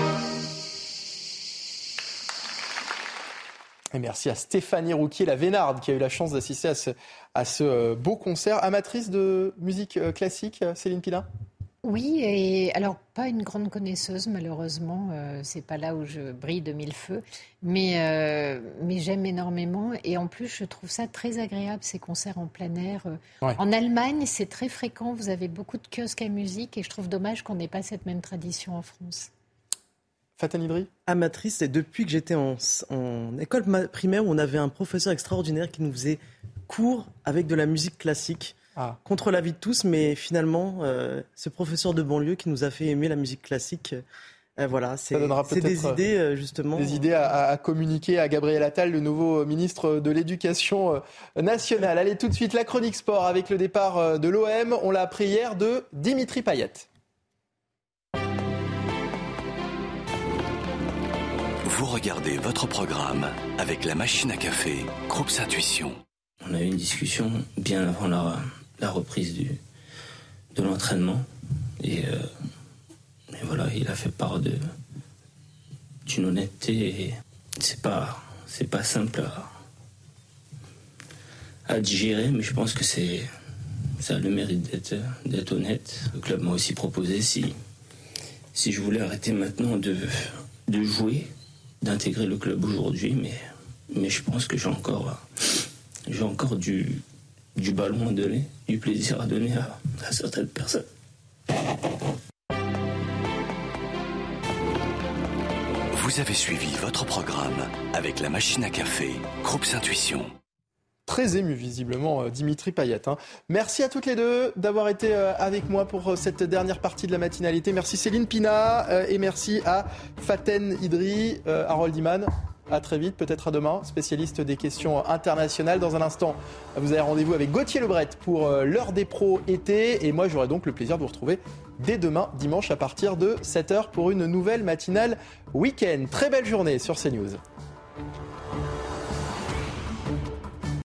Et merci à Stéphanie Rouquier, la Vénarde, qui a eu la chance d'assister à ce, à ce beau concert. Amatrice de musique classique, Céline Pina ? Oui, et alors pas une grande connaisseuse malheureusement, euh, c'est pas là où je brille de mille feux, mais, euh, mais j'aime énormément et en plus je trouve ça très agréable ces concerts en plein air. Ouais. En Allemagne c'est très fréquent, vous avez beaucoup de kiosques à musique et je trouve dommage qu'on n'ait pas cette même tradition en France. Faten Idri ? Amatrice, c'est depuis que j'étais en, en école primaire où on avait un professeur extraordinaire qui nous faisait cours avec de la musique classique. Ah. Contre l'avis de tous, mais finalement, euh, ce professeur de banlieue qui nous a fait aimer la musique classique Euh, voilà, c'est, Ça donnera c'est des idées euh, justement. Des idées à, à communiquer à Gabriel Attal, le nouveau ministre de l'Éducation nationale. Allez, tout de suite, la chronique sport avec le départ de l'O M. On l'a appris hier de Dimitri Payet. Vous regardez votre programme avec la machine à café Groupe Intuition. On a eu une discussion bien avant la, la reprise du, de l'entraînement. Et, euh, et voilà, il a fait part de, d'une honnêteté. Et c'est pas, c'est pas simple à, à digérer, mais je pense que c'est, ça a le mérite d'être, d'être honnête. Le club m'a aussi proposé, si, si je voulais arrêter maintenant de, de jouer, d'intégrer le club aujourd'hui, mais, mais je pense que j'ai encore, j'ai encore du, du ballon à donner, du plaisir à donner à, à certaines personnes. Vous avez suivi votre programme avec la machine à café Groupe Intuition. Très ému visiblement Dimitri Payet. Hein. Merci à toutes les deux d'avoir été avec moi pour cette dernière partie de la matinalité. Merci Céline Pina et merci à Faten Idri, Harold Iman. À très vite, peut-être à demain, spécialiste des questions internationales. Dans un instant, vous avez rendez-vous avec Gauthier Lebret pour l'heure des pros été. Et moi, j'aurai donc le plaisir de vous retrouver dès demain, dimanche, à partir de sept heures pour une nouvelle matinale week-end. Très belle journée sur CNews.